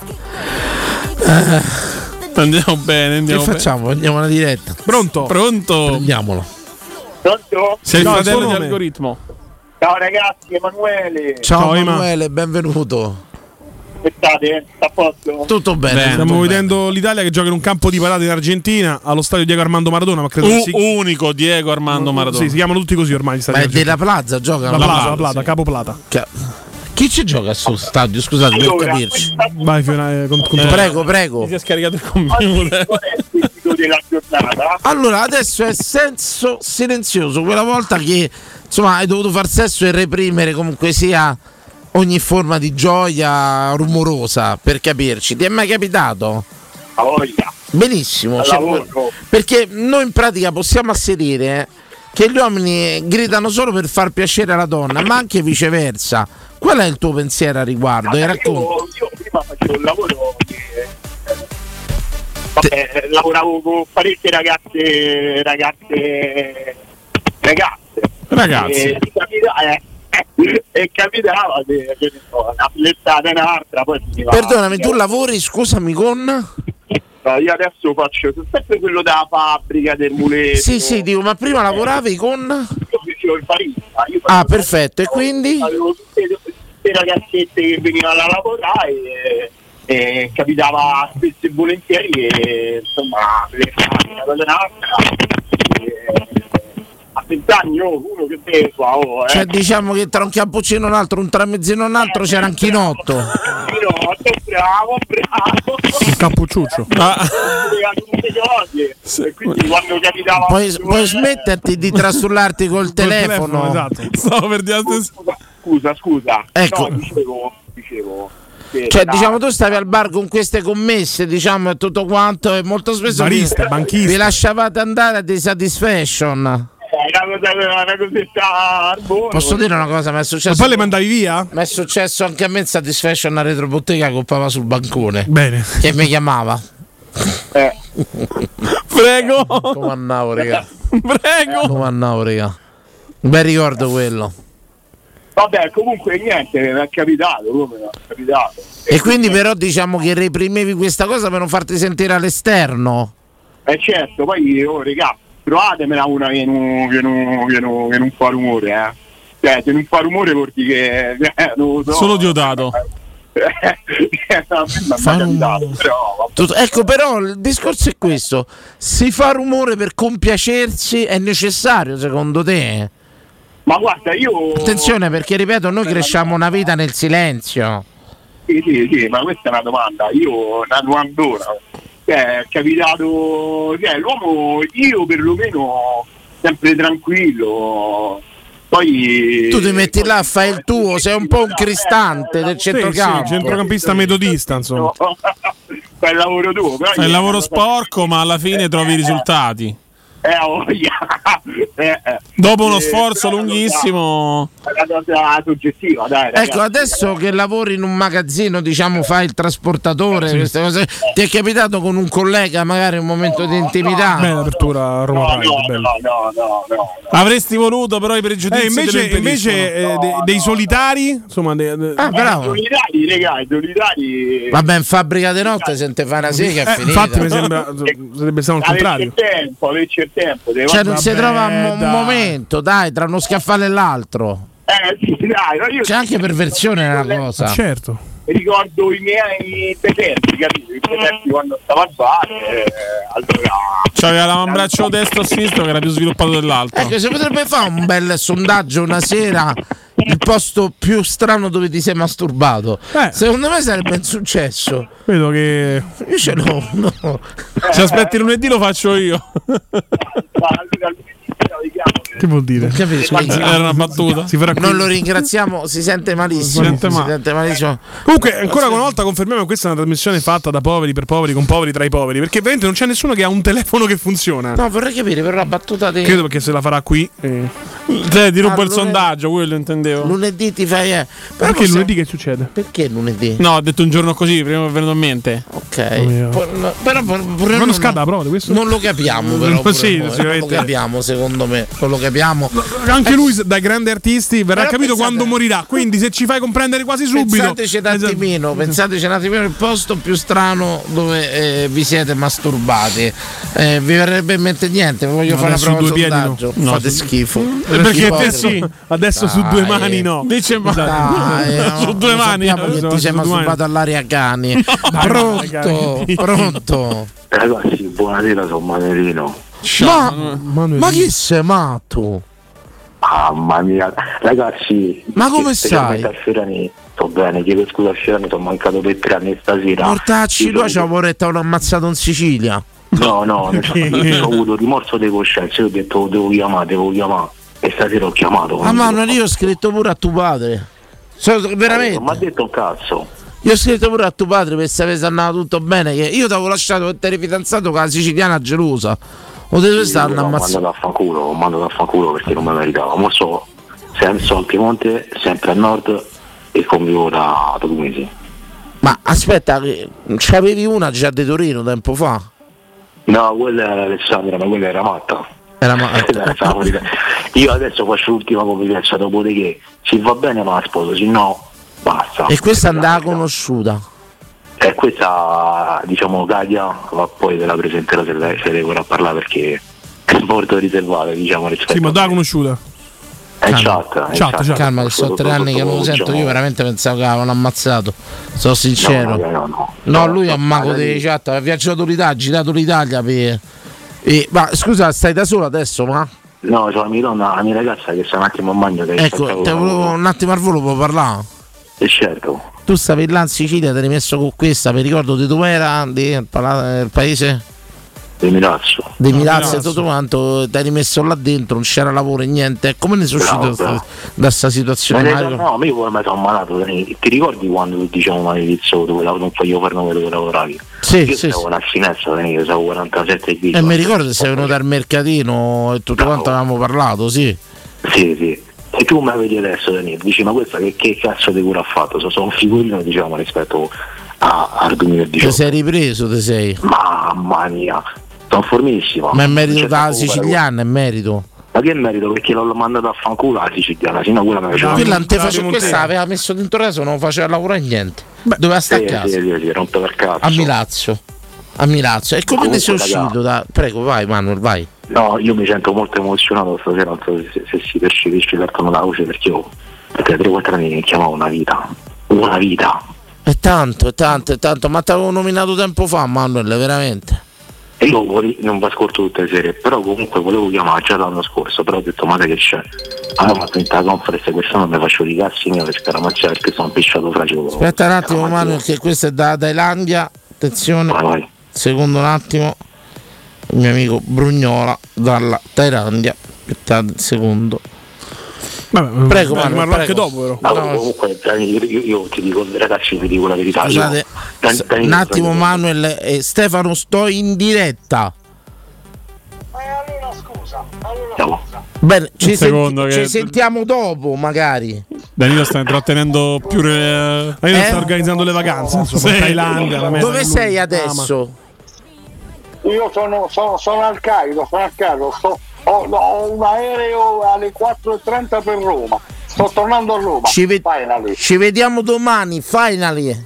Andiamo bene, andiamo che facciamo? bene. Andiamo alla diretta. Pronto? Pronto? Prendiamolo. Pronto? Sei il No, fratello il di suo nome. Algoritmo. Ciao ragazzi, Emanuele. Ciao, Ciao, Emanuele, benvenuto. Come state? Sta a posto? Tutto bene. Bene. Stiamo tutto vedendo bene. l'Italia che gioca in un campo di patate in Argentina allo stadio Diego Armando Maradona, ma credo che U- si... unico Diego Armando Maradona. Sì, si chiamano tutti così ormai gli stadi Ma è argentini. della Plaza gioca? La no? Plata, la Plata, Plata, sì. Capo Plata. Che- Chi ci gioca sul stadio? Scusate, per Allora, capirci. Vai Fiona, eh, con, con Eh. Prego, prego. Mi si è scaricato il Oggi computer. qual è il titolo della giornata? Allora, adesso è senso silenzioso. Quella volta che insomma hai dovuto far sesso e reprimere comunque sia ogni forma di gioia rumorosa, per capirci. Ti è mai capitato? A voglia. Benissimo. Al cioè, lavoro. perché noi in pratica possiamo asserire che gli uomini gridano solo per far piacere alla donna, ma anche viceversa. Qual è il tuo pensiero a riguardo? E racconta. Io, io prima facevo un lavoro che eh, vabbè, lavoravo con parecchie ragazze ragazze ragazze Ragazzi. e, capita- eh, e capitava che, che ne so, una flettata e un'altra poi finiva. Perdonami, tu lavori, scusami, con... No, io adesso faccio sempre quello della fabbrica del muletto. Sì, sì, dico, ma prima lavoravi con... Io facevo il barista. Io Ah, facevo- perfetto, e quindi? Avevo tutte, tutte ragazzette che venivano a lavorare e, e capitava spesso e volentieri che insomma le una cosa un'altra. E, a vent'anni oh, uno che pensa oh, eh. Cioè diciamo che tra un cappuccino e un altro, un tramezzino e un altro c'era un chinotto. Chinotto, bravo, bravo. Un cappucciuccio. Ah. Tutte cose. E quindi quando capitava Puoi, puoi smetterti di trasullarti col telefono. Esatto. Stavo per dire la stessa- scusa, scusa. Ecco. No, dicevo, dicevo. che Cioè da- diciamo tu stavi al bar con queste commesse, diciamo, e tutto quanto, e molto spesso Barista, vi, banchista. vi lasciavate andare a dei satisfaction. È una, cosa, una cosetta al volo. Posso dire una cosa? Mi è Ma successo, poi le mandavi via? mi è successo anche a me in Satisfaction a retrobottega che occupava sul bancone. Bene. Che mi chiamava. Eh. Prego. Come andavo, raga? Prego. Come andavo, raga? Un bel ricordo quello. Vabbè, comunque niente, mi è capitato, come mi è capitato. E quindi però diciamo che reprimevi questa cosa per non farti sentire all'esterno. Eh certo, poi oh regà, trovatemela una che non, che non, che non, che non fa rumore, eh. Cioè, se non fa rumore vuol dire che eh, non lo so. Solo Diodato. A me mi è Fa capitato, rumore. però vabbè. Tutto- ecco, però il discorso è questo: si fa rumore per compiacersi, è necessario secondo te? Ma guarda, io Attenzione, perché ripeto, noi cresciamo una vita nel silenzio. Sì, sì, sì, ma questa è una domanda, io una domandona. Cioè, è capitato, cioè, l'uomo, io perlomeno sempre tranquillo. Poi Tu ti metti là, fai il tuo, sei un po' un cristante del Sì, sì, centrocampo. centrocampista metodista, insomma. fai il lavoro tuo, però Fai il io- lavoro sporco, ma alla fine trovi i risultati. Eh, oh, yeah. eh, eh. Dopo uno Eh, sforzo però è una lunghissimo. cosa- è una cosa soggettiva, dai. Ecco, ragazzi. adesso che lavori in un magazzino, diciamo, fai il trasportatore, queste cose. Ti è capitato con un collega, magari un momento di intimità? Bella apertura a Roma No, Pride, no, bello. no, no, no, no. Avresti voluto, però i Eh, pregiudizi te lo invece impediscono. invece eh, de- dei solitari, insomma, de- de- Ah, I bravo. solidari, raga, i solidari. Vabbè, in fabbrica di notte se te fai una sega è eh, finita. infatti mi sembra sarebbe stato il contrario. Averci il tempo, averci il tempo. devo- Cioè non si Vabbè, trova un, mo- un dai. momento, dai, tra uno scaffale e l'altro. Eh sì, dai, no, io C'è anche perversione nella cosa. Certo. ricordo i miei deserti, capito? I deserti quando stavo al bar, eh, allora. C'aveva l'avambraccio destro o sinistro che era più sviluppato dell'altro. Ecco, si potrebbe fare un bel sondaggio una sera il posto più strano dove ti sei masturbato. Eh. Secondo me sarebbe un successo. Vedo che io ce l'ho. No. Se aspetti lunedì lo faccio io. Che vuol dire? Era una battuta. Si farà qui. Non lo ringraziamo, si sente malissimo. Si sente Si male. sente malissimo. Comunque, ancora una volta confermiamo che questa è una trasmissione fatta da poveri per poveri, con poveri tra i poveri. Perché veramente non c'è nessuno che ha un telefono che funziona. No, vorrei capire per la battuta di. Credo perché se la farà qui. Eh. Te, ti rubo Ah, il lunedì- sondaggio, quello intendevo. Lunedì ti fai. Eh. Però Perché possiamo- lunedì che succede? Perché lunedì? No, ho detto un giorno così, prima mi è venuto in mente. Ok. Po- no, però pure Quando non, scade la prova di questo? non lo capiamo, però. pure Sì, noi. non lo sicuramente. capiamo, secondo me. Non lo capiamo. Anche lui, da grandi artisti, verrà Però capito pensate- quando morirà. Quindi, se ci fai comprendere quasi subito. Pensateci un attimino, pensateci un attimino il posto più strano dove eh, vi siete masturbati. Eh, vi verrebbe in mente niente? Vi voglio No, fare una adesso prova su due piedi sondaggio. no. No, Fate su- schifo. Perché te Ipocriti. sì, adesso su due mani no. Dice ma Dai, no, su due lo mani. sappiamo che no, ti sei su due mani. masturbato all'aria cani. Dai, Pronto, dai, pronto. Ragazzi, buonasera, sono Manerino. Ma, ma chi sei matto? Mamma mia, ragazzi. Ma come specialmente stai? a Fiorani, sto bene, chiedo scusa a Fiorani, sono mancato per tre anni stasera. Mortacci, Io lui ho ci avevo detto un ammazzato in Sicilia. No, no, non c'ho- io ho avuto rimorso di coscienza, io ho detto devo chiamare, devo chiamare. E stasera ho chiamato. Ah, ma non io ho scritto pure a tuo padre. So- veramente. Non mi ha detto un cazzo. Io ho scritto pure a tuo padre per sapere se andava tutto bene. Che io ti avevo lasciato perché eri fidanzato con la siciliana gelosa. O te dove stanno Ho ammazzando? mandato a fanculo, ho mandato a fanculo perché non me meritava. Ma so, sempre sono a Piemonte, sempre a nord e convivo da, da due mesi. Ma aspetta, che c'avevi una già di Torino tempo fa? No, quella era Alessandra, ma quella era matta. Era matta. Io adesso faccio l'ultima convivenza, dopo di che se va bene ma la sposo, se no basta. E questa andava conosciuta. E questa, diciamo, Katia, ma poi te la presenterò se lei se lei vorrà parlare perché è molto riservata, diciamo, rispetto Sì, ma a da me. conosciuta. È in chat, è in Chat, chat. Calma, che sono tre anni che non lo sento. Io veramente pensavo che avevano ammazzato. Sono sincero. No, no, no, no. No, lui è un mago di chat. Ha viaggiato l'Italia, ha girato l'Italia per. E, ma scusa, stai da solo adesso, ma? No, c'ho la mia donna, la mia ragazza che sta un attimo a bagno. che Ecco, sta- te volevo un attimo al volo può parlare. E certo. Tu stavi là in Sicilia, ti eri messo con questa, mi ricordo di dove era? Di, il, pala- il paese? Di Milazzo. Di No, Milazzo e Milazzo. tutto quanto, ti eri messo là dentro, non c'era lavoro e niente. Come ne sei uscito Bravo, da sta- bravo. da sta situazione? Ma ne- Mario? no, ma io poi mi sono ammalato. Dani. Ti ricordi quando tu diciamo maledizione dove lav- non voglio fare nome dove lavoravi? Sì, io sì, stavo una finestra, Dani, io avevo quarantasette kg. E mi ricordo che sei venuto al mercatino e tutto quanto avevamo parlato, sì. Sì, sì. E tu mi vedi adesso, Dani, dici ma questa che, che cazzo di cura ha fatto? So- Sono un figurino, diciamo, rispetto a- al Ti duemiladiciotto. sei ripreso, te sei. Mamma mia, sono formissimo. Ma è merito C'è da stato pure- siciliana, è merito. Ma che merito? Perché l'ho mandato a fanculo la siciliana, sino a quella mi faceva. Quella non te face- questa aveva messo dentro casa, non faceva lavorare niente. Doveva stare Sì, a casa. sì, sì, sì, rompe per cazzo. A Milazzo. A Milazzo. E come ne sei Comunque, raga. uscito? Da... Prego, vai Manuel, vai. No, io mi sento molto emozionato stasera, non so se, se si percepisce il tono della voce, perché io perché tre quattro anni mi chiamavo una vita. Una vita. È tanto, è tanto, è tanto. Ma ti avevo nominato tempo fa, Manuel, veramente. E io vole- non vi ascolto tutte le serie, però comunque volevo chiamare già l'anno scorso, però ho detto ma sai che c'è? Allora fatto in la conferenza quest'anno mi faccio i cazzi miei per scaramacciare perché sono pisciato fragiolo. Aspetta un attimo, Manuel, che questo è da Thailandia. Attenzione. Secondo un attimo. Il mio amico Brugnola dalla Thailandia. Aspetta un secondo. Prego, Beh, Manuel, parlo anche prego. dopo, però. Allora, comunque Dani, io, io ti dico, ragazzi, vi dico la verità. Scusate, io, Dani- s- Dani- un attimo, Manuel e Stefano, sto in diretta. Bene, ci, Un secondo senti- che- ci sentiamo dopo, magari. Danilo sta intrattenendo più. Re... Danilo Eh? sta organizzando le vacanze. Insomma, Sì. in Thailandia. la meta Dove che sei lui adesso? Io sono, sono, sono al Cairo, sono al Cairo, sto- ho, ho un aereo alle quattro e trenta per Roma, sto tornando a Roma. Ci, ve- Finally. ci vediamo domani, finally.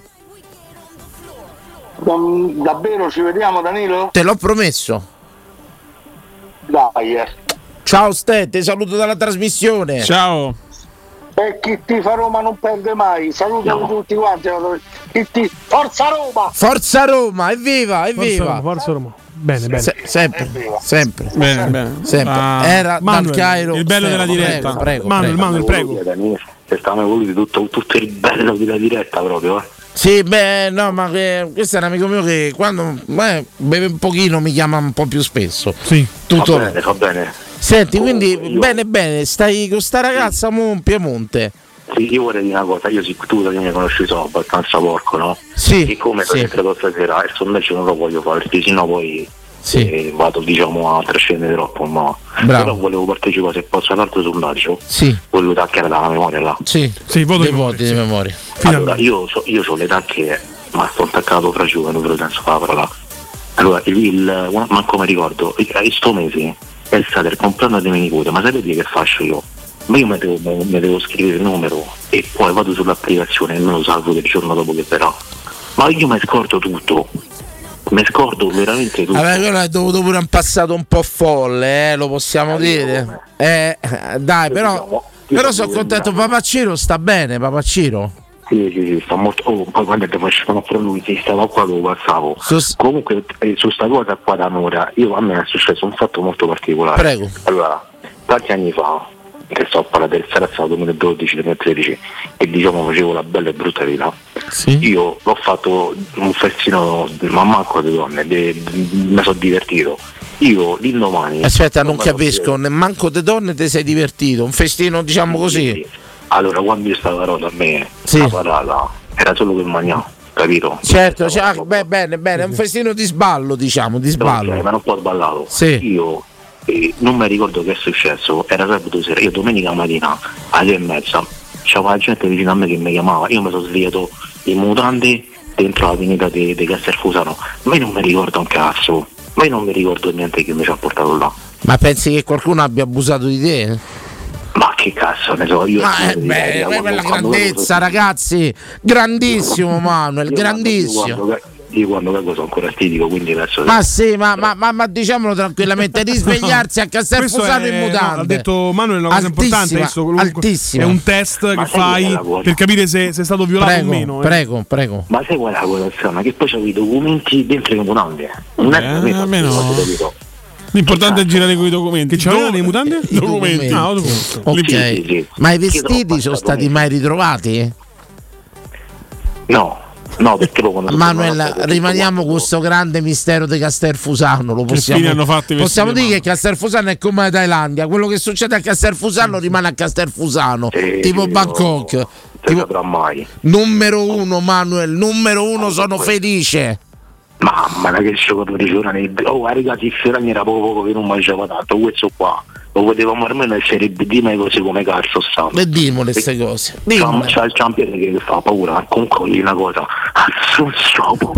Mm, Davvero ci vediamo, Danilo? Te l'ho promesso. Dai, eh. Ciao Ste, ti saluto dalla trasmissione. Ciao. E chi tifa Roma non perde mai. Saluto tutti quanti. Chi ti- Forza Roma! Forza Roma, evviva, Forza evviva. Roma, Forza Roma. Bene, bene. Se- sempre, sempre. Bene, bene. Sempre. Ah, Era Manuel, dal Cairo. il bello Stefano, della diretta. Prego, prego, Manuel, prego. Manuel, prego. Dani, se stavamo evoluti tutto, tutto il bello della diretta proprio, eh. Sì, beh, no, ma che, questo è un amico mio che quando eh, beve un pochino mi chiama un po' più spesso. Sì. Tutto. Va bene, va bene. Senti, quindi io... bene, bene, stai con sta ragazza mo in Piemonte. Sì, io vorrei dire una cosa, io sì, tu che mi conosci sono abbastanza porco, no? Sì. Siccome sì. sono entrato stasera il sondaggio non lo voglio fare, perché sennò poi sì. eh, vado diciamo a trascendere troppo, ma bravo. Però volevo partecipare se posso all'altro sondaggio. Sì. Volevo taccare dalla memoria là. Sì, sì, voto dei voti di memoria. Allora, io so, io so l'età che ma sto attaccato fra giovani, però senso fa la parola. Allora, il, il manco mi ricordo, sto mese è stato il compleanno di mia nipote, ma sapete che faccio io? Ma io mi devo, mi devo scrivere il numero e poi vado sull'applicazione e me lo salvo del giorno dopo che verrà. Ma io mi scordo tutto. Mi scordo veramente tutto. Vabbè, quello è dovuto pure un passato un po' folle, eh, lo possiamo eh, dire. Eh, dai, però, diciamo, però sono contento. Papaciro sta bene, Papaciro. Sì, sì, sì, sta molto. Oh, poi quando ti facevano fra lui, si stava qua dove passavo. Sus... Comunque, eh, su sta cosa qua da un'ora, io a me è successo un fatto molto particolare. Prego. Allora, tanti anni fa, che sto a parlare del Sarazzato duemiladodici duemilatredici, e diciamo facevo la bella e brutta vita. Sì. Io ho fatto un festino, ma manco di donne, de, de, mi sono divertito. Io l'indomani. Aspetta, non, non capisco, manco di donne ti sei divertito, un festino diciamo così. Sì. Allora, quando io stavo a me, sì. la parata era solo per mangiare, capito? Certo, cioè, beh, bene, bene, è un festino di sballo, diciamo, di sballo. No, ma non po' sballato. Sì. Io eh, non mi ricordo che è successo, era sabato sera, io domenica mattina alle tre e mezza c'era la gente vicino a me che mi chiamava, io mi sono svegliato in mutande dentro la pineta di, di Castelfusano, ma io non mi ricordo un cazzo, ma io non mi ricordo niente che mi ci ha portato là. Ma pensi che qualcuno abbia abusato di te? Ma che cazzo ne so io. Ma è beh, quella grandezza, ragazzi, grandissimo Manuel, io grandissimo. Quando, io quando vengo sono ancora stitico, quindi adesso. Ma sì, ma, ma, ma, ma diciamolo tranquillamente, risvegliarsi a Castelfusano in mutande. No, ha detto Manuel una cosa importante, questo altissima. È un test ma che fai per capire se sei stato violato prego, o meno. Eh. Prego, prego. Ma sai qual è la votazione? Che poi c'ho i documenti dentro le mutande. Non eh, è per me, a me no. L'importante è girare con i documenti. Che c'erano nei mutande? I documenti. Ah, documenti. Ok. Sì, sì. Ma i vestiti sono stati mai ritrovati? No. No, perché lo Manuel, rimaniamo con questo grande mistero di Castelfusano. Lo possiamo, hanno fatto possiamo dire che Castelfusano è come la Thailandia. Quello che succede a Castelfusano rimane a Castelfusano, sì, tipo sì, Bangkok. Non tipo, saprà mai. Numero uno, Manuel, numero uno, sono felice. Mamma mia, che giocatori giornali. Oh, ragazzi, il Ferragni era poco poco che non mangiava tanto. Questo qua lo potevamo almeno essere B, ma cose come cazzo stanno. E dimmo queste cose. Dimmo. C'ha il champion che fa paura. Comunque lì una cosa. Assunzao.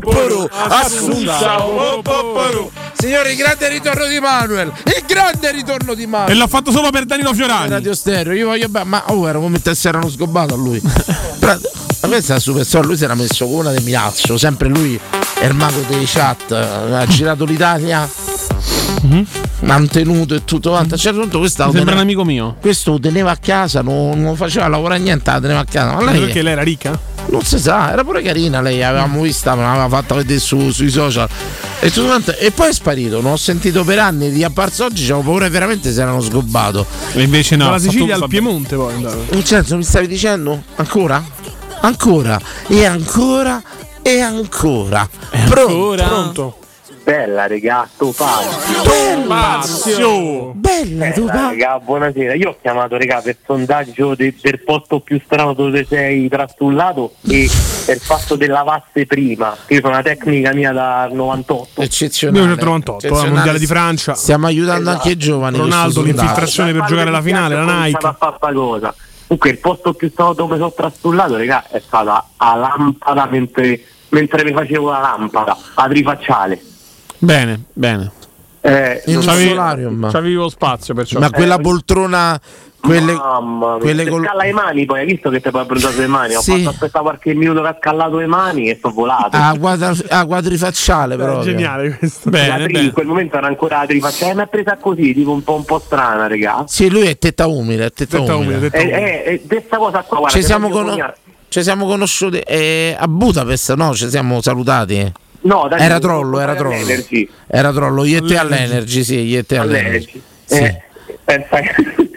Assunzao. Signori, il grande ritorno di Manuel. Il grande ritorno di Manuel. E l'ha fatto solo per Danilo Fiorani. Radio Stereo. Io voglio. Ma oh, era come se erano sgobbato a lui. Ma questa è la super storia. Lui si era messo con una del Milazzo. Sempre lui è il mago dei chat. Ha girato l'Italia. Mm-hmm. Mantenuto e tutto quanto. A un certo punto questo sembra teneva, un amico mio. Questo teneva a casa, non, non faceva lavorare niente, la teneva a casa. Ma lei, perché lei era ricca? Non si sa, era pure carina lei, avevamo vista, me l'aveva fatta vedere su, sui social. E, tutto quanto, e poi è sparito, non ho sentito per anni, di apparso oggi c'avevo paura veramente se erano sgobbato. E invece no. Dalla Sicilia al Piemonte poi. In senso, mi stavi dicendo? Ancora? Ancora? E ancora? E ancora? E ancora? Pronto? Bella regà, Topazio. Topazio. Bella Topazio. Regà, buonasera. Io ho chiamato regà per sondaggio de, del posto più strano dove sei trastullato e per il fatto del lavasse prima. Io sono una tecnica mia da novantotto. Eccezionale. millenovecentonovantotto, eccezionale. Mondiale di Francia. Stiamo aiutando esatto. anche i giovani. Ronaldo, l'infiltrazione per giocare la finale, la Nike. Cosa. Comunque il posto più strano dove sono trastullato, regà, è stata a lampada mentre, mentre mi facevo la lampada, a trifacciale. Bene, bene. Eh, in un solarium. C'avevo spazio perciò. Ma quella poltrona, quelle, mamma mia, quelle col... scalla le mani, poi hai visto che ti poi bruciato le mani? Ho sì. fatto aspettare qualche minuto che ha scallato le mani e sono volato. A, quadra, a quadrifacciale però. Geniale questo. Bene, bene. In quel momento era ancora la trifacciale, mi ha presa così, tipo un po' un po' strana, raga. Sì, lui è tetta umile, è tetta, tetta umile. umile. E eh, eh, questa cosa qua, guarda, ci siamo, con... ci siamo conosciuti eh, a Budapest, no? Ci siamo salutati. No, dai, era trollo, era trollo. Era trollo, io e te all'Energy, sì, io e te all'Energy. Sì. Eh, pensa che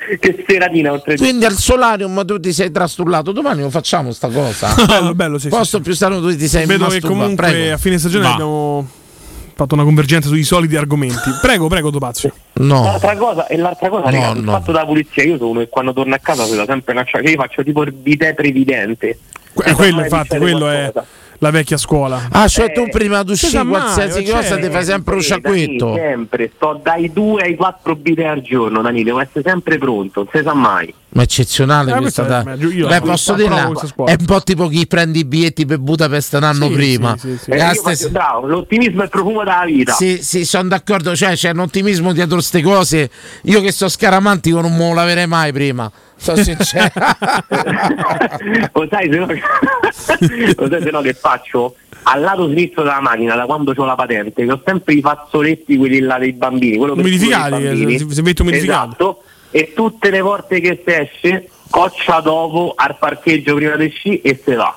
che seratina oltre. Quindi al solarium tu ti sei trastullato, domani lo facciamo sta cosa. bello, bello, sì, Posto sì, più strano tu ti sei Vedo che masturbato. comunque Prego. a fine stagione Va. abbiamo fatto una convergenza sui soliti argomenti. Prego, prego Topazio. No. L'altra cosa, e l'altra cosa, No, raga, il no. fatto della pulizia, io sono uno che quando torno a casa vedo sempre una cioè, io faccio tipo il bitè previdente. Que- quello infatti, quello è la vecchia scuola. Ah, cioè tu prima di uscire Sa mai, qualsiasi cioè, cosa ti fai sempre un sciacquetto. Dani, sempre, sto dai due ai quattro bitè al giorno, Dani, devo essere sempre pronto, non si sa mai. Ma eccezionale Eh, questa questa è- da... io- Beh, io posso approvo dirla, questa scuola. è un po' tipo chi prende i biglietti per Budapest un anno Sì, prima. sì, sì, sì. È Eh, la io stessa- faccio- bravo, l'ottimismo è il profumo della vita. Sì, sì, sono d'accordo, cioè c'è un ottimismo dietro queste cose. Io che sto scaramantico non me lo laverei mai prima. Sono sincero. Lo sai se no, lo sai se no che faccio? Al lato sinistro della macchina, da quando ho la patente, che ho sempre i fazzoletti, quelli là dei bambini, quello per Umidificati, culo dei bambini. se- se mette umidificato. Esatto. E tutte le volte che si esce, coccia d'ovo al parcheggio prima di sci e se va.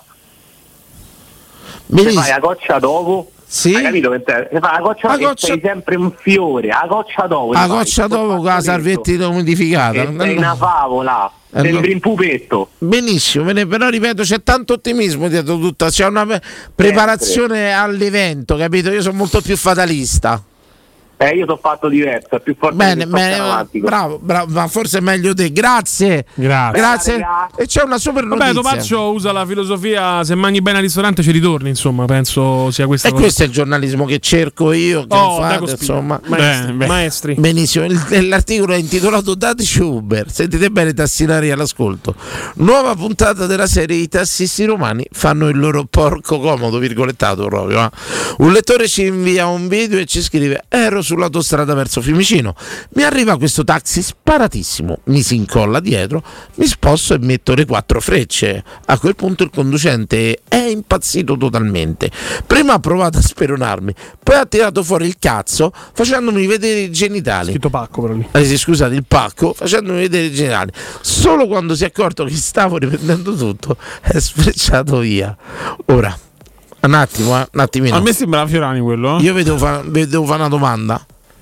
Se fai la coccia d'ovo, sì? Hai capito? Se fai la coccia La d'ovo coccia- e sei sempre un fiore, la coccia d'ovo. La ti fai, coccia col d'uovo con la fazzoletto. salviettina umidificata. E sei una favola, Eh, sembri no. un pupetto. Benissimo, bene, però ripeto, c'è tanto ottimismo dietro tutta, c'è una pe- preparazione all'evento, capito? Io sono molto più fatalista. Eh, io sono fatto diverso, è più forte Bene, che bene, bravo, bravo, ma forse è meglio te. Grazie. Grazie. Grazie. E c'è una super Vabbè, notizia. Topazio usa la filosofia: se mangi bene al ristorante ci ritorni. Insomma, penso sia questa E cosa. questo è il giornalismo che cerco io, che Oh, fate, Dago Spina. insomma. Maestri, Beh, beh. maestri. Benissimo, il- l'articolo è intitolato Dateci Uber. Sentite bene, tassinari all'ascolto. Nuova puntata della serie I tassisti romani fanno il loro porco comodo, virgolettato proprio. eh. Un lettore ci invia un video e ci scrive: ero sull'autostrada verso Fiumicino, mi arriva questo taxi sparatissimo, mi si incolla dietro, mi sposto e metto le quattro frecce. A quel punto il conducente è impazzito totalmente. Prima ha provato a speronarmi, poi ha tirato fuori il cazzo facendomi vedere i genitali. Scritto pacco però lì. Eh sì, scusate, il pacco, facendomi vedere i genitali. Solo quando si è accorto che stavo riprendendo tutto è sfrecciato via. Ora, un attimo, eh, un attimino. A me sembra Fiorani quello. eh? Io vedevo fa, vedevo fa una domanda.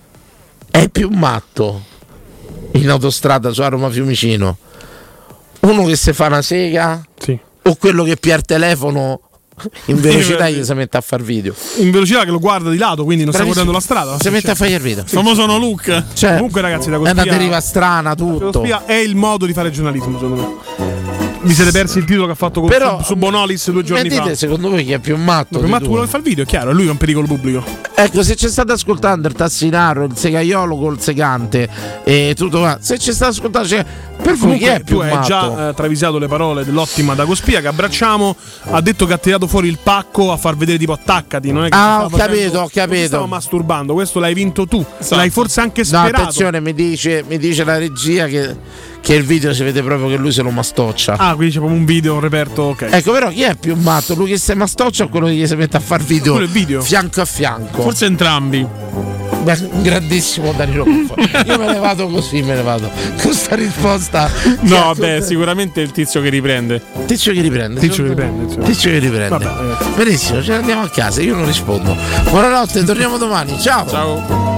È più matto in autostrada su a Roma Fiumicino uno che si fa una sega sì. o quello che pia il telefono in velocità e gli si mette a far video? In velocità che lo guarda di lato, quindi non sta Bravissimo. guardando la strada. Si mette a fare il video. Il famoso no look. Cioè, Comunque, ragazzi, da è una Cospia, deriva strana tutto. Cospia è il modo di fare giornalismo, secondo me. Vi siete persi il titolo che ha fatto con Però, su, su Bonolis due giorni Dite, fa. secondo voi chi è più matto? Ma di tu due? quello che fa il video, è chiaro, lui è un pericolo pubblico. Ecco, se ci state ascoltando il tassinaro, il segaiolo col segante e tutto qua, se ci state ascoltando, cioè, per voi chi Comunque è più tu hai matto? già eh, travisato le parole dell'ottima Dagospia che abbracciamo. Ha detto che ha tirato fuori il pacco a far vedere tipo attaccati. Non è che Ah, si ho stava capito, facendo- ho capito. non si stava masturbando. Questo l'hai vinto tu. Esatto. L'hai forse anche No, sperato. attenzione, mi dice, mi dice la regia che, che il video si vede proprio che lui se lo mastoccia. Ah, quindi c'è proprio un video, un reperto. Ok. Ecco, però chi è più matto? Lui che si mastoccia o quello che gli si mette a far video, Quello è video. fianco a fianco? Forse entrambi. Beh, un grandissimo Danilo Cuffaro. Io me ne vado così, me ne vado. Con sta risposta. No, beh, sicuramente è il tizio che riprende. Tizio che riprende. Tizio che riprende, insomma. Tizio che riprende. Vabbè, Benissimo, ce ne andiamo a casa, io non rispondo. Buonanotte, torniamo domani. Ciao. Ciao.